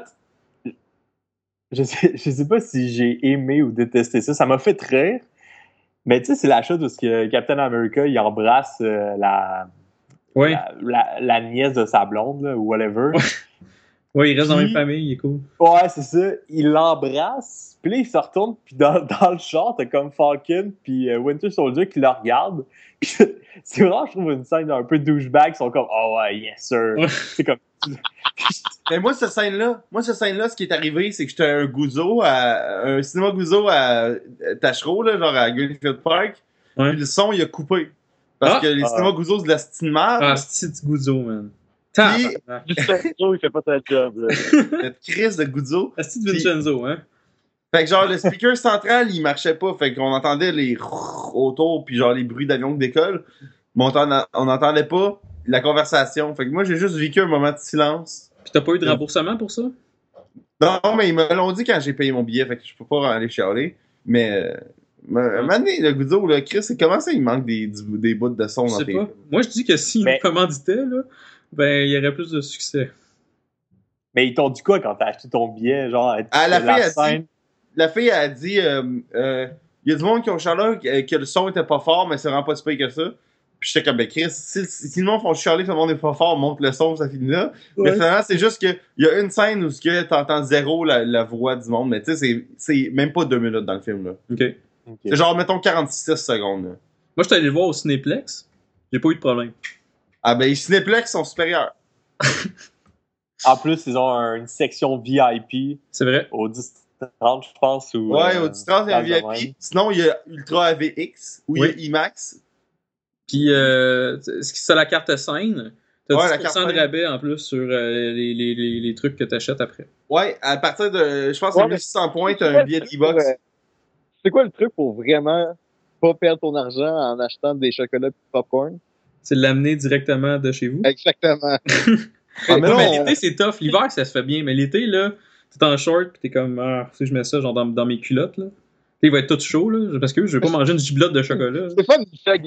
Je sais, je sais pas si j'ai aimé ou détesté ça. Ça m'a fait rire. Mais tu sais, c'est la shot où que Captain America, il embrasse euh, la, ouais. la, la, la nièce de sa blonde, là, ou whatever. Ouais, il reste puis, dans la même famille, il est cool. Ouais, c'est ça. Il l'embrasse, puis là, il se retourne, puis dans, dans le char, t'as comme Falcon, puis euh, Winter Soldier qui le regarde. Puis c'est vraiment, je trouve, une scène un peu douchebag. Ils sont comme, oh ouais, yes sir. Ouais. C'est comme. Mais moi, cette scène-là, moi, cette scène-là, ce qui est arrivé, c'est que j'étais à un Gouzo, à, un cinéma Gouzo à Tachereau, là, genre à Greenfield Park. Ouais. Puis le son, il a coupé. Parce ah, que les ah. cinémas Gouzo, c'est de la cinéma. Ah, c'est Gouzo, man. Puis, Vincenzo, il fait pas ta job, là. Notre crise de Gouzo. C'est de Vincenzo, hein. Fait que genre, le speaker central, il marchait pas. Fait qu'on entendait les autour, puis genre les bruits d'avion qui décollent. Mais on n'entendait pas la conversation. Fait que moi, j'ai juste vécu un moment de silence. Puis t'as pas eu de remboursement pour ça? Non, mais ils me l'ont dit quand j'ai payé mon billet. Fait que je peux pas aller chialer. Mais, euh, un moment donné, le Gouzo, le Chris, comment ça, il manque des, des bouts de son je dans sais tes... pas. Moi, je dis que s'il mais... commanditait, là, ben, il y aurait plus de succès. Mais ils t'ont dit quoi quand t'as acheté ton billet? Genre, ah, la, la, fille a dit, la fille a dit, euh, euh, il y a du monde qui ont chialé que, que le son était pas fort, mais c'est vraiment pas si pire que ça. Puis j'étais comme, ben Chris, si, si le monde font chialer que le monde est pas fort, on monte le son, ça finit là. Ouais. Mais finalement, c'est juste qu'il y a une scène où t'entends zéro la, la voix du monde, mais tu sais, c'est, c'est même pas deux minutes dans le film, là. OK. okay. C'est genre, mettons, quarante-six secondes, là. Moi, j'étais allé le voir au Cinéplex. J'ai pas eu de problème. Ah ben, les Cinéplex sont supérieurs. En plus, ils ont un, une section V I P. C'est vrai. Au dix trente, je pense. Ou, ouais, euh, au dix trente, il y a un V I P. Sinon, il y a Ultra A V X ou oui. Il y a IMAX. Puis, euh, c'est la carte scène. T'as ouais, dix pour cent de rabais en plus sur euh, les, les, les, les trucs que t'achètes après. Ouais, à partir de, je pense, ouais, de mille six cents points, t'as un billet de e-box. C'est quoi le truc pour vraiment pas perdre ton argent en achetant des chocolats et du popcorn? C'est de l'amener directement de chez vous. Exactement. ah, mais non, mais l'été, c'est tough. L'hiver, ça se fait bien. Mais l'été, là, t'es en short pis t'es comme, ah, si je mets ça genre dans, dans mes culottes, là. Il va être tout chaud, là, parce que je vais pas manger une giblotte de chocolat. Stéphane, il fait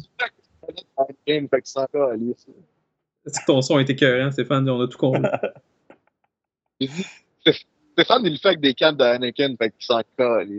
game, fait que c'est encore à lui. C'est que ton son est écœurant, Stéphane, on a tout compris. Stéphane, il le fait avec des cannes de Anakin, fait qu'il s'en colle.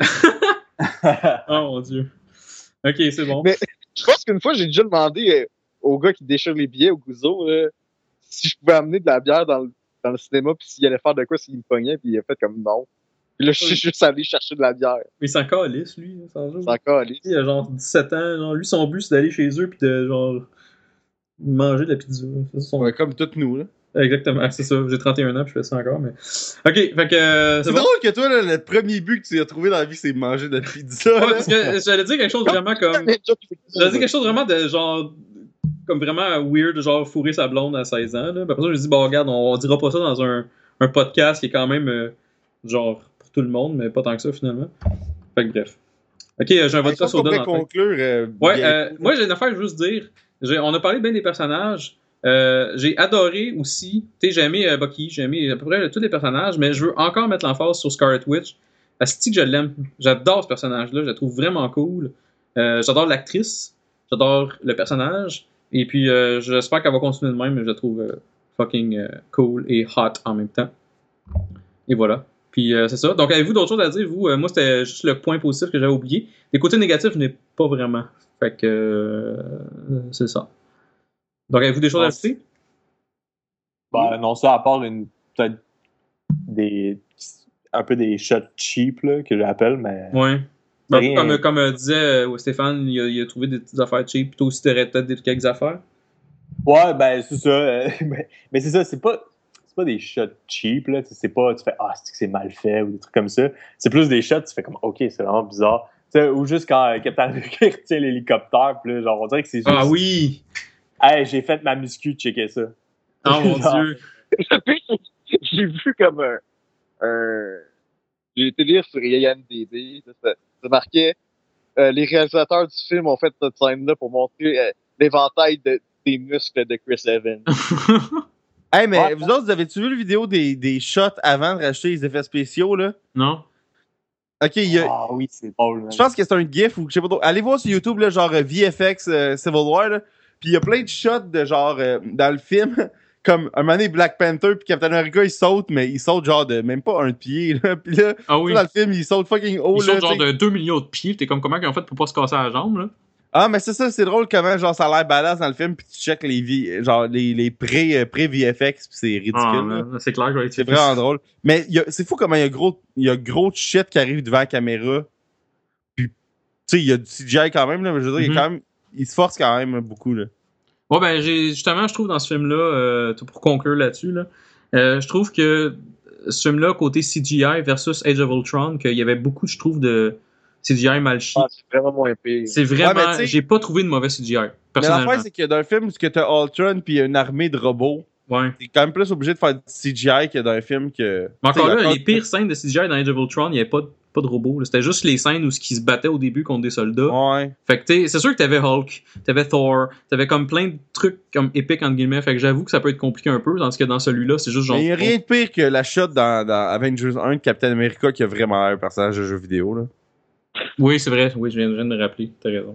Oh mon dieu. Ok, c'est bon. Mais je pense qu'une fois, j'ai déjà demandé euh, au gars qui déchire les billets au Gouzo euh, si je pouvais amener de la bière dans le, dans le cinéma, puis s'il allait faire de quoi, s'il me pognait, puis il a fait comme non. Puis là, je suis juste allé chercher de la bière. Mais il s'en calisse, lui. Il s'en calisse. Il a genre dix-sept ans. Genre, lui, son but, c'est d'aller chez eux, puis de genre manger de la pizza. C'est son... Ouais, comme toutes nous, là. Exactement, c'est ça. J'ai trente et un ans, puis je fais ça encore, mais... OK, fait que... Euh, c'est c'est bon. Drôle que toi, là, le premier but que tu as trouvé dans la vie, c'est manger de la pizza. Ouais, parce que j'allais dire quelque chose vraiment comme... J'allais dire quelque chose vraiment de genre... Comme vraiment weird, genre fourrer sa blonde à seize ans, là. Puis après ça, je dis, bon, regarde, on, on dira pas ça dans un, un podcast qui est quand même, euh, genre, pour tout le monde, mais pas tant que ça, finalement. Fait que bref. OK, j'ai un vodka soda dans conclure, euh, ouais, euh, moi, j'ai une affaire à juste dire. J'ai, on a parlé bien des personnages. Euh, j'ai adoré aussi, tu sais, j'ai aimé euh, Bucky, j'ai aimé à peu près tous les personnages, mais je veux encore mettre l'emphase sur Scarlet Witch. Asti que je l'aime. J'adore ce personnage-là, je la trouve vraiment cool. Euh, j'adore l'actrice, j'adore le personnage, et puis euh, j'espère qu'elle va continuer de même, mais je la trouve euh, fucking euh, cool et hot en même temps. Et voilà. Puis euh, c'est ça. Donc avez-vous d'autres choses à dire, vous? Euh, moi, c'était juste le point positif que j'avais oublié. Les côtés négatifs, je n'ai pas vraiment. Fait que euh, c'est ça. Donc, avez-vous des choses à ajouter? Ben, non, ça, à part une, peut-être des, un peu des shots cheap, là, que j'appelle, mais... Ouais. Ben, rien... Comme, comme euh, disait euh, Stéphane, il a, il a trouvé des petites affaires cheap. Toi aussi, t'aurais peut-être des, quelques affaires? Ouais, ben, c'est ça. Euh, mais, mais c'est ça, c'est pas, c'est pas des shots cheap, là. C'est pas, tu fais, ah, c'est que c'est mal fait, ou des trucs comme ça. C'est plus des shots, tu fais comme, OK, c'est vraiment bizarre. Tu sais, ou juste quand euh, Captain America retient l'hélicoptère, puis là, genre, on dirait que c'est juste... Ah oui! Hey, j'ai fait ma muscu, checker ça. Oh mon dieu! J'ai vu comme un... un... J'ai été lire sur I M D B, ça, ça marquait euh, les réalisateurs du film ont fait cette scène-là pour montrer euh, l'éventail de, des muscles de Chris Evans. Hey, mais Ouais, vous autres, vous avez-tu vu la vidéo des, des shots avant de racheter les effets spéciaux, là? Non? Ok, il y a. Ah oui, c'est drôle. Je pense que c'est un GIF ou je sais pas trop. Allez voir sur YouTube, là, genre euh, V F X euh, Civil War, là. Puis il y a plein de shots de genre euh, dans le film, comme un moment donné, Black Panther puis Captain America, il saute, mais il saute genre de même pas un pied, là. Puis là, Ah oui. dans le film, il saute fucking haut, Ils là. sont genre t'sais. de deux millions de pieds. T'es comme comment ils ont fait pour pas se casser la jambe, là? Ah, mais c'est ça, c'est drôle comment genre ça a l'air badass dans le film, puis tu check les, vi- genre, les, les pré, euh, pré-V F X, puis c'est ridicule. Ah, là. man, c'est clair, je vais être C'est vraiment drôle. Mais il y a- c'est fou comment il y a gros, il y a gros de shit qui arrive devant la caméra. Puis, tu sais, il y a du C G I quand même, là, mais je veux dire, il, Mhm. est quand même, il se force quand même beaucoup, là. Ouais, ben, j'ai, justement, je trouve dans ce film-là, euh, pour conclure là-dessus, là, euh, je trouve que ce film-là, côté C G I versus Age of Ultron, qu'il y avait beaucoup, je trouve, de C G I mal chié. Ah, c'est vraiment moins pire. C'est vraiment. Ouais, mais tu sais- j'ai pas trouvé de mauvais C G I. Mais Personnellement. l'affaire, c'est que dans un film où tu as Ultron puis une armée de robots, Ouais. t'es quand même plus obligé de faire du C G I que dans un film que. Mais encore t'sais, là, encore- les pires scènes de C G I dans Age of Ultron, il n'y avait pas de, pas de robots. là. C'était juste les scènes où ils se battaient au début contre des soldats. Ouais. Fait que t'sais, c'est sûr que t'avais Hulk, t'avais Thor, t'avais comme plein de trucs comme épiques entre guillemets. Fait que j'avoue que ça peut être compliqué un peu, tandis que dans celui-là, c'est juste genre. Mais il n'y a rien de pire que la shot dans, dans Avengers un de Captain America qui a vraiment l'air un personnage de jeu vidéo, là. Oui, c'est vrai. Oui, je viens, je viens de me rappeler. T'as raison.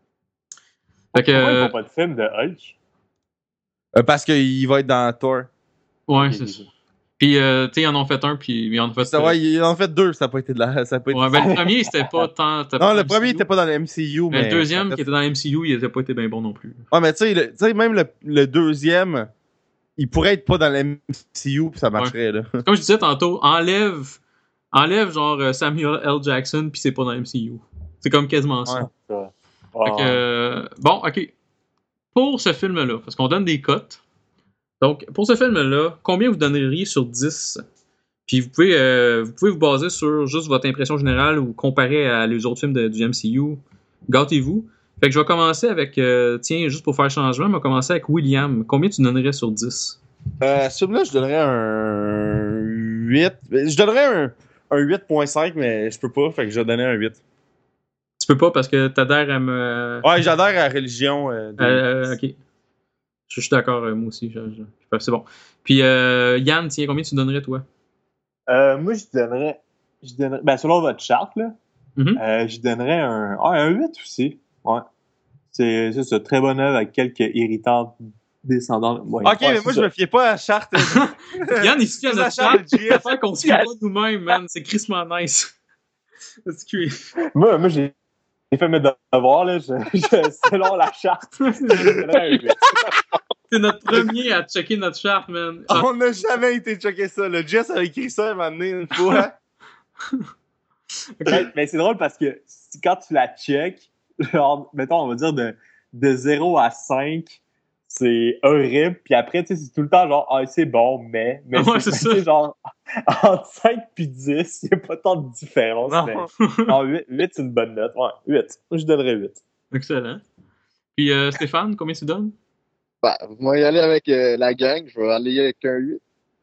Fait que. Pourquoi ils euh, font pas de film de Hulk? Euh, parce qu'il va être dans Thor. Ouais, Ok, c'est ok. ça. Puis, euh, tu sais, ils en ont fait un, puis ils en ont fait. Ça, ouais, il en a fait deux, ça n'a pas été de la. Ça a pas été... Ouais, ben, le premier, c'était pas tant. c'était Non, pas le M C U, premier était pas dans le M C U, mais. Mais le deuxième, ça qui était dans le M C U, il était pas été bien bon non plus. Ouais, mais tu sais, le- tu sais, même le, le deuxième, il pourrait être pas dans le M C U puis ça marcherait, là. Comme je disais tantôt, enlève. Enlève genre euh, Samuel L. Jackson, puis c'est pas dans le M C U. C'est comme quasiment ça. Ouais. Ça. Fait que, euh, bon, ok. Pour ce film-là, parce qu'on donne des cotes. Donc, pour ce film-là, combien vous donneriez sur dix? Puis vous pouvez, euh, vous pouvez vous baser sur juste votre impression générale ou comparer à les autres films de- du M C U. Gâtez-vous. Fait que je vais commencer avec, euh, tiens, juste pour faire changement, je vais commencer avec William. Combien tu donnerais sur dix? Euh, ce film-là, je donnerais un huit. Je donnerais un, un huit virgule cinq, mais je peux pas, fait que je vais donner un huit. Tu peux pas parce que t'adhères à me... Ouais, j'adhère à la religion. Euh, de- Euh, ok. Je suis d'accord, euh, moi aussi. je- je- C'est bon. Puis, euh, Yann, tiens, combien tu donnerais, toi? Euh, moi, je donnerais. Je donnerais ben, selon votre charte, là, Mhm. euh, je donnerais un, ah, un huit aussi. Ouais. C'est c'est ça, très bonne œuvre avec quelques irritantes descendants. Ouais, Ok, ouais, mais c'est moi, ça. je me fiais pas à la charte. Yann, il se fie à C'est notre la charte charte. de J F. L'affaire qu'on se fait pas nous-mêmes, man. C'est crissement nice. Excuse. Moi, moi j'ai j'ai fait mes devoirs, là, je, je- selon la charte. Je donnerais un huit. C'est notre premier à checker notre charte, man. Genre, On n'a jamais été checker ça. Le Jess a écrit ça un moment donné une fois. Mais, mais c'est drôle parce que si- quand tu la check, genre, mettons, on va dire de, de zéro à cinq, c'est horrible. Puis après, tu sais, c'est tout le temps genre, ah, c'est bon, mais. mais Ouais, c'est ça. tu sais, genre, entre cinq puis dix, il n'y a pas tant de différence. Non. Mais, non, huit, huit, c'est une bonne note. Ouais, huit. Moi, je donnerais huit. Excellent. Puis, euh, Stéphane, combien tu donnes? Bah, moi, y aller avec euh, la gang, je vais aller avec un huit.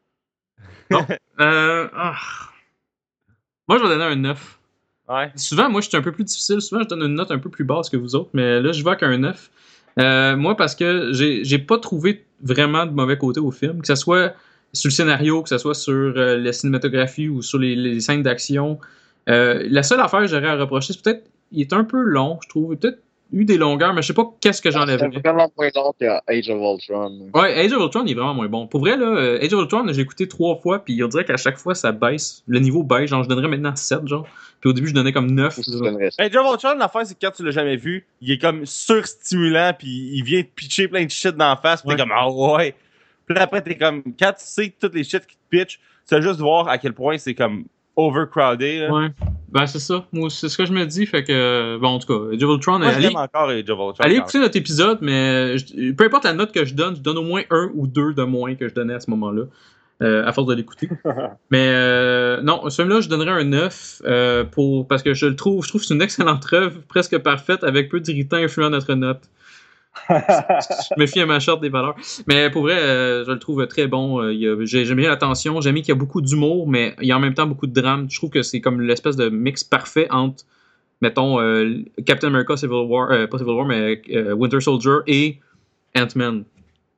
Euh, ah. Moi, je vais donner un neuf. Ouais. Souvent, moi, je suis un peu plus difficile. Souvent, je donne une note un peu plus basse que vous autres. Mais là, je vais avec un neuf. Euh, moi, parce que j'ai j'ai pas trouvé vraiment de mauvais côté au film. Que ce soit sur le scénario, que ce soit sur euh, la cinématographie ou sur les, les scènes d'action. Euh, la seule affaire que j'aurais à reprocher, c'est peut-être il est un peu long, je trouve. Il a peut-être eu des longueurs, mais je sais pas qu'est-ce que C'est j'enlèverais. vraiment moins long que Age of Ultron. Ouais, Age of Ultron il est vraiment moins bon. Pour vrai, là, euh, Age of Ultron, j'ai écouté trois fois, puis on dirait qu'à chaque fois, ça baisse. Le niveau baisse, genre, je donnerais maintenant sept, genre. Puis au début, je donnais comme neuf. Je donnerais ça. Hey, Joe Ultron, l'affaire, c'est que quand tu l'as jamais vu, il est comme surstimulant, puis il vient te pitcher plein de shit d'en face, pis Ouais. t'es comme, ah ouais. Puis là, après, t'es comme, quand tu sais toutes les shit qui te pitchent, tu vas juste voir à quel point c'est comme overcrowded. Là. Ouais. Ben, c'est ça. Moi, c'est ce que je me dis, fait que, bon, en tout cas, Age of Ultron, Moi, je allez, l'aime encore, Age of Ultron. allez quand écouter notre épisode, mais je- peu importe la note que je donne, je donne au moins un ou deux de moins que je donnais à ce moment-là, euh, à force de l'écouter. Mais euh, non, ce film-là, je donnerais un neuf euh, pour, parce que je le trouve, je trouve que c'est une excellente œuvre, presque parfaite, avec peu d'irritants influant notre note. Je me fie à ma charte des valeurs. Mais pour vrai, euh, je le trouve très bon. Euh, il y a- j'ai- J'aime bien la tension. J'aime bien qu'il y a beaucoup d'humour, mais il y a en même temps beaucoup de drame. Je trouve que c'est comme l'espèce de mix parfait entre, mettons, euh, Captain America Civil War, euh, pas Civil War, mais euh, Winter Soldier et Ant-Man.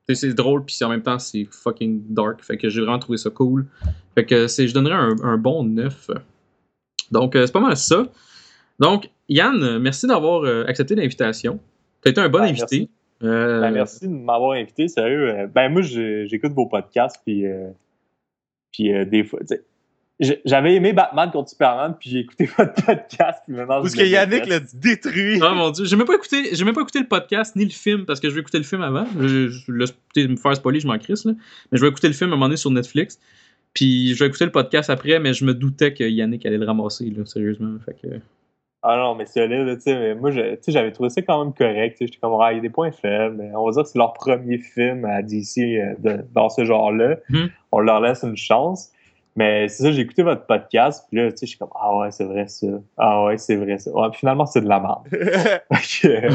c'est drôle, puis en même temps, c'est fucking dark. Fait que j'ai vraiment trouvé ça cool. Fait que c'est, je donnerais un, un bon neuf. Donc, euh, c'est pas mal ça. Donc, Yann, merci d'avoir euh, accepté l'invitation. T'as été un bon ben, invité. Merci. Euh... Ben, merci de m'avoir invité, sérieux. Ben, moi, j'écoute vos podcasts, puis, euh, puis euh, des fois, tu sais, j'avais aimé Batman contre Superman, puis j'ai écouté votre podcast. Puis maintenant, parce que Yannick l'a détruit. Oh mon dieu, j'ai même pas écouté, j'ai même pas écouté le podcast ni le film parce que je vais écouter le film avant. Je, je, je me faire spoiler, je m'en crisse là. Mais je vais écouter le film à un moment donné sur Netflix. Puis je vais écouter le podcast après, mais je me doutais que Yannick allait le ramasser là, sérieusement. Fait que... Ah non, mais c'est là, tu sais, moi, j'avais trouvé ça quand même correct. J'étais comme, ah, il y a des points faibles, mais on va dire que c'est leur premier film à D C euh, de, dans ce genre-là. Mm-hmm. On leur laisse une chance. Mais c'est ça, j'ai écouté votre podcast, puis là, tu sais, je suis comme, ah ouais, c'est vrai ça. Ah ouais, c'est vrai ça. Ouais, puis finalement, c'est de la merde. okay.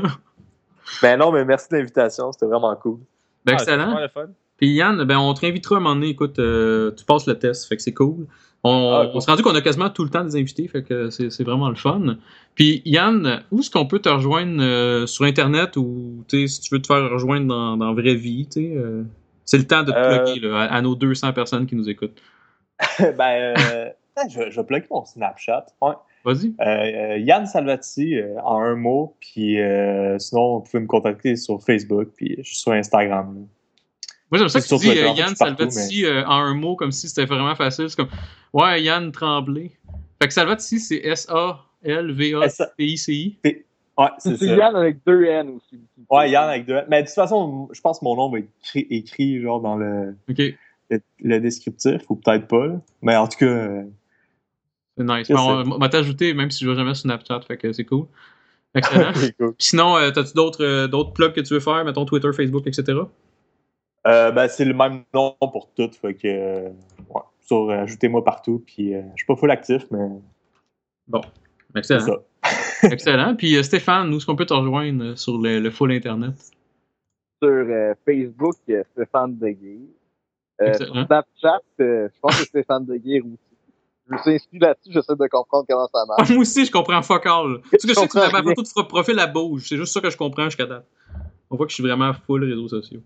Ben non, mais merci de l'invitation, c'était vraiment cool. Ben excellent. Ah, puis Yann, ben on te réinvitera à un moment donné, écoute, euh, tu passes le test, fait que c'est cool. On, ah, cool. on s'est rendu qu'on a quasiment tout le temps des invités, fait que c'est, c'est vraiment le fun. Puis Yann, où est-ce qu'on peut te rejoindre euh, sur Internet ou, tu sais, si tu veux te faire rejoindre dans, dans la vraie vie, tu sais, euh, c'est le temps de te euh... plugger là, à, à nos deux cents personnes qui nous écoutent. ben, euh, je, je vais plugger mon Snapchat. Ouais. Vas-y. Euh, Yann Salvati, euh, en un mot. Puis euh, sinon, vous pouvez me contacter sur Facebook. Puis je suis sur Instagram. Là. Moi, j'aime ça que tu dis Twitter, Yann Salvati mais... euh, en un mot, comme si c'était vraiment facile. C'est comme, ouais, Yann Tremblay. Fait que Salvati, c'est S A L V A T I C I. Ouais, c'est, c'est ça. Yann avec deux N aussi. Ouais, Yann avec deux N. Mais de toute façon, je pense que mon nom va être écrit, écrit genre dans le... OK. Le, le descriptif, ou peut-être pas, là. Mais en tout cas... Euh, c'est nice. Bon, on va t'ajouter, même si je ne vais jamais sur Snapchat, fait que c'est cool. Excellent. c'est cool. Sinon, euh, t'as-tu d'autres, euh, d'autres plugs que tu veux faire, mettons Twitter, Facebook, et cetera? Euh, ben, c'est le même nom pour tout, fait que... Euh, ouais, sur euh, ajoutez-moi partout, puis euh, je suis pas full actif, mais... Bon, excellent. C'est ça. Excellent. Puis euh, Stéphane, où est-ce qu'on peut te rejoindre sur le, le full Internet? Sur euh, Facebook, euh, Stéphane Deguire. Euh, Snapchat, euh, je pense que c'est Stéphane Deguire aussi. Je me suis inscrit là-dessus, j'essaie de comprendre comment ça marche. Moi aussi, je comprends fuck all. Parce que je sais que tu n'avais pas tout de profil à bouge. C'est juste ça que je comprends jusqu'à date. On voit que je suis vraiment full réseaux sociaux.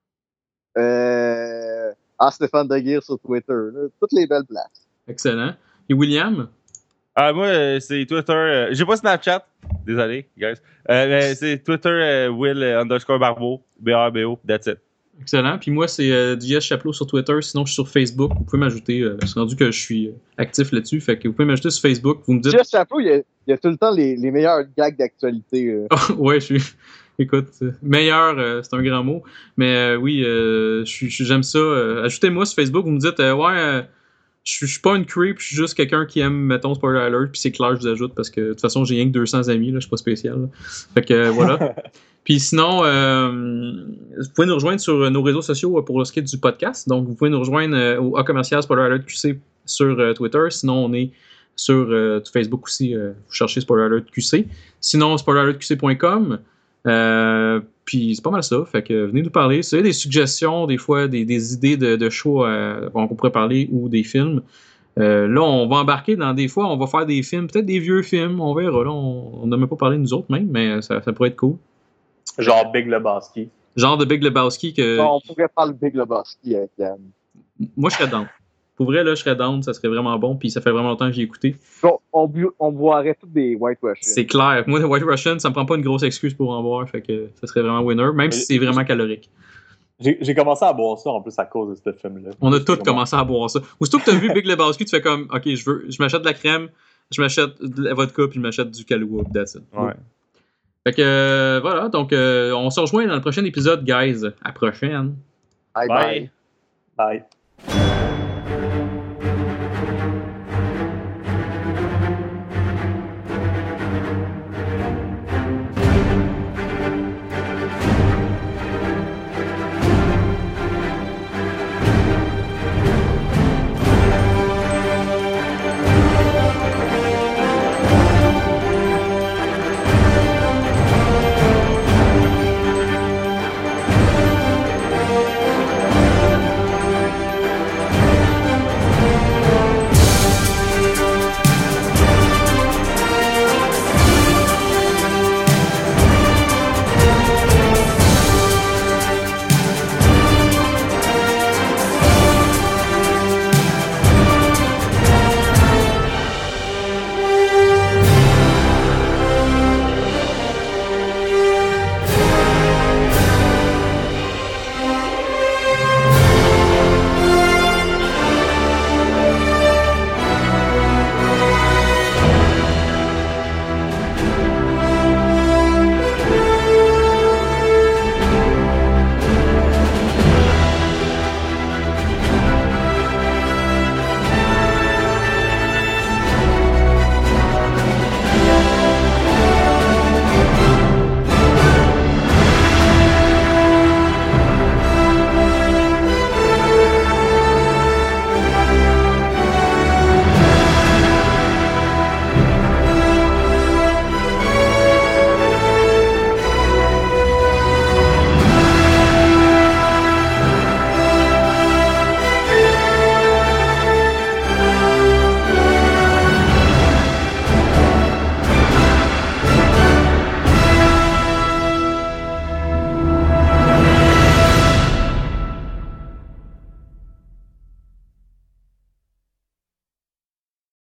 Euh... Ah, Stéphane Deguire sur Twitter. Là. Toutes les belles places. Excellent. Et William? Ah, moi, euh, c'est Twitter. Euh, j'ai pas Snapchat. Désolé, guys. Euh, mais c'est Twitter euh, Will euh, underscore Barbeau. B R B O. That's it. Excellent. Puis moi, c'est euh, J S Chapelot sur Twitter. Sinon, je suis sur Facebook. Vous pouvez m'ajouter. Euh, c'est rendu que je suis actif là-dessus. Fait que vous pouvez m'ajouter sur Facebook. Vous me dites. J S Chapelot, il y, a, il y a tout le temps les, les meilleurs gags d'actualité. Euh. ouais, je suis. Écoute, meilleur, euh, c'est un grand mot. Mais euh, oui, euh, je, je, j'aime ça. Euh, ajoutez-moi sur Facebook. Vous me dites, euh, ouais, euh, je, je suis pas une creep. Je suis juste quelqu'un qui aime, mettons, Spoiler Alert. Puis c'est clair, je vous ajoute parce que de toute façon, j'ai rien que deux cents amis. Là, je suis pas spécial. Là. Fait que euh, voilà. Puis sinon, euh, vous pouvez nous rejoindre sur nos réseaux sociaux pour ce qui est du podcast. Donc, vous pouvez nous rejoindre euh, au A commercial Spoiler Alert Q C sur euh, Twitter. Sinon, on est sur euh, Facebook aussi. Euh, vous cherchez Spoiler Alert Q C. Sinon, spoiler alert q c point com. Euh, puis c'est pas mal ça. Fait que venez nous parler. Si vous avez des suggestions, des fois, des, des idées de, de shows euh, qu'on pourrait parler ou des films. Euh, là, on va embarquer dans des fois, on va faire des films, peut-être des vieux films. On verra. Là, on n'a même pas parlé de nous autres même, mais ça, ça pourrait être cool. Genre Big Lebowski. Genre de Big Lebowski que... On pourrait parler de Big Lebowski avec Yann. Moi, je serais down. Pour vrai, là, je serais down. Ça serait vraiment bon. Puis ça fait vraiment longtemps que j'ai écouté. Bon, on, bu- on boirait tous des White Russian. C'est clair. Moi, des White Russian, ça me prend pas une grosse excuse pour en boire. Fait que ça serait vraiment winner. Même si c'est vraiment calorique. J'ai, j'ai commencé à boire ça en plus à cause de ce film-là. On a tous commencé à boire ça. Aussitôt que tu as vu Big Lebowski, tu fais comme, OK, je veux, je m'achète de la crème, je m'achète de la vodka, puis je m'achète du Kahlua. That's it. Ouais. Fait que euh, voilà, donc euh, on se rejoint dans le prochain épisode, guys. À la prochaine. Bye bye. Bye. Bye.